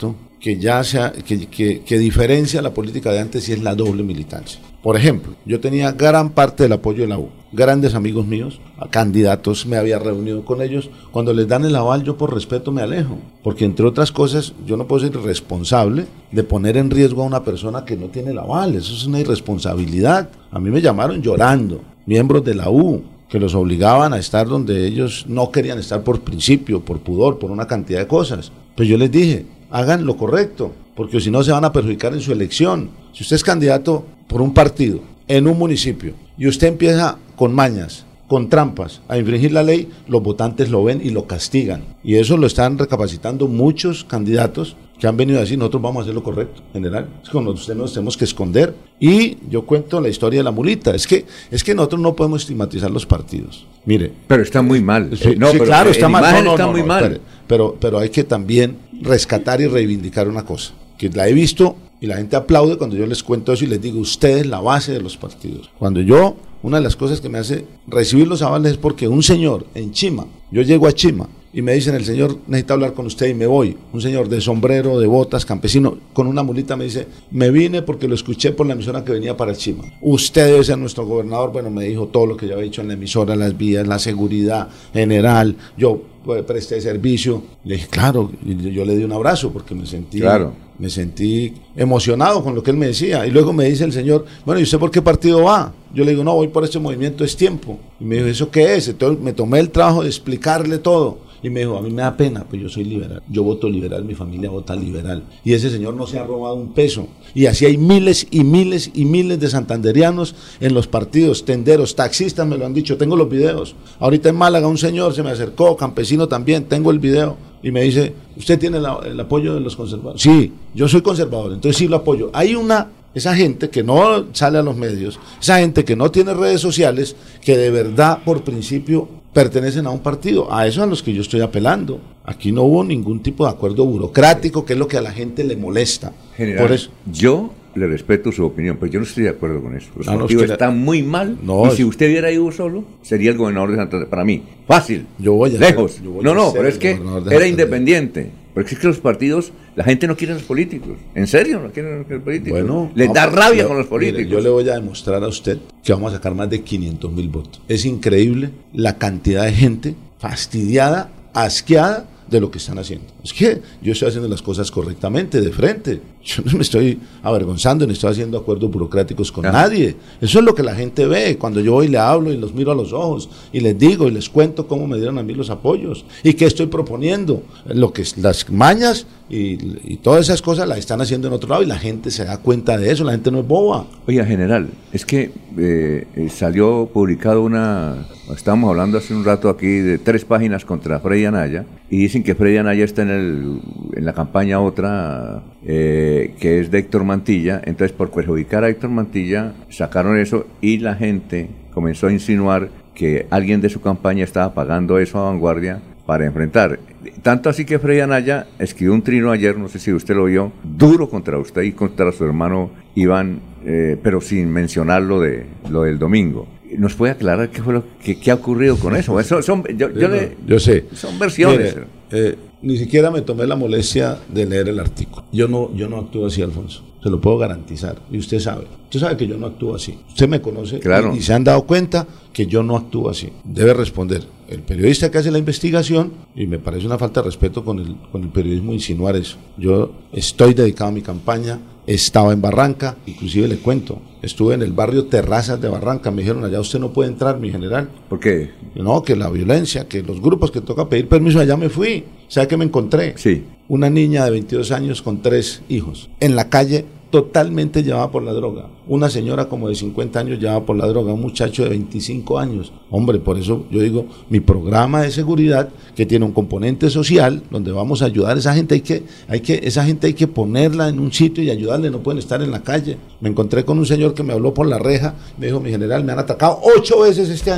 Speaker 27: que ya sea, que, que, que diferencia la política de antes y es la doble militancia. Por ejemplo, yo tenía gran parte del apoyo de la U, grandes amigos míos, candidatos, me había reunido con ellos. Cuando les dan el aval, yo por respeto me alejo, porque entre otras cosas, yo no puedo ser responsable de poner en riesgo a una persona que no tiene el aval. Eso es una irresponsabilidad. A mí me llamaron llorando, miembros de la U, que los obligaban a estar donde ellos no querían estar por principio, por pudor, por una cantidad de cosas. Pues yo les dije, hagan lo correcto, porque si no se van a perjudicar en su elección. Si usted es candidato por un partido, en un municipio, y usted empieza con mañas, con trampas, a infringir la ley, los votantes lo ven y lo castigan. Y eso lo están recapacitando muchos candidatos que han venido a decir, nosotros vamos a hacer lo correcto, general. Es como usted nos tenemos que esconder. Y yo cuento la historia de la mulita. Es que, es que nosotros no podemos estigmatizar los partidos. Mire.
Speaker 2: Pero está muy mal.
Speaker 27: Sí,
Speaker 2: eh, no,
Speaker 27: sí
Speaker 2: pero
Speaker 27: claro, está mal. No, no,
Speaker 2: está
Speaker 27: no,
Speaker 2: muy
Speaker 27: no,
Speaker 2: mal.
Speaker 27: Espere, pero, pero hay que también rescatar y reivindicar una cosa, que la he visto y la gente aplaude cuando yo les cuento eso y les digo, usted es la base de los partidos. Cuando yo, una de las cosas que me hace recibir los avales es porque un señor en Chima, yo llego a Chima y me dicen, el señor necesita hablar con usted y me voy. Un señor de sombrero, de botas, campesino, con una mulita me dice, me vine porque lo escuché por la emisora que venía para Chima. Usted debe ser nuestro gobernador. Bueno, me dijo todo lo que yo había dicho en la emisora, las vías, la seguridad general, yo pues, presté servicio. Le dije, claro, y yo le di un abrazo porque me sentí...
Speaker 2: Claro.
Speaker 27: Me sentí emocionado con lo que él me decía. Y luego me dice el señor, bueno, ¿y usted por qué partido va? Yo le digo, no, voy por este movimiento, es tiempo. Y me dijo, ¿eso qué es? Entonces me tomé el trabajo de explicarle todo. Y me dijo, a mí me da pena, pues yo soy liberal. Yo voto liberal, mi familia vota liberal. Y ese señor no se ha robado un peso. Y así hay miles y miles y miles de santanderianos en los partidos, tenderos, taxistas me lo han dicho, tengo los videos. Ahorita en Málaga un señor se me acercó, campesino también, tengo el video. Y me dice, ¿usted tiene la, el apoyo de los conservadores? Sí, yo soy conservador, entonces sí lo apoyo. Hay una, esa gente que no sale a los medios, esa gente que no tiene redes sociales, que de verdad, por principio, pertenecen a un partido. A eso a los que yo estoy apelando. Aquí no hubo ningún tipo de acuerdo burocrático, que es lo que a la gente le molesta.
Speaker 2: General,
Speaker 27: por eso,
Speaker 2: yo le respeto su opinión, pero yo no estoy de acuerdo con eso. Los
Speaker 27: Ah, no,
Speaker 2: partidos
Speaker 27: usted-
Speaker 2: están muy mal.
Speaker 27: No,
Speaker 2: y
Speaker 27: es-
Speaker 2: si usted hubiera ido solo, sería el gobernador de Santander. Para mí, fácil.
Speaker 27: Yo voy a
Speaker 2: lejos.
Speaker 27: ser- yo voy
Speaker 2: no,
Speaker 27: a
Speaker 2: no,
Speaker 27: ser
Speaker 2: pero
Speaker 27: el
Speaker 2: es que
Speaker 27: gobernador de
Speaker 2: era
Speaker 27: Santander.
Speaker 2: independiente. Porque es que los partidos, la gente no quiere a los políticos. En serio, no quiere a los políticos.
Speaker 27: Bueno,
Speaker 2: Les
Speaker 27: no,
Speaker 2: da rabia
Speaker 27: yo-
Speaker 2: con los políticos.
Speaker 27: mire, yo le voy a demostrar a usted que vamos a sacar más de quinientos mil votos. Es increíble la cantidad de gente fastidiada, asqueada de lo que están haciendo. Es que yo estoy haciendo las cosas correctamente, de frente. Yo no me estoy avergonzando, ni estoy haciendo acuerdos burocráticos con
Speaker 2: Ajá.
Speaker 27: nadie. Eso es lo que la gente ve cuando yo voy y le hablo y los miro a los ojos y les digo y les cuento cómo me dieron a mí los apoyos y qué estoy proponiendo. Lo que es- las mañas y, y todas esas cosas las están haciendo en otro lado y la gente se da cuenta de eso, la gente no es boba.
Speaker 2: Oiga, general, es que eh, eh, salió publicado una, estábamos hablando hace un rato aquí de tres páginas contra Freddy Anaya y dicen que Freddy Anaya está en, el, en la campaña otra eh, que es de Héctor Mantilla, entonces por perjudicar a Héctor Mantilla sacaron eso y la gente comenzó a insinuar que alguien de su campaña estaba pagando eso a Vanguardia para enfrentar. Tanto así que Freddy Anaya escribió un trino ayer, no sé si usted lo vio, duro contra usted y contra su hermano Iván, eh, pero sin mencionar lo, de, lo del domingo. ¿Nos puede aclarar qué fue lo que, qué ha ocurrido con eso? Eso son, yo, yo,
Speaker 27: no,
Speaker 2: le-
Speaker 27: yo sé.
Speaker 2: Son versiones.
Speaker 27: Mire, eh, ni siquiera me tomé la molestia de leer el artículo. Yo no, yo no actúo así, Alfonso. Se lo puedo garantizar. Y usted sabe. Usted sabe que yo no actúo así. Usted me conoce
Speaker 2: Claro.
Speaker 27: y, y se han dado cuenta que yo no actúo así. Debe responder el periodista que hace la investigación y me parece una falta de respeto con el, con el periodismo insinuar eso. Yo estoy dedicado a mi campaña. Estaba en Barranca, inclusive le cuento, estuve en el barrio Terrazas de Barranca, me dijeron allá usted no puede entrar, mi general.
Speaker 2: ¿Por qué?
Speaker 27: No, que la violencia, que los grupos que toca pedir permiso, allá me fui. ¿Sabe qué me encontré?
Speaker 2: Sí.
Speaker 27: Una niña de veintidós años con tres hijos, en la calle totalmente llevada por la droga. Una señora como de cincuenta años llevada por la droga, un muchacho de veinticinco años. Hombre, por eso yo digo, mi programa de seguridad, que tiene un componente social, donde vamos a ayudar a esa gente, hay que, hay que, esa gente hay que ponerla en un sitio y ayudarle, no pueden estar en la calle. Me encontré con un señor que me habló por la reja, me dijo, mi general, me han atacado ocho veces este año.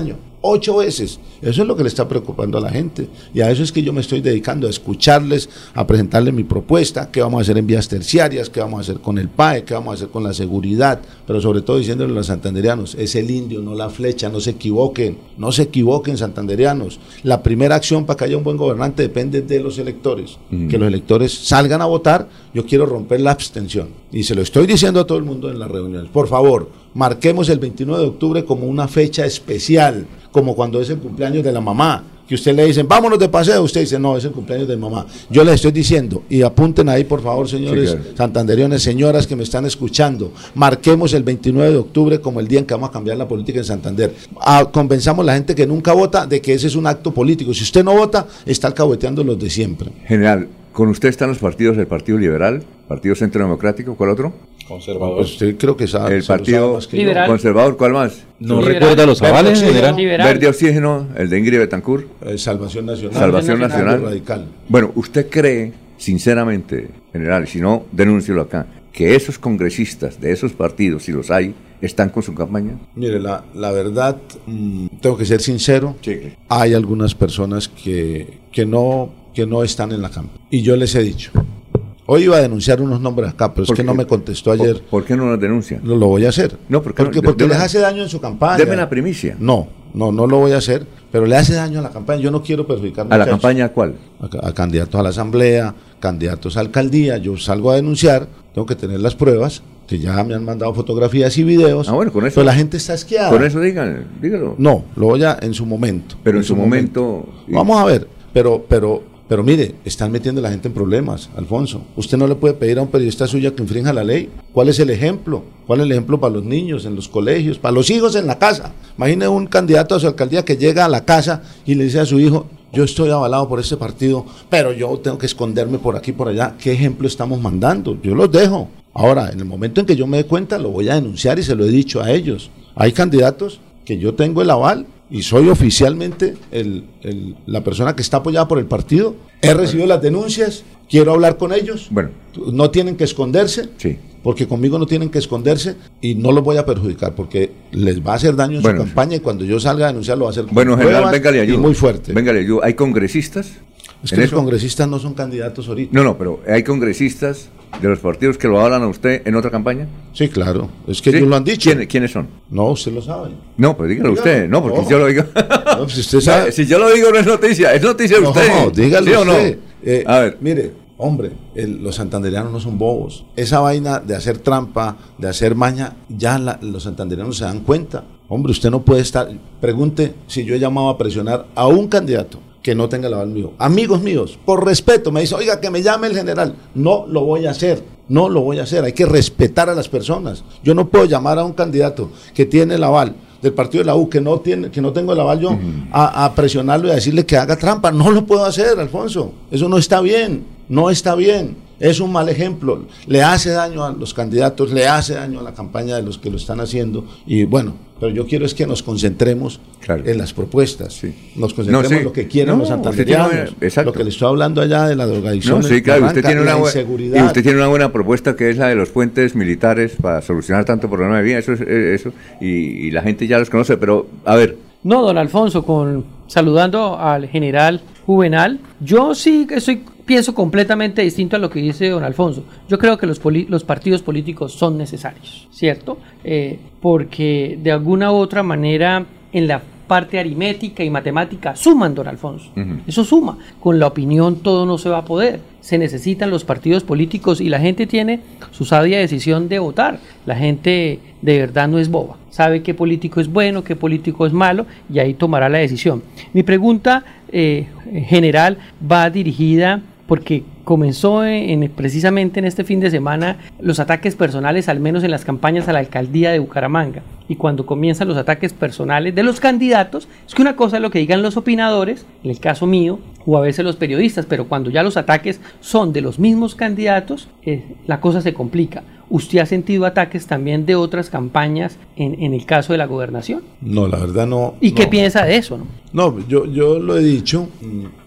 Speaker 27: ocho veces. Eso es lo que le está preocupando a la gente. Y a eso es que yo me estoy dedicando, a escucharles, a presentarles mi propuesta, qué vamos a hacer en vías terciarias, qué vamos a hacer con el P A E, qué vamos a hacer con la seguridad, pero sobre todo diciéndole a los santanderianos, es el indio, no la flecha, no se equivoquen, no se equivoquen santanderianos. La primera acción para que haya un buen gobernante depende de los electores, mm. que los electores salgan a votar. Yo quiero romper la abstención y se lo estoy diciendo a todo el mundo en las reuniones. Por favor, marquemos el veintinueve de octubre como una fecha especial, como cuando es el cumpleaños de la mamá, que usted le dicen, vámonos de paseo, usted dice, no, es el cumpleaños de mamá. Yo les estoy diciendo, y apunten ahí por favor, señores sí, claro. santanderiones, señoras que me están escuchando, marquemos el veintinueve de octubre como el día en que vamos a cambiar la política en Santander. Ah, convenzamos a la gente que nunca vota de que ese es un acto político. Si usted no vota, está alcahueteando los de siempre.
Speaker 2: General, con usted están los partidos del Partido Liberal, Partido Centro Democrático, ¿cuál otro?
Speaker 27: Conservador. Pues usted creo que sabe.
Speaker 2: El Partido
Speaker 27: Liberal.
Speaker 2: Conservador, ¿cuál más?
Speaker 27: No Liberal. Recuerda los avales, general.
Speaker 2: Verde Oxígeno, el de Ingrid Betancourt.
Speaker 27: Eh, Salvación Nacional.
Speaker 2: Salvación Nacional.
Speaker 27: Nacional. Radical.
Speaker 2: Bueno, ¿usted cree, sinceramente, general, si no, denúncielo acá, que esos congresistas de esos partidos, si los hay, están con su campaña?
Speaker 27: Mire, la, la verdad, mmm, tengo que ser sincero,
Speaker 2: sí.
Speaker 27: hay algunas personas que, que, no, que no están en la campaña. Y yo les he dicho, hoy iba a denunciar unos nombres acá, pero es que no me contestó ayer.
Speaker 2: ¿Por, ¿por qué no los denuncia?
Speaker 27: Lo, lo voy a hacer.
Speaker 2: No, ¿por qué
Speaker 27: porque,
Speaker 2: no?
Speaker 27: porque
Speaker 2: de,
Speaker 27: les
Speaker 2: de
Speaker 27: hace daño en su campaña.
Speaker 2: Deme la primicia.
Speaker 27: No, no, no lo voy a hacer, pero le hace daño a la campaña. Yo no quiero perjudicar.
Speaker 2: ¿A la campaña cuál?
Speaker 27: A, a candidatos a la asamblea, candidatos a alcaldía. Yo salgo a denunciar, tengo que tener las pruebas, que ya me han mandado fotografías y videos.
Speaker 2: Ah, bueno, con eso.
Speaker 27: Pero la gente está asqueada.
Speaker 2: Con eso digan, dígalo.
Speaker 27: No, lo voy a en su momento.
Speaker 2: Pero en, en su, su momento.
Speaker 27: momento. Vamos a ver, pero, pero. Pero mire, están metiendo a la gente en problemas, Alfonso. Usted no le puede pedir a un periodista suyo que infrinja la ley. ¿Cuál es el ejemplo? ¿Cuál es el ejemplo para los niños en los colegios, para los hijos en la casa? Imagine un candidato a su alcaldía que llega a la casa y le dice a su hijo, yo estoy avalado por este partido, pero yo tengo que esconderme por aquí y por allá. ¿Qué ejemplo estamos mandando? Yo los dejo. Ahora, en el momento en que yo me dé cuenta, lo voy a denunciar y se lo he dicho a ellos. Hay candidatos que yo tengo el aval y soy oficialmente el, el, la persona que está apoyada por el partido. He recibido las denuncias, quiero hablar con ellos.
Speaker 2: Bueno,
Speaker 27: no tienen que esconderse,
Speaker 2: sí.
Speaker 27: porque conmigo no tienen que esconderse y no los voy a perjudicar porque les va a hacer daño en
Speaker 2: bueno,
Speaker 27: su campaña y cuando yo salga a denunciar lo va a hacer con
Speaker 2: bueno, general, véngale ayuda.
Speaker 27: Y muy fuerte.
Speaker 2: Véngale ayuda. ¿Hay congresistas?
Speaker 27: Es que los eso? congresistas no son candidatos ahorita.
Speaker 2: No, no, pero ¿hay congresistas de los partidos que lo hablan a usted en otra campaña?
Speaker 27: Sí, claro. Es que
Speaker 2: ¿Sí?
Speaker 27: ellos lo han dicho.
Speaker 2: ¿Quién, ¿Quiénes son?
Speaker 27: No, usted lo sabe.
Speaker 2: No, pero dígalo, dígalo. usted. No, porque no. si yo lo digo...
Speaker 27: no, si, usted sabe.
Speaker 2: si yo lo digo no es noticia, es noticia de
Speaker 27: no,
Speaker 2: usted.
Speaker 27: No, dígalo
Speaker 2: ¿Sí o
Speaker 27: usted.
Speaker 2: No?
Speaker 27: Eh,
Speaker 2: a ver.
Speaker 27: Mire, hombre, el, los santanderianos no son bobos. Esa vaina de hacer trampa, de hacer maña, ya la, los santanderianos se dan cuenta. Hombre, usted no puede estar... Pregunte si yo he llamado a presionar a un candidato que no tenga el aval mío. Amigos míos, por respeto, me dice, oiga, que me llame el general. No lo voy a hacer, no lo voy a hacer. Hay que respetar a las personas. Yo no puedo llamar a un candidato que tiene el aval del partido de la U, que no tiene, que no tengo el aval yo, uh-huh. a, a presionarlo y a decirle que haga trampa. No lo puedo hacer, Alfonso. Eso no está bien, no está bien. Es un mal ejemplo, le hace daño a los candidatos, le hace daño a la campaña de los que lo están haciendo y bueno, pero yo quiero es que nos concentremos claro. en las propuestas, sí. nos concentremos no, sí. en lo que quieren no, los santanderianos, lo que le estoy hablando allá de la drogadicción,
Speaker 2: no, sí, claro,
Speaker 27: Barranca,
Speaker 2: usted tiene una
Speaker 27: inseguridad.
Speaker 2: Y usted tiene una buena propuesta que es la de los puentes militares para solucionar tanto problema de vida, eso es eso y, y la gente ya los conoce, pero a ver.
Speaker 6: No, don Alfonso, con saludando al general Juvenal, yo sí estoy pienso completamente distinto a lo que dice don Alfonso. Yo creo que los, poli- los partidos políticos son necesarios, ¿cierto? Eh, porque de alguna u otra manera en la parte aritmética y matemática suman, don Alfonso. Uh-huh. Eso suma. Con la opinión todo no se va a poder. Se necesitan los partidos políticos y la gente tiene su sabia decisión de votar. La gente de verdad no es boba. Sabe qué político es bueno, qué político es malo y ahí tomará la decisión. Mi pregunta eh, general va dirigida porque comenzó en, precisamente en este fin de semana los ataques personales, al menos en las campañas a la alcaldía de Bucaramanga. Y cuando comienzan los ataques personales de los candidatos, es que una cosa es lo que digan los opinadores, en el caso mío, o a veces los periodistas, pero cuando ya los ataques son de los mismos candidatos, eh, la cosa se complica. ¿Usted ha sentido ataques también de otras campañas en, en el caso de la gobernación?
Speaker 27: No, la verdad no.
Speaker 6: ¿Y
Speaker 27: no.
Speaker 6: qué piensa de eso? No,
Speaker 27: no yo, yo lo he dicho,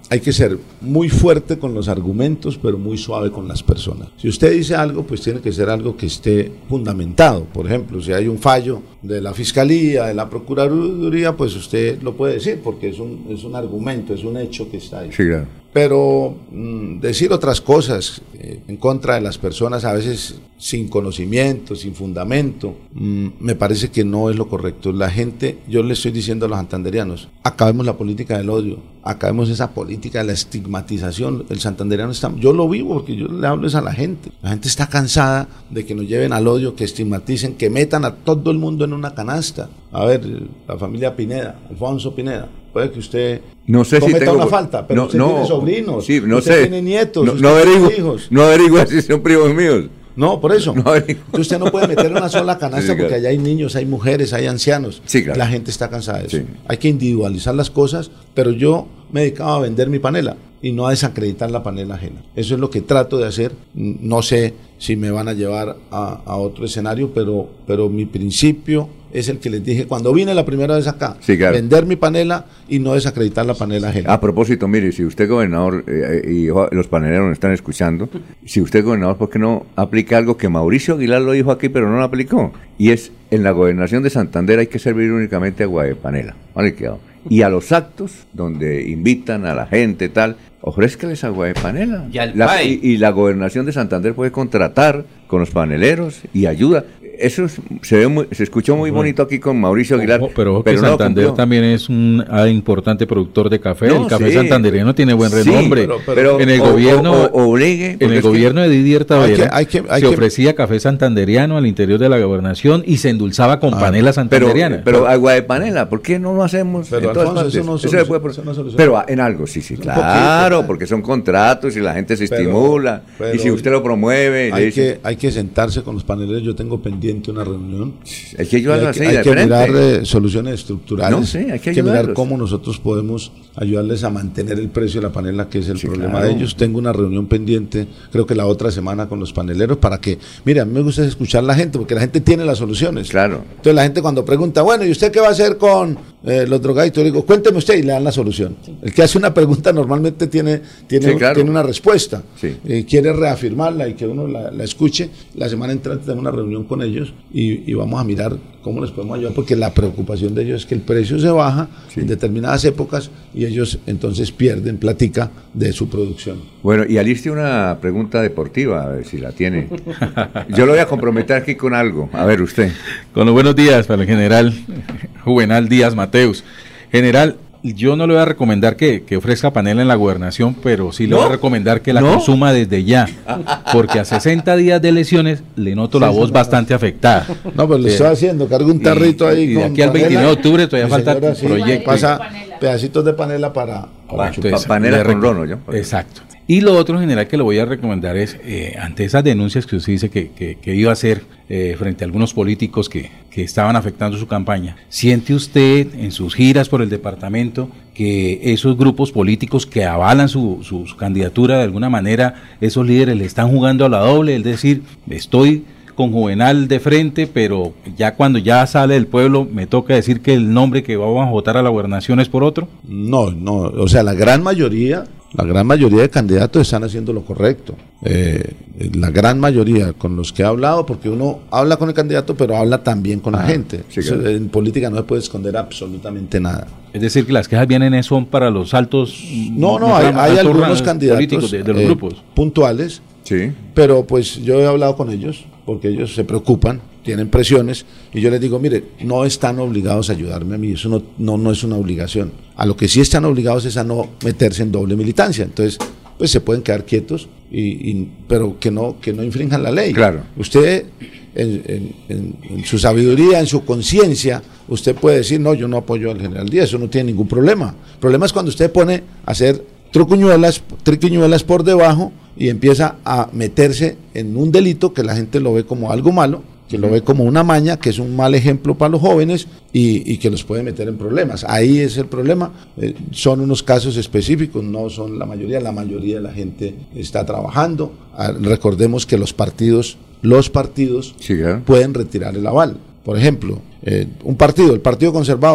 Speaker 27: hay que ser muy fuerte con los argumentos, pero muy suave con las personas. Si usted dice algo, pues tiene que ser algo que esté fundamentado. Por ejemplo, si hay un fallo de la Fiscalía, de la Procuraduría, pues usted lo puede decir, porque es un, es un argumento, es un hecho que está ahí.
Speaker 2: Sí, claro.
Speaker 27: Pero mmm, decir otras cosas eh, en contra de las personas, a veces sin conocimiento, sin fundamento, mmm, me parece que no es lo correcto. La gente, yo le estoy diciendo a los santanderianos, acabemos la política del odio, acabemos esa política de la estigmatización. El santandereano está, yo lo vivo porque yo le hablo es a la gente. La gente está cansada de que nos lleven al odio, que estigmaticen, que metan a todo el mundo en una canasta. A ver, la familia Pineda, Alfonso Pineda, puede que usted
Speaker 2: no sé
Speaker 27: cometa
Speaker 2: si tengo,
Speaker 27: una falta, pero
Speaker 2: no,
Speaker 27: usted
Speaker 2: no,
Speaker 27: tiene sobrinos,
Speaker 2: sí, no
Speaker 27: usted
Speaker 2: sé,
Speaker 27: tiene nietos,
Speaker 2: no,
Speaker 27: usted
Speaker 2: no
Speaker 27: tiene
Speaker 2: averiguo,
Speaker 27: hijos.
Speaker 2: No averiguo si son primos míos.
Speaker 27: No, por eso.
Speaker 2: No,
Speaker 27: usted no puede meter una sola canasta,
Speaker 2: sí, claro,
Speaker 27: porque allá hay niños, hay mujeres, hay ancianos.
Speaker 2: Sí, claro.
Speaker 27: La gente está cansada de eso.
Speaker 2: Sí.
Speaker 27: Hay que individualizar las cosas, pero yo me dedicaba a vender mi panela y no a desacreditar la panela ajena. Eso es lo que trato de hacer. No sé si me van a llevar a, a otro escenario, pero, pero mi principio es el que les dije cuando vine la primera vez acá.
Speaker 2: Sí, claro.
Speaker 27: Vender mi panela y no desacreditar la panela ajena.
Speaker 2: A propósito, mire, si usted gobernador eh, y los paneleros nos están escuchando, si usted gobernador, ¿por qué no aplica algo que Mauricio Aguilar lo dijo aquí, pero no lo aplicó? Y es, en la gobernación de Santander hay que servir únicamente agua de panela. Vale, quedado. Y a los actos donde invitan a la gente tal, ofrézcales agua de panela.
Speaker 3: Y, al
Speaker 2: la, y, y la gobernación de Santander puede contratar con los paneleros y ayuda. Eso es, se ve muy, se escuchó muy bonito aquí con Mauricio Aguilar.
Speaker 5: Ojo, pero ojo
Speaker 2: pero
Speaker 5: que
Speaker 2: no
Speaker 5: Santander también es un ah, importante productor de café.
Speaker 2: No,
Speaker 5: el café
Speaker 2: sí,
Speaker 5: santandereano tiene buen renombre.
Speaker 2: Sí, pero, pero,
Speaker 5: en el
Speaker 2: o,
Speaker 5: gobierno,
Speaker 2: o, o, obligue,
Speaker 5: en el gobierno
Speaker 27: que,
Speaker 5: de Didier Tavera
Speaker 27: hay que, hay que, hay
Speaker 5: se
Speaker 27: que,
Speaker 5: ofrecía café santandereano al interior de la gobernación y se endulzaba con ah, panela santandereana.
Speaker 2: Pero, pero agua de panela, ¿por qué no lo hacemos?
Speaker 27: Pero,
Speaker 2: en
Speaker 27: Alfonso, eso no
Speaker 2: eso
Speaker 27: soluciona,
Speaker 2: puede,
Speaker 27: eso no soluciona.
Speaker 2: Pero en algo, sí, sí, claro, porque son contratos y la gente se
Speaker 27: pero,
Speaker 2: estimula.
Speaker 27: Pero,
Speaker 2: y si usted lo promueve.
Speaker 27: Hay,
Speaker 2: le dice,
Speaker 27: que, hay que sentarse con los paneleros. Yo tengo pendiente una reunión.
Speaker 2: Hay que ayudarlos
Speaker 27: hay
Speaker 2: así,
Speaker 27: que, hay que mirar eh, soluciones estructurales.
Speaker 2: No, sí, hay que,
Speaker 27: hay que mirar cómo nosotros podemos ayudarles a mantener el precio de la panela, que es el sí, problema claro. de ellos. Tengo una reunión pendiente, creo que la otra semana, con los paneleros, para que, mira, a mí me gusta escuchar a la gente, porque la gente tiene las soluciones.
Speaker 2: Claro.
Speaker 27: Entonces la gente cuando pregunta, bueno, ¿y usted qué va a hacer con eh, los drogadictos? Le digo, cuénteme usted, y le dan la solución. Sí. El que hace una pregunta normalmente tiene, tiene, sí, claro. tiene una respuesta.
Speaker 2: Sí.
Speaker 27: Eh, quiere reafirmarla y que uno la, la escuche. La semana entrante tengo una reunión con ellos y, y vamos a mirar cómo les podemos ayudar, porque la preocupación de ellos es que el precio se baja sí. en determinadas épocas y ellos entonces pierden plática de su producción.
Speaker 2: Bueno, y aliste una pregunta deportiva, a ver si la tiene. Yo lo voy a comprometer aquí con algo. A ver, usted.
Speaker 5: Con los buenos días para el general Juvenal Díaz Mateus. General, yo no le voy a recomendar que, que ofrezca panela en la gobernación, pero sí le ¿No? voy a recomendar que la ¿No? consuma desde ya, porque a sesenta días de elecciones le noto sí, la voz bastante afectada.
Speaker 27: No, pues lo eh, estoy haciendo, cargo un tarrito
Speaker 5: y,
Speaker 27: ahí.
Speaker 5: Y de aquí al veintinueve de octubre todavía falta el
Speaker 27: sí,
Speaker 5: proyecto.
Speaker 27: Pasa pedacitos de panela para... para
Speaker 2: Entonces, pa panela con rono, ¿yo?
Speaker 5: Exacto. Y lo otro, general, que le voy a recomendar es, eh, ante esas denuncias que usted dice que, que, que iba a hacer eh, frente a algunos políticos que, que estaban afectando su campaña, ¿siente usted en sus giras por el departamento que esos grupos políticos que avalan su, su, su candidatura de alguna manera, esos líderes le están jugando a la doble? Es decir, estoy con Juvenal de frente, pero ya cuando ya sale del pueblo me toca decir que el nombre que vamos a votar a la gobernación es por otro.
Speaker 27: No, no, o sea, la gran mayoría... La gran mayoría de candidatos están haciendo lo correcto. Eh, la gran mayoría con los que he hablado, porque uno habla con el candidato, pero habla también con ah, la gente. Sí, claro. Eso, en política no se puede esconder absolutamente nada.
Speaker 5: Es decir, que las quejas vienen son para los altos...
Speaker 27: No, no, hay, hay algunos candidatos
Speaker 5: de, de los
Speaker 27: eh,
Speaker 5: grupos
Speaker 27: puntuales,
Speaker 2: sí.
Speaker 27: pero pues yo he hablado con ellos, porque ellos se preocupan, tienen presiones, y yo les digo, mire, no están obligados a ayudarme a mí, eso no, no, no es una obligación. A lo que sí están obligados es a no meterse en doble militancia. Entonces, pues se pueden quedar quietos, y, y, pero que no, que no infrinjan la ley.
Speaker 2: Claro.
Speaker 27: Usted, en, en, en, en su sabiduría, en su conciencia, usted puede decir, no, yo no apoyo al general Díaz, eso no tiene ningún problema. El problema es cuando usted pone a hacer truquiñuelas, triquiñuelas por debajo y empieza a meterse en un delito que la gente lo ve como algo malo, que lo ve como una maña, que es un mal ejemplo para los jóvenes y, y que los puede meter en problemas. Ahí es el problema. Eh, son unos casos específicos, no son la mayoría. La mayoría de la gente está trabajando. Ah, recordemos que los partidos, los partidos
Speaker 2: sí, ¿eh?
Speaker 27: pueden retirar el aval. Por ejemplo, eh, un partido, el Partido Conservador,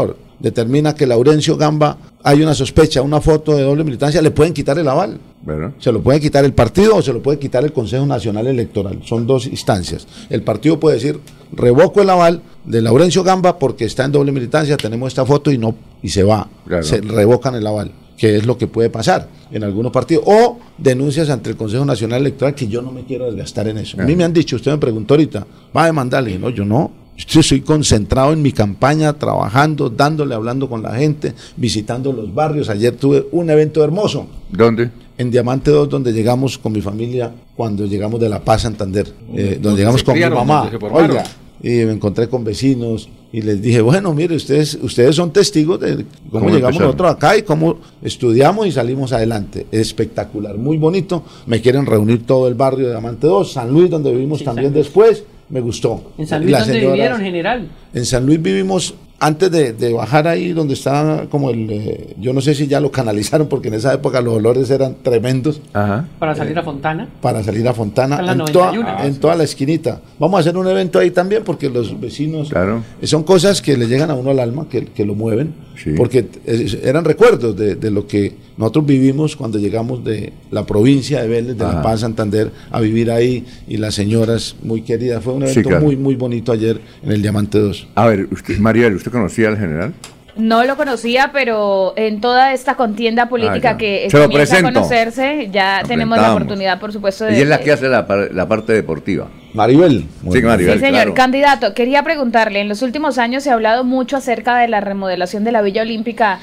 Speaker 27: determina que Laurencio Gamba hay una sospecha, una foto de doble militancia, le pueden quitar el aval.
Speaker 2: ¿Verdad?
Speaker 27: Se lo puede quitar el partido o se lo puede quitar el Consejo Nacional Electoral. Son dos instancias. El partido puede decir, revoco el aval de Laurencio Gamba porque está en doble militancia, tenemos esta foto y no y se va. Claro. Se revocan el aval, que es lo que puede pasar en algunos partidos. O denuncias ante el Consejo Nacional Electoral, que yo no me quiero desgastar en eso. Claro. A mí me han dicho, usted me preguntó ahorita, ¿va a demandarle? No, yo no. Yo estoy concentrado en mi campaña, trabajando, dándole, hablando con la gente, visitando los barrios. Ayer tuve un evento hermoso.
Speaker 2: ¿Dónde?
Speaker 27: En Diamante dos, donde llegamos con mi familia, cuando llegamos de La Paz, Santander, eh, donde llegamos con mi mamá. Oiga, y me encontré con vecinos y les dije, bueno, mire, ustedes ustedes son testigos de cómo, ¿Cómo llegamos empezaron? nosotros acá y cómo estudiamos y salimos adelante. Espectacular, muy bonito. Me quieren reunir todo el barrio de Diamante dos, San Luis, donde vivimos sí, también después. Me gustó.
Speaker 6: ¿En San Luis dónde vivieron, general?
Speaker 27: En San Luis vivimos, antes de, de bajar ahí donde estaba como el, eh, yo no sé si ya lo canalizaron porque en esa época los olores eran tremendos.
Speaker 6: Ajá. Para salir eh, a Fontana.
Speaker 27: Para salir a Fontana, en, toda, ah, en sí. toda la esquinita. Vamos a hacer un evento ahí también porque los vecinos, claro. son cosas que le llegan a uno al alma, que, que lo mueven, sí. porque es, eran recuerdos de, de lo que nosotros vivimos cuando llegamos de la provincia de Vélez, de Ajá. La Paz, Santander, a vivir ahí, y las señoras muy queridas. Fue un evento sí, claro. muy, muy bonito ayer en el Diamante dos.
Speaker 2: A ver, usted, Mariel, ¿usted conocía al general?
Speaker 24: No lo conocía, pero en toda esta contienda política ah, que
Speaker 2: Se
Speaker 24: comienza a conocerse, ya lo tenemos la oportunidad, por supuesto, de...
Speaker 2: Y es la que hace la, la parte deportiva.
Speaker 27: Maribel.
Speaker 2: Sí, Maribel,
Speaker 24: sí, señor.
Speaker 2: Claro.
Speaker 24: Candidato, quería preguntarle, en los últimos años se ha hablado mucho acerca de la remodelación de la Villa Olímpica,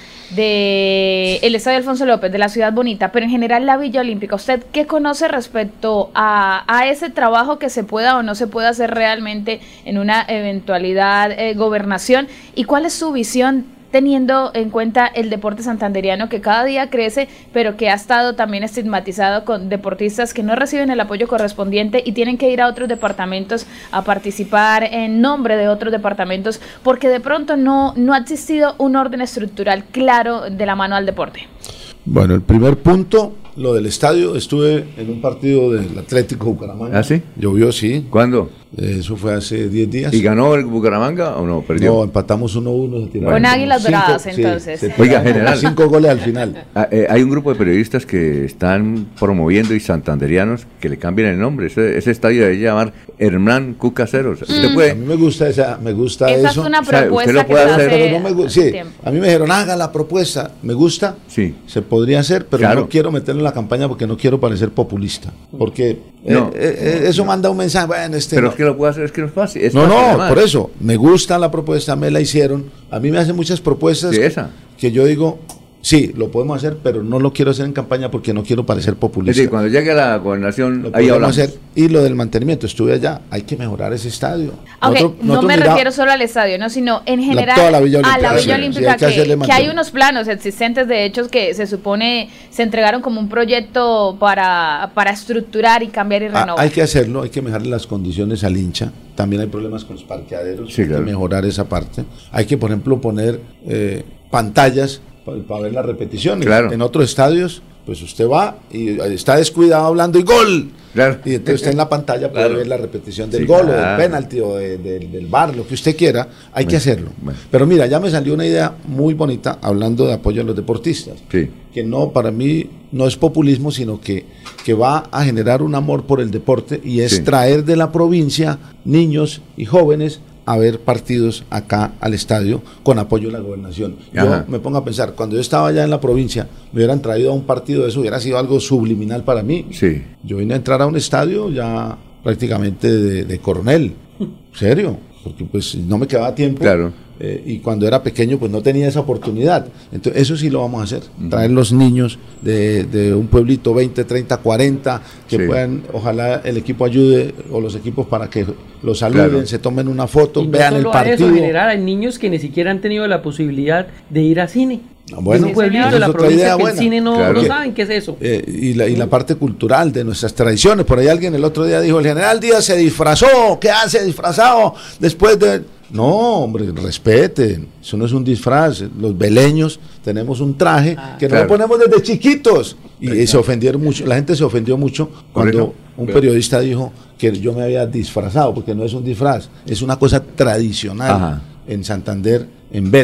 Speaker 24: de el Estadio Alfonso López, de la Ciudad Bonita, pero en general la Villa Olímpica, ¿usted qué conoce respecto a, a ese trabajo que se pueda o no se pueda hacer realmente en una eventualidad eh, gobernación? ¿Y cuál es su visión teniendo en cuenta el deporte santanderiano que cada día crece, pero que ha estado también estigmatizado con deportistas que no reciben el apoyo correspondiente y tienen que ir a otros departamentos a participar en nombre de otros departamentos, porque de pronto no, no ha existido un orden estructural claro de la mano al deporte?
Speaker 27: Bueno, el primer punto, lo del estadio, estuve en un partido del Atlético Bucaramanga.
Speaker 2: ¿Ah, sí?
Speaker 27: Llovió, sí.
Speaker 2: ¿Cuándo?
Speaker 27: Eso fue hace diez días.
Speaker 2: ¿Y ganó el Bucaramanga o no? ¿Perdió?
Speaker 27: No, empatamos uno uno.
Speaker 24: Con Águilas Doradas, entonces.
Speaker 27: Sí,
Speaker 2: Oiga, general.
Speaker 27: Cinco goles al final.
Speaker 2: Ah, eh, hay un grupo de periodistas que están promoviendo y santanderianos que le cambien el nombre. Ese, ese estadio debe llamar Hernán Cucaseros. ¿Usted
Speaker 27: mm.
Speaker 2: puede?
Speaker 27: A mí me gusta esa, me gusta
Speaker 24: esa
Speaker 27: eso.
Speaker 24: es una propuesta,
Speaker 2: o sea, ¿usted lo puede
Speaker 24: que
Speaker 2: hacer?
Speaker 24: Pero
Speaker 27: no me, sí, a mí me dijeron, haga la propuesta. Me gusta.
Speaker 2: Sí.
Speaker 27: Se podría hacer, pero
Speaker 2: claro.
Speaker 27: no quiero meterlo en la campaña porque no quiero parecer populista. Porque no, eh, eh, eso no. manda un mensaje. Bueno, este
Speaker 2: pero
Speaker 27: no.
Speaker 2: es que lo puede hacer, es que no es fácil. Es
Speaker 27: no,
Speaker 2: fácil
Speaker 27: no,
Speaker 2: además.
Speaker 27: Por eso. Me gusta la propuesta, me la hicieron. A mí me hacen muchas propuestas
Speaker 2: ¿Sí, esa?
Speaker 27: que yo digo, sí, lo podemos hacer, pero no lo quiero hacer en campaña porque no quiero parecer populista.
Speaker 2: Es decir, cuando llegue a la gobernación,
Speaker 27: lo
Speaker 2: ahí hablamos.
Speaker 27: Hacer. Y lo del mantenimiento, estuve allá, hay que mejorar ese estadio.
Speaker 24: Ok,
Speaker 27: nosotros,
Speaker 24: no
Speaker 27: nosotros
Speaker 24: me
Speaker 27: mira,
Speaker 24: refiero solo al estadio, no, sino en general
Speaker 27: la, toda la Villa Olímpica,
Speaker 24: a la Villa Olímpica, sí, que, que, que hay unos planos existentes, de hecho, que se supone se entregaron como un proyecto para, para estructurar y cambiar y renovar.
Speaker 27: Ah, hay que hacerlo, hay que mejorar las condiciones al hincha. También hay problemas con los parqueaderos,
Speaker 2: sí,
Speaker 27: hay
Speaker 2: claro.
Speaker 27: que mejorar esa parte. Hay que, por ejemplo, poner eh, pantallas para, para ver las repeticiones.
Speaker 2: Claro.
Speaker 27: En otros estadios, pues usted va y está descuidado hablando y ¡gol!
Speaker 2: Claro.
Speaker 27: Y entonces está en la pantalla, puede claro. ver la repetición del
Speaker 2: sí,
Speaker 27: gol
Speaker 2: claro.
Speaker 27: o del penalti o de, de, del bar, lo que usted quiera, hay
Speaker 2: bueno,
Speaker 27: que hacerlo.
Speaker 2: Bueno.
Speaker 27: Pero mira, ya me salió una idea muy bonita hablando de apoyo a los deportistas,
Speaker 2: sí.
Speaker 27: que no, para mí no es populismo, sino que, que va a generar un amor por el deporte y es sí. traer de la provincia niños y jóvenes a ver partidos acá al estadio con apoyo de la gobernación. Ajá. Yo me pongo a pensar, cuando yo estaba allá en la provincia, me hubieran traído a un partido de eso, hubiera sido algo subliminal para mí.
Speaker 2: Sí.
Speaker 27: Yo vine a entrar a un estadio ya prácticamente de, de coronel, serio, porque pues no me quedaba tiempo.
Speaker 2: Claro.
Speaker 27: Eh, y cuando era pequeño pues no tenía esa oportunidad. Entonces eso sí lo vamos a hacer, uh-huh. traer los niños de, de un pueblito veinte, treinta, cuarenta que sí. puedan, ojalá el equipo ayude o los equipos para que los saluden, claro. se tomen una foto,
Speaker 6: y no
Speaker 27: vean el partido.
Speaker 6: En general hay niños que ni siquiera han tenido la posibilidad de ir a cine.
Speaker 27: Bueno,
Speaker 6: un pueblito de la provincia que el cine no, claro. no saben qué es eso.
Speaker 27: Eh, y, la, y la parte cultural de nuestras tradiciones. Por ahí alguien el otro día dijo, el general Díaz se disfrazó, ¿qué hace disfrazado después de...? No, hombre, respeten, eso no es un disfraz. Los beleños tenemos un traje ah, que claro. no lo ponemos desde chiquitos. Y, y se ofendieron mucho, la gente se ofendió mucho cuando un periodista dijo que yo me había disfrazado, porque no es un disfraz, es una cosa tradicional. Ajá. En Santander, en Vélez,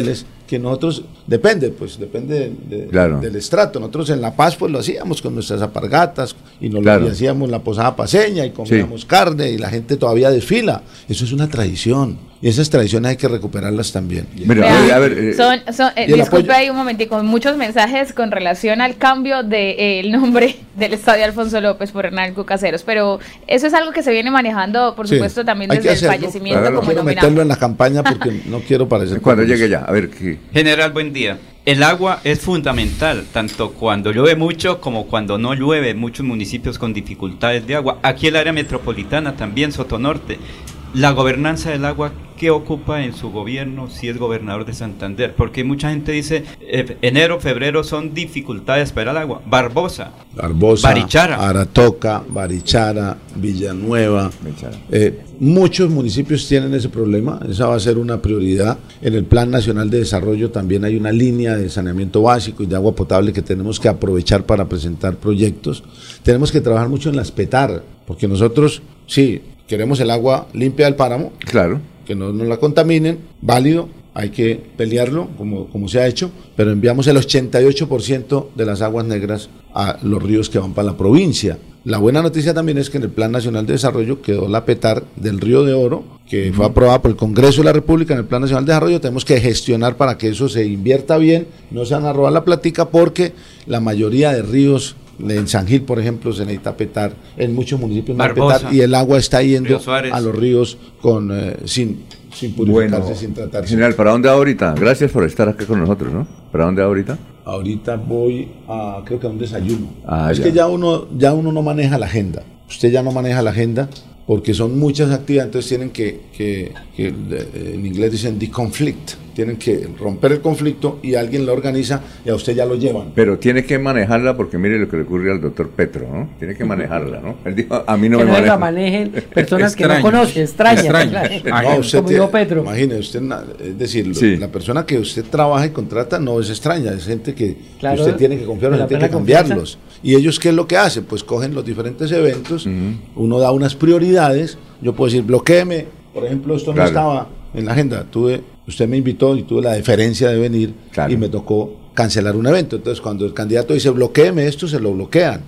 Speaker 27: que nosotros, depende, pues depende de, de,
Speaker 2: claro.
Speaker 27: del estrato. Nosotros en La Paz pues lo hacíamos con nuestras alpargatas y nos
Speaker 2: claro.
Speaker 27: lo hacíamos la posada paceña y comíamos sí. carne y la gente todavía desfila. Eso es una tradición y esas tradiciones hay que recuperarlas también.
Speaker 24: Mira, Vean, a ver, eh, son, son, eh, disculpe ahí un momentico, muchos mensajes con relación al cambio del de, eh, nombre del Estadio Alfonso López por Hernán Cucaseros, pero eso es algo que se viene manejando, por supuesto, sí, también desde el fallecimiento.
Speaker 27: Claro,
Speaker 24: como
Speaker 27: no quiero meterlo en la campaña porque no quiero parecer...
Speaker 2: Cuando llegue ya, a ver qué...
Speaker 3: General, buen día. El agua es fundamental, tanto cuando llueve mucho como cuando no llueve, muchos municipios con dificultades de agua. Aquí el área metropolitana también, Sotonorte. La gobernanza del agua, ¿qué ocupa en su gobierno si es gobernador de Santander? Porque mucha gente dice, eh, enero, febrero son dificultades para el agua. Barbosa,
Speaker 27: Barbosa,
Speaker 3: Barichara,
Speaker 27: Aratoca, Barichara, Villanueva. Eh, muchos municipios tienen ese problema, esa va a ser una prioridad. En el Plan Nacional de Desarrollo también hay una línea de saneamiento básico y de agua potable que tenemos que aprovechar para presentar proyectos. Tenemos que trabajar mucho en las PETAR, porque nosotros, sí, queremos el agua limpia del páramo,
Speaker 2: claro,
Speaker 27: que no nos la contaminen, válido, hay que pelearlo como, como se ha hecho, pero enviamos el ochenta y ocho por ciento de las aguas negras a los ríos que van para la provincia. La buena noticia también es que en el Plan Nacional de Desarrollo quedó la PETAR del Río de Oro, que uh-huh. fue aprobada por el Congreso de la República en el Plan Nacional de Desarrollo. Tenemos que gestionar para que eso se invierta bien, no se van a robar la platica, porque la mayoría de ríos, en San Gil, por ejemplo, se necesita petar, en muchos municipios no hay petar, y el agua está yendo a los ríos con eh, sin, sin purificarse, bueno, sin tratarse.
Speaker 2: General, ¿para dónde va ahorita? Gracias por estar aquí con nosotros, ¿no? ¿Para dónde va ahorita?
Speaker 27: Ahorita voy a, creo que a un desayuno. Ah, es
Speaker 2: ya.
Speaker 27: que ya uno, ya uno no maneja la agenda. Usted ya no maneja la agenda porque son muchas actividades, entonces tienen que, que, que en inglés dicen deconflict. Tienen que romper el conflicto y alguien lo organiza y a usted ya lo llevan.
Speaker 2: Pero tiene que manejarla porque mire lo que le ocurre al doctor Petro, ¿no? Tiene que manejarla, ¿no? Él dijo, a mí no
Speaker 6: que
Speaker 2: me
Speaker 6: no
Speaker 2: maneja.
Speaker 6: la manejen personas que no conocen, extrañas.
Speaker 27: extrañas. Claro. No, usted como dijo Petro. Imagine, usted, es decir, sí. la persona que usted trabaja y contrata no es extraña, es gente que claro, usted tiene que confiar, usted tiene que cambiarlos. Confianza. ¿Y ellos qué es lo que hacen? Pues cogen los diferentes eventos, uh-huh. uno da unas prioridades, yo puedo decir, bloquéeme, por ejemplo, esto claro. no estaba en la agenda, tuve, usted me invitó y tuve la deferencia de venir claro. y me tocó cancelar un evento. Entonces, cuando el candidato dice bloquéeme esto, se lo bloquean.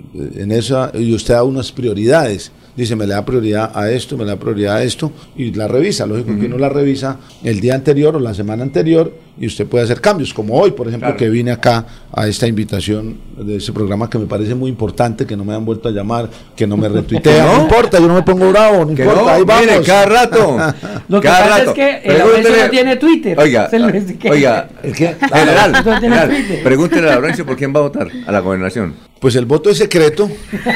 Speaker 27: En esa, y usted da unas prioridades. Dice, me le da prioridad a esto, me le da prioridad a esto, y la revisa. Lógico uh-huh. que uno la revisa el día anterior o la semana anterior, y usted puede hacer cambios, como hoy, por ejemplo, claro. que vine acá a esta invitación de ese programa que me parece muy importante, que no me han vuelto a llamar, que no me retuitean. ¿No? no importa, yo no me pongo bravo, no importa, no, ahí vamos.
Speaker 2: Mire, cada rato.
Speaker 6: Lo que
Speaker 2: cada
Speaker 6: pasa
Speaker 2: rato.
Speaker 6: es que el Laurencio no tiene Twitter.
Speaker 2: Oiga, oiga, ¿el qué? General, general, pregúntele a Laurencio por quién va a votar a la gobernación.
Speaker 27: Pues el voto es secreto.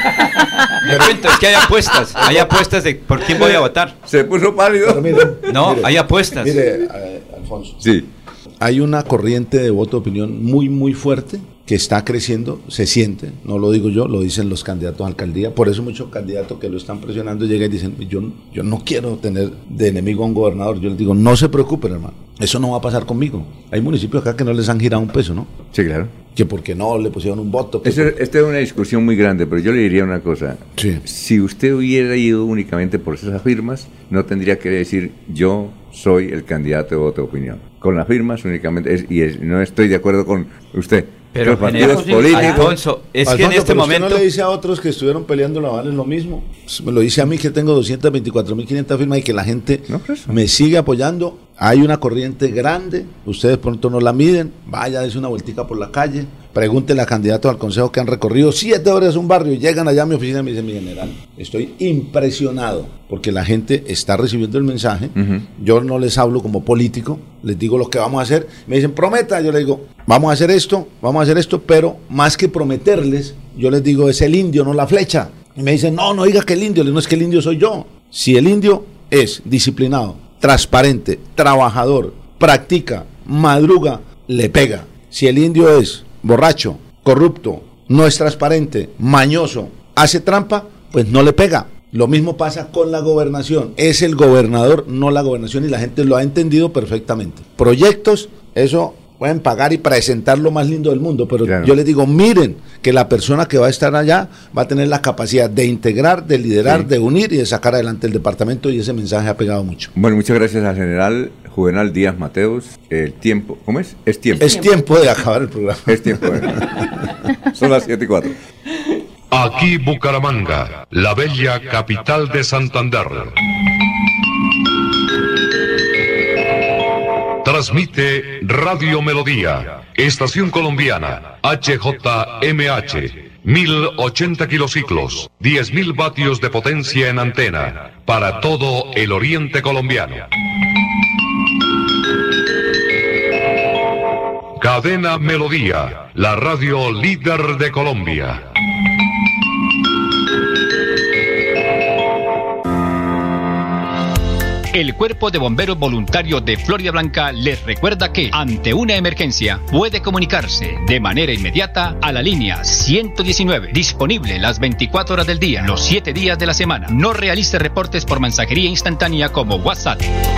Speaker 3: Perfecto, es que hay apuestas, hay apuestas de por quién voy a votar.
Speaker 2: Se puso pálido.
Speaker 27: Mire,
Speaker 3: no,
Speaker 27: mire,
Speaker 3: hay apuestas.
Speaker 27: Mire, eh, Alfonso.
Speaker 2: Sí.
Speaker 27: Hay una corriente de voto de opinión muy, muy fuerte que está creciendo, se siente, no lo digo yo, lo dicen los candidatos a alcaldía. Por eso muchos candidatos que lo están presionando llegan y dicen, yo, yo no quiero tener de enemigo a un gobernador. Yo les digo, no se preocupen, hermano, eso no va a pasar conmigo. Hay municipios acá que no les han girado un peso, ¿no?
Speaker 2: Sí, claro.
Speaker 27: Que porque no le pusieron un voto.
Speaker 2: Esta este es una discusión muy grande, pero yo le diría una cosa.
Speaker 27: Sí.
Speaker 2: Si usted hubiera ido únicamente por esas firmas, no tendría que decir yo soy el candidato de voto de opinión. Con las firmas únicamente, es, y es, no estoy de acuerdo con usted.
Speaker 3: Pero
Speaker 2: los partidos políticos.
Speaker 3: Alfonso, es
Speaker 27: Alfonso,
Speaker 3: que en este
Speaker 27: pero
Speaker 3: momento.
Speaker 27: ¿usted no le dice a otros que estuvieron peleando la Vale lo mismo? Me lo dice a mí que tengo doscientas veinticuatro mil quinientas firmas y que la gente no, me sigue apoyando. Hay una corriente grande, ustedes pronto no la miden, vaya, dése una vueltica por la calle, pregúntenle a candidatos al consejo que han recorrido siete horas un barrio y llegan allá a mi oficina y me dicen, mi general, estoy impresionado porque la gente está recibiendo el mensaje. Uh-huh. Yo no les hablo como político, les digo lo que vamos a hacer, me dicen, prometa, yo les digo, vamos a hacer esto, vamos a hacer esto, pero más que prometerles, yo les digo, es el indio, no la flecha. Y me dicen, no, no diga que el indio, no es que el indio soy yo. Si el indio es disciplinado, transparente, trabajador, practica, madruga, le pega. Si el indio es borracho, corrupto, no es transparente, mañoso, hace trampa, pues no le pega. Lo mismo pasa con la gobernación. Es el gobernador, no la gobernación, y la gente lo ha entendido perfectamente. Proyectos, eso pueden pagar y presentar lo más lindo del mundo, pero
Speaker 2: claro.
Speaker 27: yo les digo, miren que la persona que va a estar allá va a tener la capacidad de integrar, de liderar, sí. de unir y de sacar adelante el departamento, y ese mensaje ha pegado mucho.
Speaker 2: Bueno, muchas gracias al general Juvenal Díaz Mateos. El tiempo, ¿cómo es? Es tiempo.
Speaker 27: Es tiempo de acabar el programa.
Speaker 2: Es tiempo de... Son las siete y cuatro.
Speaker 23: Aquí Bucaramanga, la bella capital de Santander. Transmite Radio Melodía, Estación Colombiana, H J M H, mil ochenta kilociclos, diez mil vatios de potencia en antena, para todo el oriente colombiano. Cadena Melodía, la radio líder de Colombia.
Speaker 7: El Cuerpo de Bomberos Voluntarios de Florida Blanca les recuerda que, ante una emergencia, puede comunicarse de manera inmediata a la línea ciento diecinueve, disponible las veinticuatro horas del día, los siete días de la semana. No realice reportes por mensajería instantánea como WhatsApp.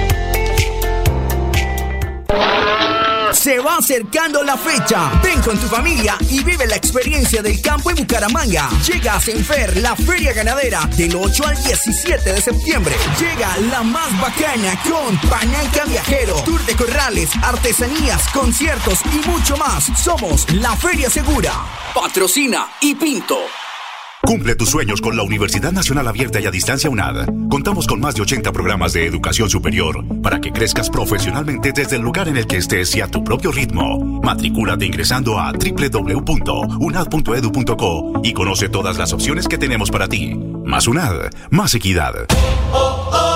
Speaker 11: Se va acercando la fecha. Ven con tu familia y vive la experiencia del campo en Bucaramanga. Llega a Senfer, la feria ganadera, del ocho al diecisiete de septiembre. Llega la más bacana con Pañanca Viajero, tour de corrales, artesanías, conciertos y mucho más. Somos la Feria Segura. Patrocina y Pinto.
Speaker 10: Cumple tus sueños con la Universidad Nacional Abierta y a Distancia UNAD. Contamos con más de ochenta programas de educación superior para que crezcas profesionalmente desde el lugar en el que estés y a tu propio ritmo. Matricúlate ingresando a doble u doble u doble u punto unad punto edu punto co y conoce todas las opciones que tenemos para ti. Más UNAD, más equidad.
Speaker 14: Oh, oh.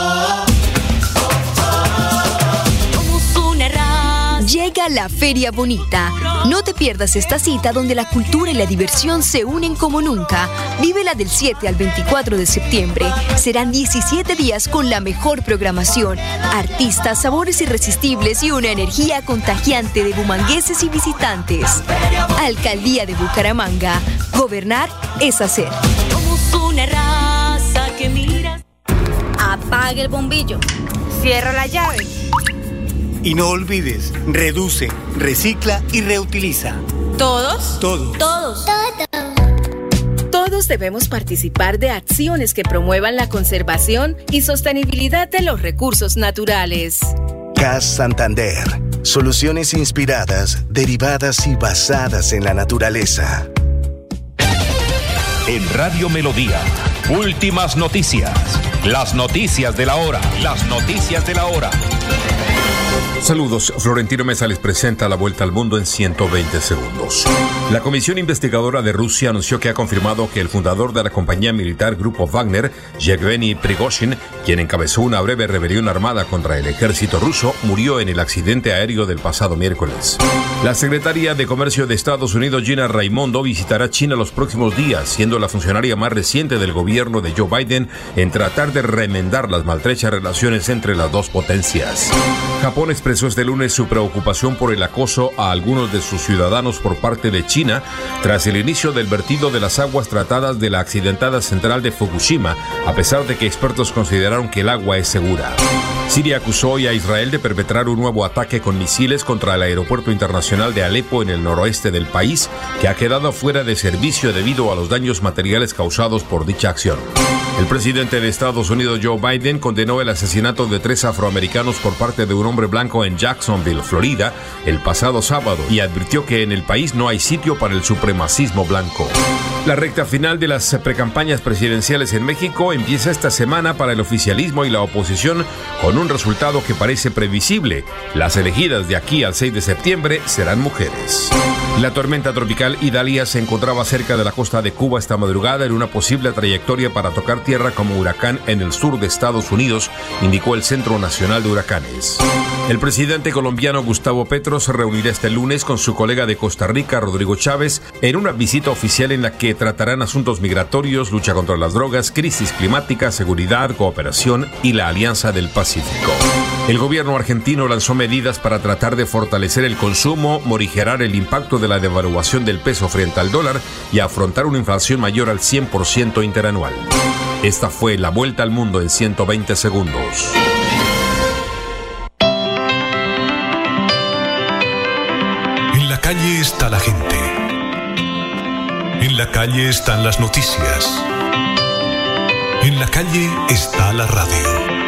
Speaker 14: Llega la Feria Bonita. No te pierdas esta cita donde la cultura y la diversión se unen como nunca. Vívela del siete al veinticuatro de septiembre. Serán diecisiete días con la mejor programación, artistas, sabores irresistibles y una energía contagiante de bumangueses y visitantes. Alcaldía de Bucaramanga. Gobernar es hacer.
Speaker 15: Somos una raza que mira. Apague el bombillo. Cierra la llave.
Speaker 16: Y no olvides, reduce, recicla y reutiliza.
Speaker 15: ¿Todos?
Speaker 16: Todos.
Speaker 15: Todos.
Speaker 17: Todos. Todos debemos participar de acciones que promuevan la conservación y sostenibilidad de los recursos naturales.
Speaker 18: C A S Santander. Soluciones inspiradas, derivadas y basadas en la naturaleza.
Speaker 23: En Radio Melodía, últimas noticias. Las noticias de la hora. Las noticias de la hora.
Speaker 26: Saludos, Florentino Mesa les presenta la vuelta al mundo en ciento veinte segundos. La Comisión Investigadora de Rusia anunció que ha confirmado que el fundador de la compañía militar Grupo Wagner, Yevgeny Prigozhin, quien encabezó una breve rebelión armada contra el ejército ruso, murió en el accidente aéreo del pasado miércoles. La secretaria de Comercio de Estados Unidos, Gina Raimondo, visitará China los próximos días, siendo la funcionaria más reciente del gobierno de Joe Biden en tratar de remendar las maltrechas relaciones entre las dos potencias. Japón expresó este lunes su preocupación por el acoso a algunos de sus ciudadanos por parte de China tras el inicio del vertido de las aguas tratadas de la accidentada central de Fukushima, a pesar de que expertos consideraron que el agua es segura. Siria acusó hoy a Israel de perpetrar un nuevo ataque con misiles contra el aeropuerto internacional de Alepo en el noroeste del país, que ha quedado fuera de servicio debido a los daños materiales causados por dicha acción. El presidente de Estados Unidos, Joe Biden, condenó el asesinato de tres afroamericanos por parte de un hombre blanco en Jacksonville, Florida, el pasado sábado, y advirtió que en el país no hay sitio para el supremacismo blanco. La recta final de las precampañas presidenciales en México empieza esta semana para el oficialismo y la oposición con un resultado que parece previsible. Las elegidas de aquí al seis de septiembre serán mujeres. La tormenta tropical Idalia se encontraba cerca de la costa de Cuba esta madrugada en una posible trayectoria para tocar tierra como huracán en el sur de Estados Unidos, indicó el Centro Nacional de Huracanes. El presidente colombiano Gustavo Petro se reunirá este lunes con su colega de Costa Rica, Rodrigo Chávez, en una visita oficial en la que tratarán asuntos migratorios, lucha contra las drogas, crisis climática, seguridad, cooperación y la Alianza del Pacífico. El gobierno argentino lanzó medidas para tratar de fortalecer el consumo, morigerar el impacto de la devaluación del peso frente al dólar y afrontar una inflación mayor al cien por ciento interanual. Esta fue la vuelta al mundo en ciento veinte segundos.
Speaker 4: calle está la gente. En la calle están las noticias. En la calle está la radio.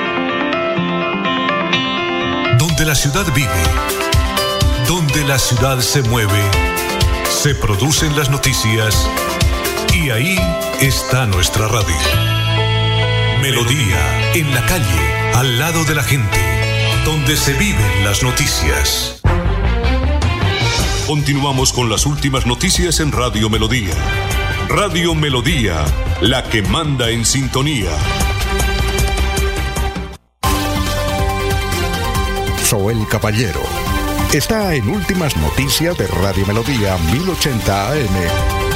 Speaker 4: Donde la ciudad vive, donde la ciudad se mueve, se producen las noticias y ahí está nuestra radio. Melodía, en la calle, al lado de la gente, donde se viven las noticias. Continuamos con las últimas noticias en Radio Melodía. Radio Melodía, la que manda en sintonía.
Speaker 1: Soel Caballero está en Últimas Noticias de Radio Melodía mil ochenta A M.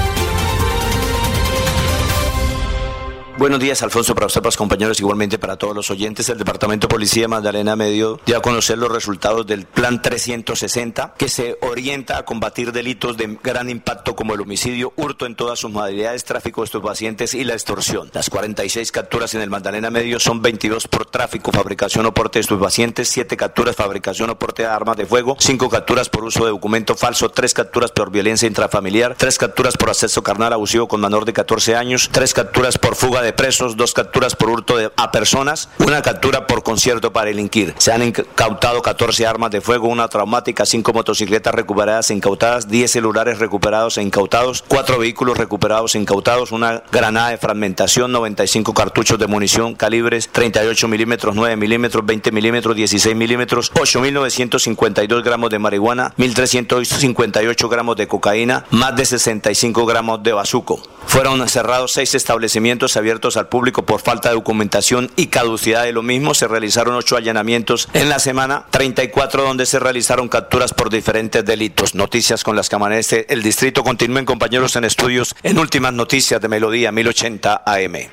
Speaker 8: Buenos días, Alfonso, para usted, para los compañeros, igualmente para todos los oyentes. El Departamento de Policía de Magdalena Medio dio a conocer los resultados del Plan trescientos sesenta, que se orienta a combatir delitos de gran impacto como el homicidio, hurto en todas sus modalidades, tráfico de estupefacientes y la extorsión. Las cuarenta y seis capturas en el Magdalena Medio son veintidós por tráfico, fabricación o porte de estupefacientes, siete capturas, fabricación o porte de armas de fuego, cinco capturas por uso de documento falso, tres capturas por violencia intrafamiliar, tres capturas por acceso carnal abusivo con menor de catorce años, tres capturas por fuga de de presos, dos capturas por hurto de, a personas, una captura por concierto para delinquir. Se han incautado catorce armas de fuego, una traumática, cinco motocicletas recuperadas e incautadas, diez celulares recuperados e incautados, cuatro vehículos recuperados e incautados, una granada de fragmentación, noventa y cinco cartuchos de munición calibres treinta y ocho milímetros, nueve milímetros, veinte milímetros, dieciséis milímetros, ocho mil novecientos cincuenta y dos gramos de marihuana, mil trescientos cincuenta y ocho gramos de cocaína, más de sesenta y cinco gramos de bazuco. Fueron cerrados seis establecimientos abiertos al público por falta de documentación y caducidad de lo mismo. Se realizaron ocho allanamientos en la semana, treinta y cuatro donde se realizaron capturas por diferentes delitos. Noticias con las que amanece el distrito. Continúen, compañeros, en estudios en Últimas Noticias de Melodía mil ochenta A M.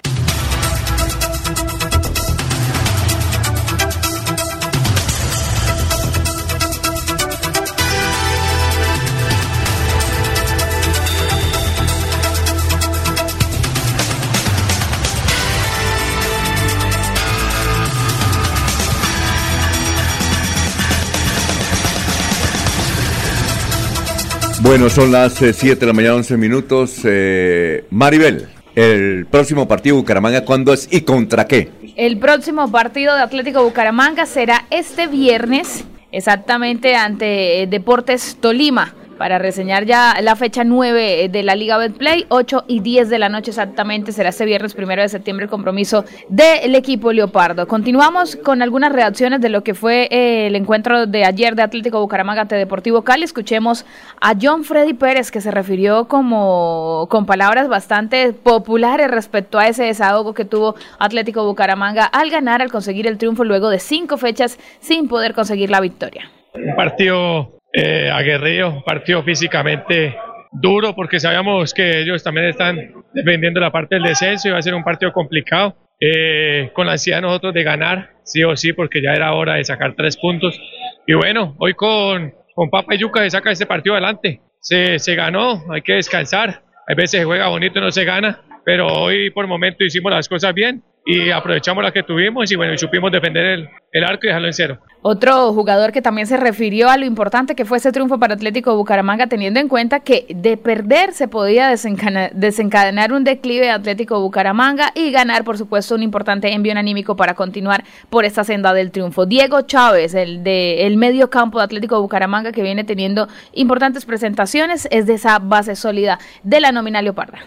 Speaker 2: Bueno, son las siete eh, de la mañana, once minutos. Eh, Maribel, el próximo partido de Bucaramanga, ¿cuándo es y contra qué?
Speaker 24: El próximo partido de Atlético Bucaramanga será este viernes, exactamente ante Deportes Tolima, para reseñar ya la fecha nueve de la Liga Betplay. Ocho y diez de la noche exactamente será este viernes primero de septiembre el compromiso del equipo Leopardo. Continuamos con algunas reacciones de lo que fue eh, el encuentro de ayer de Atlético Bucaramanga ante Deportivo Cali. Escuchemos a John Freddy Pérez, que se refirió como con palabras bastante populares respecto a ese desahogo que tuvo Atlético Bucaramanga al ganar, al conseguir el triunfo luego de cinco fechas sin poder conseguir la victoria.
Speaker 12: Un partido Eh, aguerrido, partido físicamente duro, porque sabíamos que ellos también están dependiendo de la parte del descenso y va a ser un partido complicado, eh, con la ansiedad de nosotros de ganar, sí o sí, porque ya era hora de sacar tres puntos. Y bueno, hoy con, con papa y yuca se saca este partido adelante, se, se ganó, hay que descansar, hay veces se juega bonito y no se gana, pero hoy por el momento hicimos las cosas bien y aprovechamos las que tuvimos y bueno, y supimos defender el, el arco y dejarlo en cero.
Speaker 24: Otro jugador que también se refirió a lo importante que fue ese triunfo para Atlético Bucaramanga, teniendo en cuenta que de perder se podía desencana- desencadenar un declive de Atlético Bucaramanga y ganar, por supuesto, un importante envío anímico para continuar por esta senda del triunfo. Diego Chávez, el de el medio campo de Atlético Bucaramanga, que viene teniendo importantes presentaciones, es de esa base sólida de la nómina leoparda.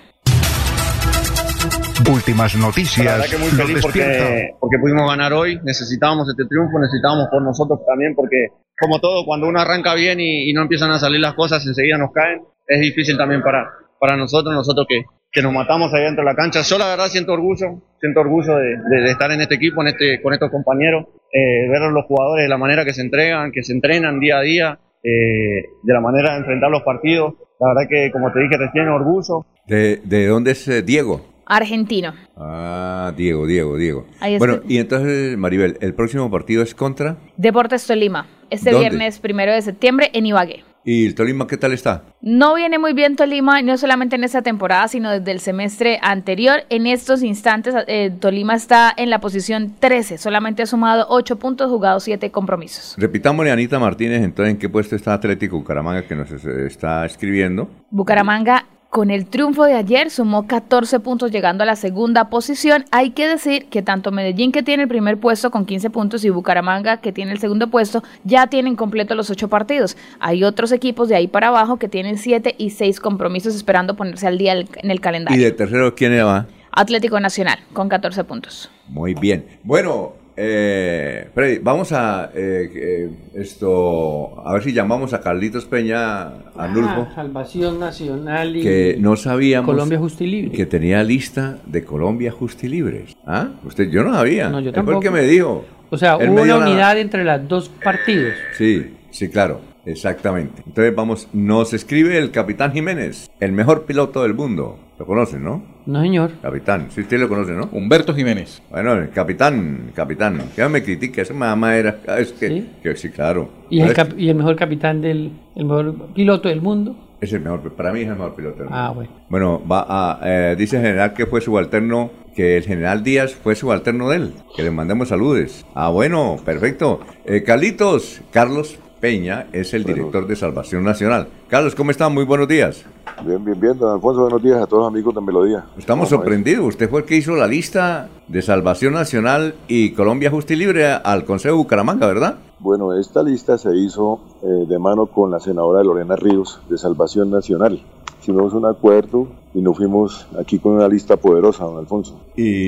Speaker 1: Últimas Noticias.
Speaker 13: La verdad que muy feliz porque, porque pudimos ganar hoy, necesitábamos este triunfo, necesitábamos por nosotros también, porque como todo, cuando uno arranca bien y, y no empiezan a salir las cosas, enseguida nos caen, es difícil también para, para nosotros, nosotros que, que nos matamos ahí dentro de la cancha. Yo la verdad siento orgullo, siento orgullo de, de, de estar en este equipo, en este, con estos compañeros, eh, ver a los jugadores de la manera que se entregan, que se entrenan día a día, eh, de la manera de enfrentar los partidos. La verdad que, como te dije recién, orgullo.
Speaker 2: ¿De, de dónde es eh, Diego?
Speaker 24: Argentino.
Speaker 2: Ah, Diego, Diego, Diego.
Speaker 24: Ahí
Speaker 2: bueno,
Speaker 24: está.
Speaker 2: y entonces, Maribel, ¿el próximo partido es contra?
Speaker 24: Deportes Tolima, este
Speaker 2: ¿Dónde?
Speaker 24: viernes primero de septiembre en Ibagué.
Speaker 2: ¿Y el Tolima qué tal está?
Speaker 24: No viene muy bien Tolima, no solamente en esta temporada, sino desde el semestre anterior. En estos instantes, eh, Tolima está en la posición trece, solamente ha sumado ocho puntos, jugado siete compromisos.
Speaker 2: Repitámosle a Anita Martínez, entonces, ¿en qué puesto está Atlético Bucaramanga que nos está escribiendo?
Speaker 24: Bucaramanga, con el triunfo de ayer, sumó catorce puntos, llegando a la segunda posición. Hay que decir que tanto Medellín, que tiene el primer puesto con quince puntos, y Bucaramanga, que tiene el segundo puesto, ya tienen completo los ocho partidos. Hay otros equipos de ahí para abajo que tienen siete y seis compromisos esperando ponerse al día en el calendario.
Speaker 2: ¿Y de tercero quién va?
Speaker 24: Atlético Nacional, con catorce puntos.
Speaker 2: Muy bien. Bueno, eh, Freddy, vamos a eh, eh, esto, a ver si llamamos a Carlitos Peña Arnulfo.
Speaker 6: Ah, Salvación Nacional y
Speaker 2: que no sabíamos
Speaker 6: Colombia Justa y Libre.
Speaker 2: Que tenía lista de Colombia Justa y Libres. ¿Ah? Usted, yo no sabía.
Speaker 6: No, yo
Speaker 2: Él
Speaker 6: tampoco.
Speaker 2: fue el que me dijo.
Speaker 6: O sea,
Speaker 2: Él
Speaker 6: hubo una unidad
Speaker 2: nada.
Speaker 6: entre los dos partidos.
Speaker 2: Sí, sí, claro. Exactamente. Entonces vamos, nos escribe el Capitán Jiménez, el mejor piloto del mundo. Lo conocen, ¿no?
Speaker 6: No, señor.
Speaker 2: Capitán, sí, usted lo conoce, ¿no?
Speaker 5: Humberto Jiménez.
Speaker 2: Bueno, el capitán, capitán. Que no me critique, esa mamá era. Es que,
Speaker 6: ¿Sí?
Speaker 2: que sí, claro.
Speaker 6: ¿Y el, cap- y el mejor capitán del, el mejor piloto del mundo?
Speaker 2: Es el mejor, para mí es el mejor piloto del mundo.
Speaker 6: Ah, bueno.
Speaker 2: Bueno, va a, eh, dice el general que fue subalterno, que el general Díaz fue subalterno de él. Que le mandemos saludes. Ah, bueno, perfecto. Eh, Carlitos, Carlos Peña es el director de Salvación Nacional. Carlos, ¿cómo está? Muy buenos días.
Speaker 9: Bien, bien, bien, don Alfonso, buenos días a todos los amigos de Melodía.
Speaker 2: Estamos sorprendidos. Usted fue el que hizo la lista de Salvación Nacional y Colombia Justa y Libre al Consejo de Bucaramanga, ¿verdad?
Speaker 9: Bueno, esta lista se hizo eh, de mano con la senadora Lorena Ríos de Salvación Nacional. Hicimos un acuerdo y nos fuimos aquí con una lista poderosa, don Alfonso.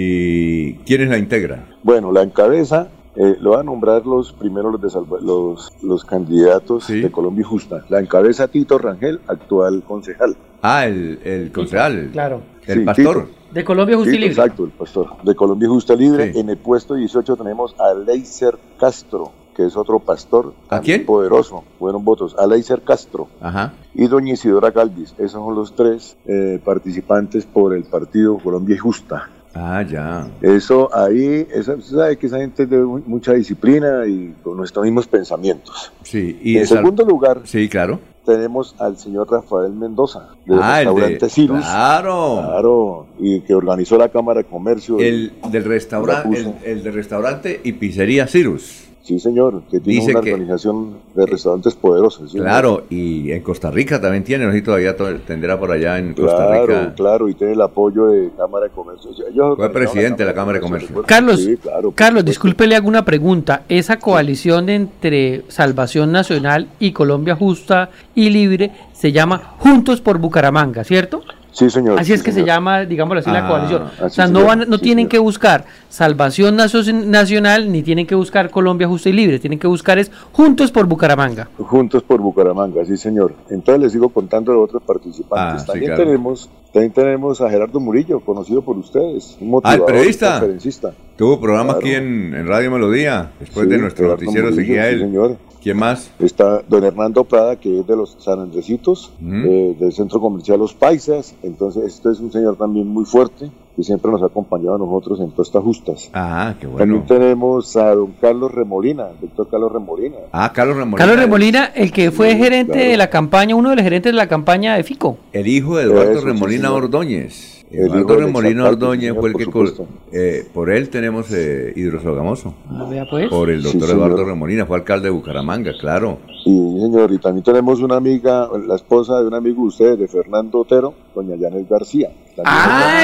Speaker 2: ¿Y quiénes la integran?
Speaker 9: Bueno, la encabeza, eh, lo van a nombrar los primeros los, de Salva, los, los candidatos ¿Sí? de Colombia Justa. La encabeza Tito Rangel, actual concejal.
Speaker 2: Ah, el, el concejal.
Speaker 6: Tito, claro.
Speaker 2: El
Speaker 9: sí,
Speaker 2: pastor.
Speaker 9: Tito.
Speaker 6: De Colombia Justa y Libre.
Speaker 9: Exacto, el pastor. De Colombia Justa y Libre.
Speaker 2: Sí.
Speaker 9: En el puesto dieciocho tenemos a Leiser Castro, que es otro pastor.
Speaker 2: ¿A quién?
Speaker 9: Poderoso. Fueron votos. A Leiser Castro.
Speaker 2: Ajá.
Speaker 9: Y doña Isidora Galvis. Esos son los tres eh, participantes por el partido Colombia Justa.
Speaker 2: Ah, ya.
Speaker 9: Eso ahí, esa, usted sabe que esa gente es de mucha disciplina y con nuestros mismos pensamientos.
Speaker 2: Sí. Y
Speaker 9: en
Speaker 2: esa...
Speaker 9: segundo lugar.
Speaker 2: Sí, claro.
Speaker 9: Tenemos al señor Rafael Mendoza, del
Speaker 2: ah,
Speaker 9: restaurante
Speaker 2: de,
Speaker 9: Cirus.
Speaker 2: Claro.
Speaker 9: Claro, y que organizó la Cámara de Comercio.
Speaker 2: El del restaurante, el, el del restaurante y pizzería Cirus.
Speaker 9: Sí, señor, que tiene
Speaker 2: Dice
Speaker 9: una
Speaker 2: que,
Speaker 9: organización de restaurantes poderosos. ¿Sí,
Speaker 2: claro, ¿no? Y en Costa Rica también tiene, no sé si todavía tendrá por allá en Costa
Speaker 9: claro,
Speaker 2: Rica.
Speaker 9: Claro, claro, y tiene el apoyo de Cámara de Comercio. Ellos
Speaker 2: Fue presidente de la Cámara de Comercio.
Speaker 6: Carlos,
Speaker 9: sí, claro,
Speaker 6: Carlos, disculpe, le hago una pregunta. Esa coalición entre Salvación Nacional y Colombia Justa y Libre se llama Juntos por Bucaramanga, ¿cierto?
Speaker 9: Sí, señor.
Speaker 6: Así es
Speaker 9: sí,
Speaker 6: que
Speaker 9: señor.
Speaker 6: se llama, digámoslo así,
Speaker 2: ah,
Speaker 6: la coalición. O sea,
Speaker 9: sí,
Speaker 6: no, van, no
Speaker 9: sí,
Speaker 6: tienen
Speaker 9: señor.
Speaker 6: que buscar Salvación Nacional ni tienen que buscar Colombia Justa y Libre. Tienen que buscar es Juntos por Bucaramanga.
Speaker 9: Juntos por Bucaramanga, sí, señor. Entonces les sigo contando a los otros participantes.
Speaker 2: Ah,
Speaker 9: también,
Speaker 2: sí, claro.
Speaker 9: tenemos, también tenemos a Gerardo Murillo, conocido por ustedes. Un motivador,
Speaker 2: ah, el periodista.
Speaker 9: Un conferencista.
Speaker 2: Tuvo programa
Speaker 9: claro.
Speaker 2: aquí en, en Radio Melodía. Después
Speaker 9: sí,
Speaker 2: de nuestro
Speaker 9: Gerardo
Speaker 2: noticiero
Speaker 9: Murillo,
Speaker 2: seguía
Speaker 9: sí,
Speaker 2: él.
Speaker 9: Señor.
Speaker 2: ¿Quién más?
Speaker 9: Está don Hernando Prada, que es de los San Andresitos,
Speaker 2: ¿Mm?
Speaker 9: eh, del Centro Comercial Los Paisas. Entonces, este es un señor también muy fuerte, que siempre nos ha acompañado a nosotros en Tostas Justas.
Speaker 2: Ah, qué bueno.
Speaker 9: También tenemos a don Carlos Remolina, el doctor Carlos Remolina.
Speaker 2: Ah, Carlos Remolina.
Speaker 6: Carlos Remolina, el que fue
Speaker 9: Sí,
Speaker 6: gerente
Speaker 9: claro.
Speaker 6: de la campaña, uno de los gerentes de la campaña de FICO.
Speaker 2: El hijo de Eduardo
Speaker 9: Eso, sí,
Speaker 2: Remolina
Speaker 9: señor.
Speaker 2: Ordóñez.
Speaker 9: El hijo
Speaker 2: Eduardo
Speaker 9: del
Speaker 2: Remolina
Speaker 9: exalcalde,
Speaker 2: Ordóñez
Speaker 9: señor,
Speaker 2: fue el
Speaker 9: por
Speaker 2: que... Col-
Speaker 9: supuesto.
Speaker 2: eh, por él tenemos eh, hidrosogamoso.
Speaker 6: Ah, vea pues.
Speaker 2: Por el doctor
Speaker 9: Sí,
Speaker 2: Eduardo
Speaker 9: señor.
Speaker 2: Remolina, fue alcalde de Bucaramanga, claro.
Speaker 9: Sí, señor, y también tenemos una amiga, la esposa de un amigo de ustedes, de Fernando Otero, doña Yanet García. También
Speaker 6: ¡Ay,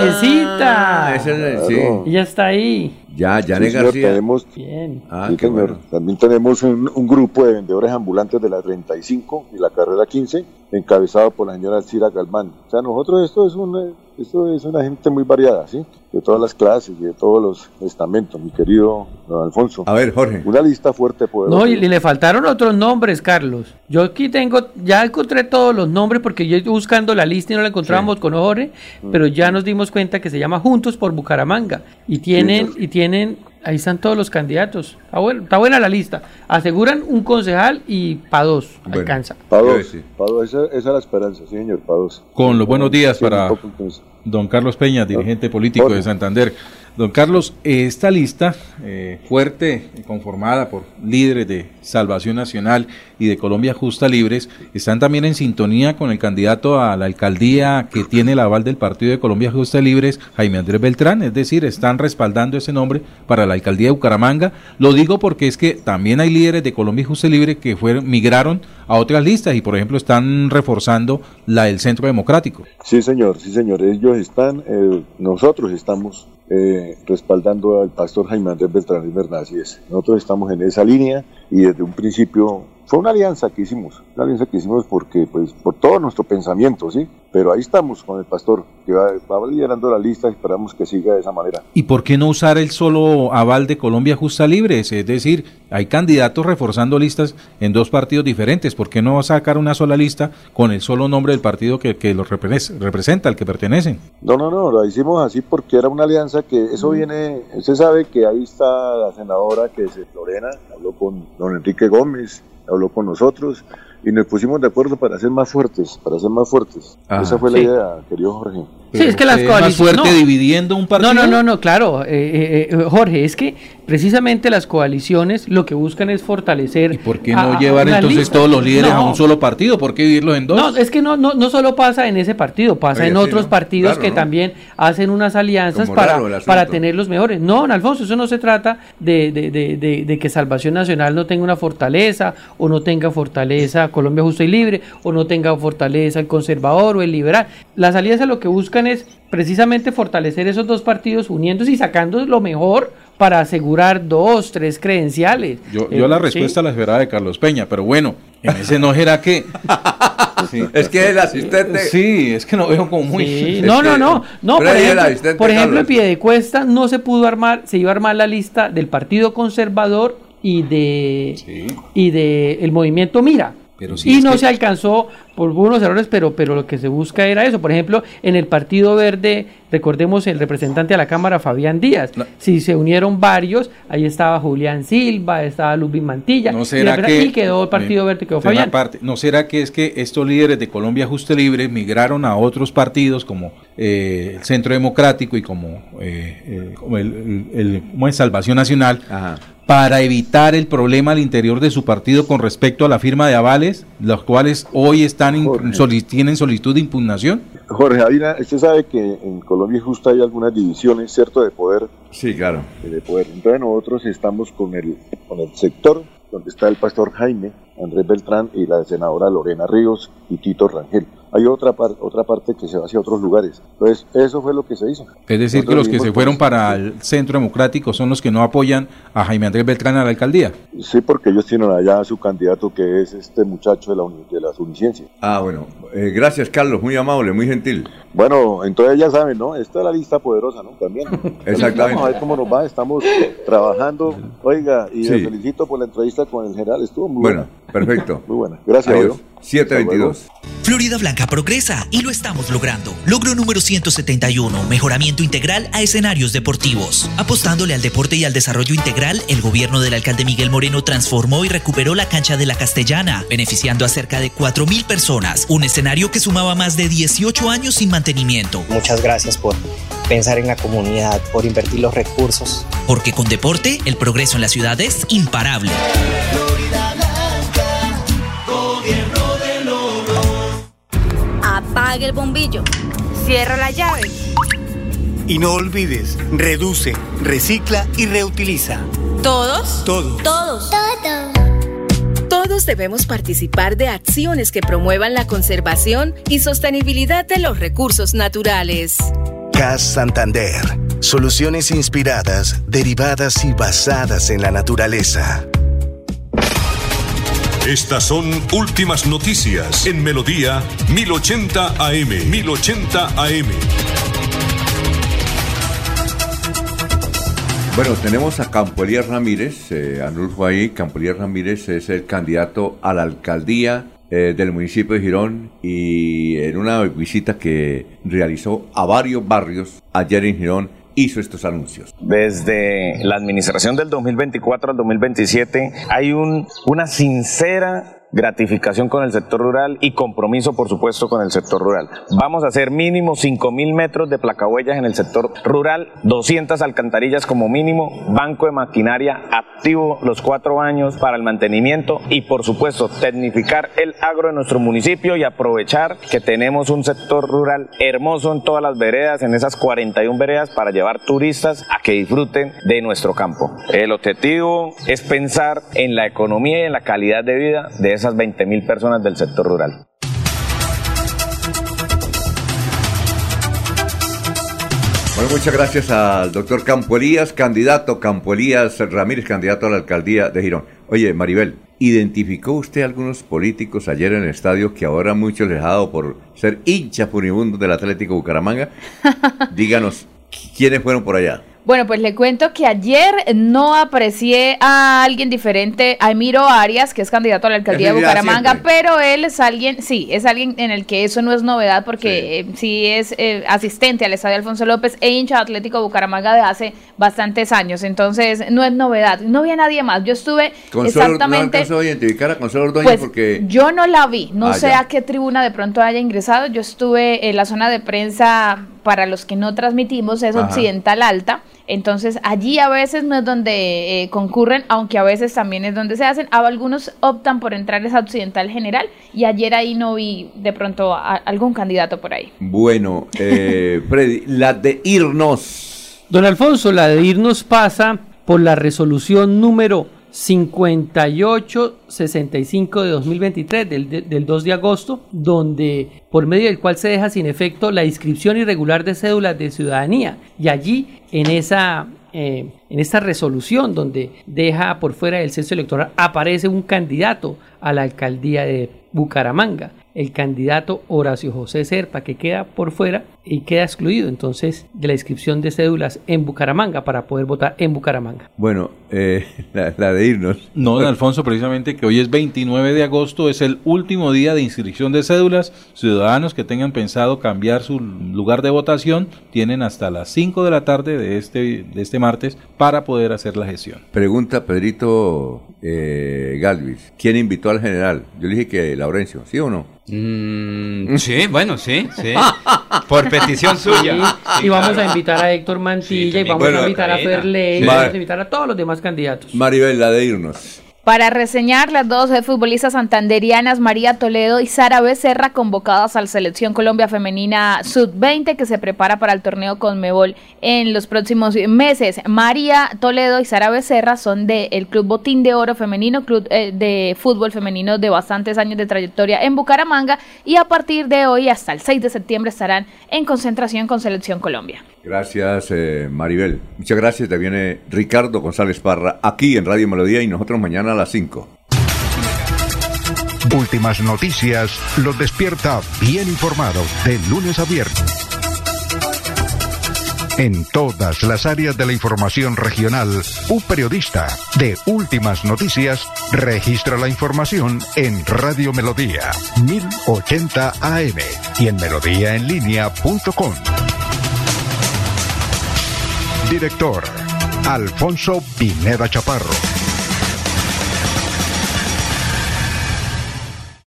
Speaker 6: Yanecita!
Speaker 2: Ese es el-
Speaker 9: Claro.
Speaker 2: sí.
Speaker 6: Ella está ahí.
Speaker 2: Ya,
Speaker 9: Sí,
Speaker 2: Janet
Speaker 9: señor,
Speaker 2: García.
Speaker 9: tenemos,
Speaker 6: Bien.
Speaker 2: Ah,
Speaker 9: sí,
Speaker 2: qué
Speaker 9: señor.
Speaker 2: bueno.
Speaker 9: También tenemos un, un grupo de vendedores ambulantes de la treinta y cinco y la carrera quince, encabezado por la señora Alcira Galván. O sea, nosotros esto es una, esto es una gente muy variada, ¿sí? De todas las clases y de todos los estamentos, mi querido don Alfonso.
Speaker 2: A ver, Jorge.
Speaker 9: Una lista fuerte, poderosa.
Speaker 6: No, y, y le faltaron otros nombres, Carlos. Yo aquí tengo, ya encontré todos los nombres porque yo estoy buscando la lista y no la encontramos
Speaker 2: Sí.
Speaker 6: con Jorge, pero ya nos dimos cuenta que se llama Juntos por Bucaramanga. Y tienen,
Speaker 9: Sí, sí.
Speaker 6: y tienen, ahí están todos los candidatos. Está, bueno, está buena la lista. Aseguran un concejal y para dos
Speaker 2: Bueno.
Speaker 6: alcanza.
Speaker 9: Pa'
Speaker 2: Yo
Speaker 9: dos,
Speaker 2: decía.
Speaker 9: pa' dos, esa, esa es la esperanza, sí, señor, para dos.
Speaker 5: Con los buenos días
Speaker 9: Sí,
Speaker 5: para
Speaker 9: un poco intenso.
Speaker 5: don Carlos Peña, dirigente político
Speaker 9: Jorge.
Speaker 5: de Santander.
Speaker 3: Don Carlos, esta lista eh, fuerte, conformada por líderes de Salvación Nacional y de Colombia Justa Libres, están también en sintonía con el candidato a la alcaldía que tiene el aval del Partido de Colombia Justa Libres, Jaime Andrés Beltrán, es decir, están respaldando ese nombre para la alcaldía de Bucaramanga. Lo digo porque es que también hay líderes de Colombia Justa Libre que fueron, migraron a otras listas y, por ejemplo, están reforzando la del Centro Democrático.
Speaker 9: Sí, señor, sí, señor, ellos están, eh, nosotros estamos Eh, respaldando al pastor Jaime Andrés Beltrán y Bernal, así es. Nosotros estamos en esa línea y desde un principio fue una alianza que hicimos, una alianza que hicimos porque, pues, por todo nuestro pensamiento, ¿sí? Pero ahí estamos con el pastor, que va, va liderando la lista y esperamos que siga de esa manera.
Speaker 3: ¿Y por qué no usar el solo aval de Colombia Justa Libres? Es decir, hay candidatos reforzando listas en dos partidos diferentes. ¿Por qué no sacar una sola lista con el solo nombre del partido que, que los representa, al que pertenecen?
Speaker 9: No, no, no, lo hicimos así porque era una alianza que eso viene, se sabe que ahí está la senadora que es Lorena, habló con don Enrique Gómez, habló con nosotros y nos pusimos de acuerdo para ser más fuertes, para ser más fuertes. Ah, esa fue sí. la idea, querido Jorge.
Speaker 6: Sí, es que las coaliciones...
Speaker 3: ¿Más fuerte no. dividiendo un partido?
Speaker 6: No, no, no, no, claro, eh, eh, Jorge, es que precisamente las coaliciones lo que buscan es fortalecer...
Speaker 3: ¿Y por qué no a, llevar a entonces lista? Todos los líderes no. a un solo partido? ¿Por qué dividirlos en dos?
Speaker 6: No, es que no no, no solo pasa en ese partido, pasa Oye, en sí, otros ¿no? partidos claro, que ¿no? también hacen unas alianzas para, para tener los mejores. No, don Alfonso, eso no se trata de, de, de, de, de que Salvación Nacional no tenga una fortaleza o no tenga fortaleza Colombia Justa y Libre o no tenga fortaleza el conservador o el liberal. Las alianzas lo que buscan es precisamente fortalecer esos dos partidos uniéndose y sacando lo mejor para asegurar dos, tres credenciales.
Speaker 3: Yo, yo eh, la respuesta sí. la esperaba de Carlos Peña, pero bueno, en ese no era que...
Speaker 2: Sí. Es que el asistente...
Speaker 3: Sí, es que no veo como muy...
Speaker 6: Sí. No, no, no, no, por ejemplo, por ejemplo en Piedecuesta no se pudo armar, se iba a armar la lista del Partido Conservador y de sí. y de el Movimiento Mira. Pero sí y no que... se alcanzó por unos errores, pero, pero lo que se busca era eso. Por ejemplo, en el Partido Verde, recordemos el representante a la Cámara, Fabián Díaz. No. Si se unieron varios, ahí estaba Julián Silva, estaba Ludwig Mantilla,
Speaker 3: ¿No será y, que,
Speaker 6: y quedó el Partido Verde, quedó Fabián.
Speaker 3: Parte, ¿No será que es que estos líderes de Colombia Justa y Libre migraron a otros partidos como eh, el Centro Democrático y como, eh, eh, como el, el, el como es Salvación Nacional? Ajá. Para evitar el problema al interior de su partido con respecto a la firma de avales, los cuales hoy están in, soli, tienen solicitud de impugnación?
Speaker 9: Jorge, Avina, usted sabe que en Colombia Justa hay algunas divisiones, ¿cierto?, de poder.
Speaker 2: Sí, claro.
Speaker 9: De poder. Entonces nosotros estamos con el, con el sector donde está el pastor Jaime Andrés Beltrán y la senadora Lorena Ríos y Tito Rangel. Hay otra, par, otra parte que se va hacia otros lugares. Entonces, eso fue lo que se hizo.
Speaker 3: Es decir, Nosotros que los que se fueron para el Centro Democrático son los que no apoyan a Jaime Andrés Beltrán a la alcaldía.
Speaker 9: Sí, porque ellos tienen allá a su candidato, que es este muchacho de la, de la Uniciencia.
Speaker 2: Ah, bueno. Eh, gracias, Carlos. Muy amable, muy gentil.
Speaker 9: Bueno, entonces ya saben, ¿no? Esta es la lista poderosa, ¿no? También.
Speaker 2: Exactamente.
Speaker 9: Vamos a ver cómo nos va. Estamos trabajando. Oiga, y sí. les felicito por la entrevista con el general. Estuvo muy
Speaker 2: bueno,
Speaker 9: buena.
Speaker 2: Perfecto.
Speaker 9: Muy buena. Gracias.
Speaker 2: Adiós. siete veintidós.
Speaker 5: Florida Blanca progresa y lo estamos logrando. Logro número ciento setenta y uno, mejoramiento integral a escenarios deportivos. Apostándole al deporte y al desarrollo integral, el gobierno del alcalde Miguel Moreno transformó y recuperó la cancha de la Castellana, beneficiando a cerca de cuatro mil personas. Un escenario que sumaba más de dieciocho años sin mantenimiento.
Speaker 19: Muchas gracias por pensar en la comunidad, por invertir los recursos.
Speaker 5: Porque con deporte, el progreso en la ciudad es imparable.
Speaker 20: Florida Blanca, gobierno.
Speaker 15: Apague el bombillo, cierra la llave.
Speaker 16: Y no olvides, reduce, recicla y reutiliza.
Speaker 15: ¿Todos?
Speaker 16: Todos.
Speaker 15: Todos.
Speaker 17: Todos. Todos debemos participar de acciones que promuevan la conservación y sostenibilidad de los recursos naturales.
Speaker 18: C A S Santander. Soluciones inspiradas, derivadas y basadas en la naturaleza.
Speaker 4: Estas son últimas noticias en Melodía mil ochenta A M. mil ochenta A M.
Speaker 2: Bueno, tenemos a Campo Elías Ramírez, eh, Arnulfo ahí. Campo Elías Ramírez es el candidato a la alcaldía eh, del municipio de Girón y en una visita que realizó a varios barrios ayer en Girón, hizo estos anuncios.
Speaker 21: Desde la administración del dos mil veinticuatro al dos mil veintisiete hay un, una sincera
Speaker 7: gratificación con el sector rural y compromiso, por supuesto, con el sector rural. Vamos a hacer mínimo cinco mil metros de placahuellas en el sector rural, doscientas alcantarillas como mínimo, banco de maquinaria activo los cuatro años para el mantenimiento y, por supuesto, tecnificar el agro de nuestro municipio y aprovechar que tenemos un sector rural hermoso en todas las veredas, en esas cuarenta y una veredas, para llevar turistas a que disfruten de nuestro campo. El objetivo es pensar en la economía y en la calidad de vida de esas veinte mil personas del sector rural.
Speaker 2: Bueno, muchas gracias al doctor Campo Elías, candidato Campo Elías Ramírez, candidato a la alcaldía de Girón. Oye, Maribel, ¿identificó usted a algunos políticos ayer en el estadio que ahora muchos les ha dado por ser hinchas furibundos del Atlético Bucaramanga? Díganos, ¿quiénes fueron por allá?
Speaker 24: Bueno, pues le cuento que ayer no aprecié a alguien diferente, a Emiro Arias, que es candidato a la alcaldía de Bucaramanga, pero él es alguien, sí, es alguien en el que eso no es novedad, porque sí, eh, sí es eh, asistente al estadio Alfonso López e hincha de Atlético Bucaramanga de hace bastantes años, entonces no es novedad, no había nadie más. Yo estuve
Speaker 2: Consuelo,
Speaker 24: exactamente...
Speaker 2: ¿No alcanzó a identificar a Consuelo Ordóñez?
Speaker 24: Pues
Speaker 2: porque...
Speaker 24: yo no la vi, no
Speaker 2: ah,
Speaker 24: sé
Speaker 2: ya.
Speaker 24: a qué tribuna de pronto haya ingresado, yo estuve en la zona de prensa, para los que no transmitimos, es
Speaker 2: Ajá.
Speaker 24: Occidental Alta. Entonces allí a veces no es donde eh, concurren, aunque a veces también es donde se hacen. Algunos optan por entrar esa Occidental General y ayer ahí no vi de pronto a, a algún candidato por ahí.
Speaker 2: Bueno, eh, Freddy, la de irnos.
Speaker 6: Don Alfonso, la de irnos pasa por la resolución número cincuenta y ocho sesenta y cinco de dos mil veintitrés del, de, del dos de agosto, donde por medio del cual se deja sin efecto la inscripción irregular de cédulas de ciudadanía, y allí en esa eh, en esta resolución donde deja por fuera del censo electoral aparece un candidato a la alcaldía de Bucaramanga, el candidato Horacio José Serpa, que queda por fuera y queda excluido entonces de la inscripción de cédulas en Bucaramanga para poder votar en Bucaramanga.
Speaker 2: Bueno, eh, la, la de irnos.
Speaker 3: No, don Alfonso, precisamente que hoy es veintinueve de agosto, es el último día de inscripción de cédulas. Ciudadanos que tengan pensado cambiar su lugar de votación tienen hasta las cinco de la tarde de este, de este martes para poder hacer la gestión.
Speaker 2: Pregunta Pedrito eh, Galvis, ¿quién invitó al general? Yo le dije que Laurencio, ¿sí o no?
Speaker 10: Mm, sí, bueno, sí, sí. Por petición suya.
Speaker 6: Sí, y vamos a invitar a Héctor Mantilla, sí, y vamos bueno, a invitar a Ferley, sí. Vamos a invitar a todos los demás candidatos.
Speaker 2: Maribel, la de irnos.
Speaker 24: Para reseñar las dos futbolistas santanderianas, María Toledo y Sara Becerra, convocadas a la Selección Colombia Femenina sub veinte, que se prepara para el torneo Conmebol en los próximos meses. María Toledo y Sara Becerra son del Club Botín de Oro Femenino, club eh, de fútbol femenino de bastantes años de trayectoria en Bucaramanga, y a partir de hoy hasta el seis de septiembre estarán en concentración con Selección Colombia.
Speaker 2: Gracias, eh, Maribel. Muchas gracias. Te viene Ricardo González Parra aquí en Radio Melodía y nosotros mañana a las cinco.
Speaker 1: Últimas noticias los despierta bien informados de lunes a viernes. En todas las áreas de la información regional, un periodista de Últimas Noticias registra la información en Radio Melodía mil ochenta A M y en melodía en línea punto com. Director Alfonso Pineda Chaparro.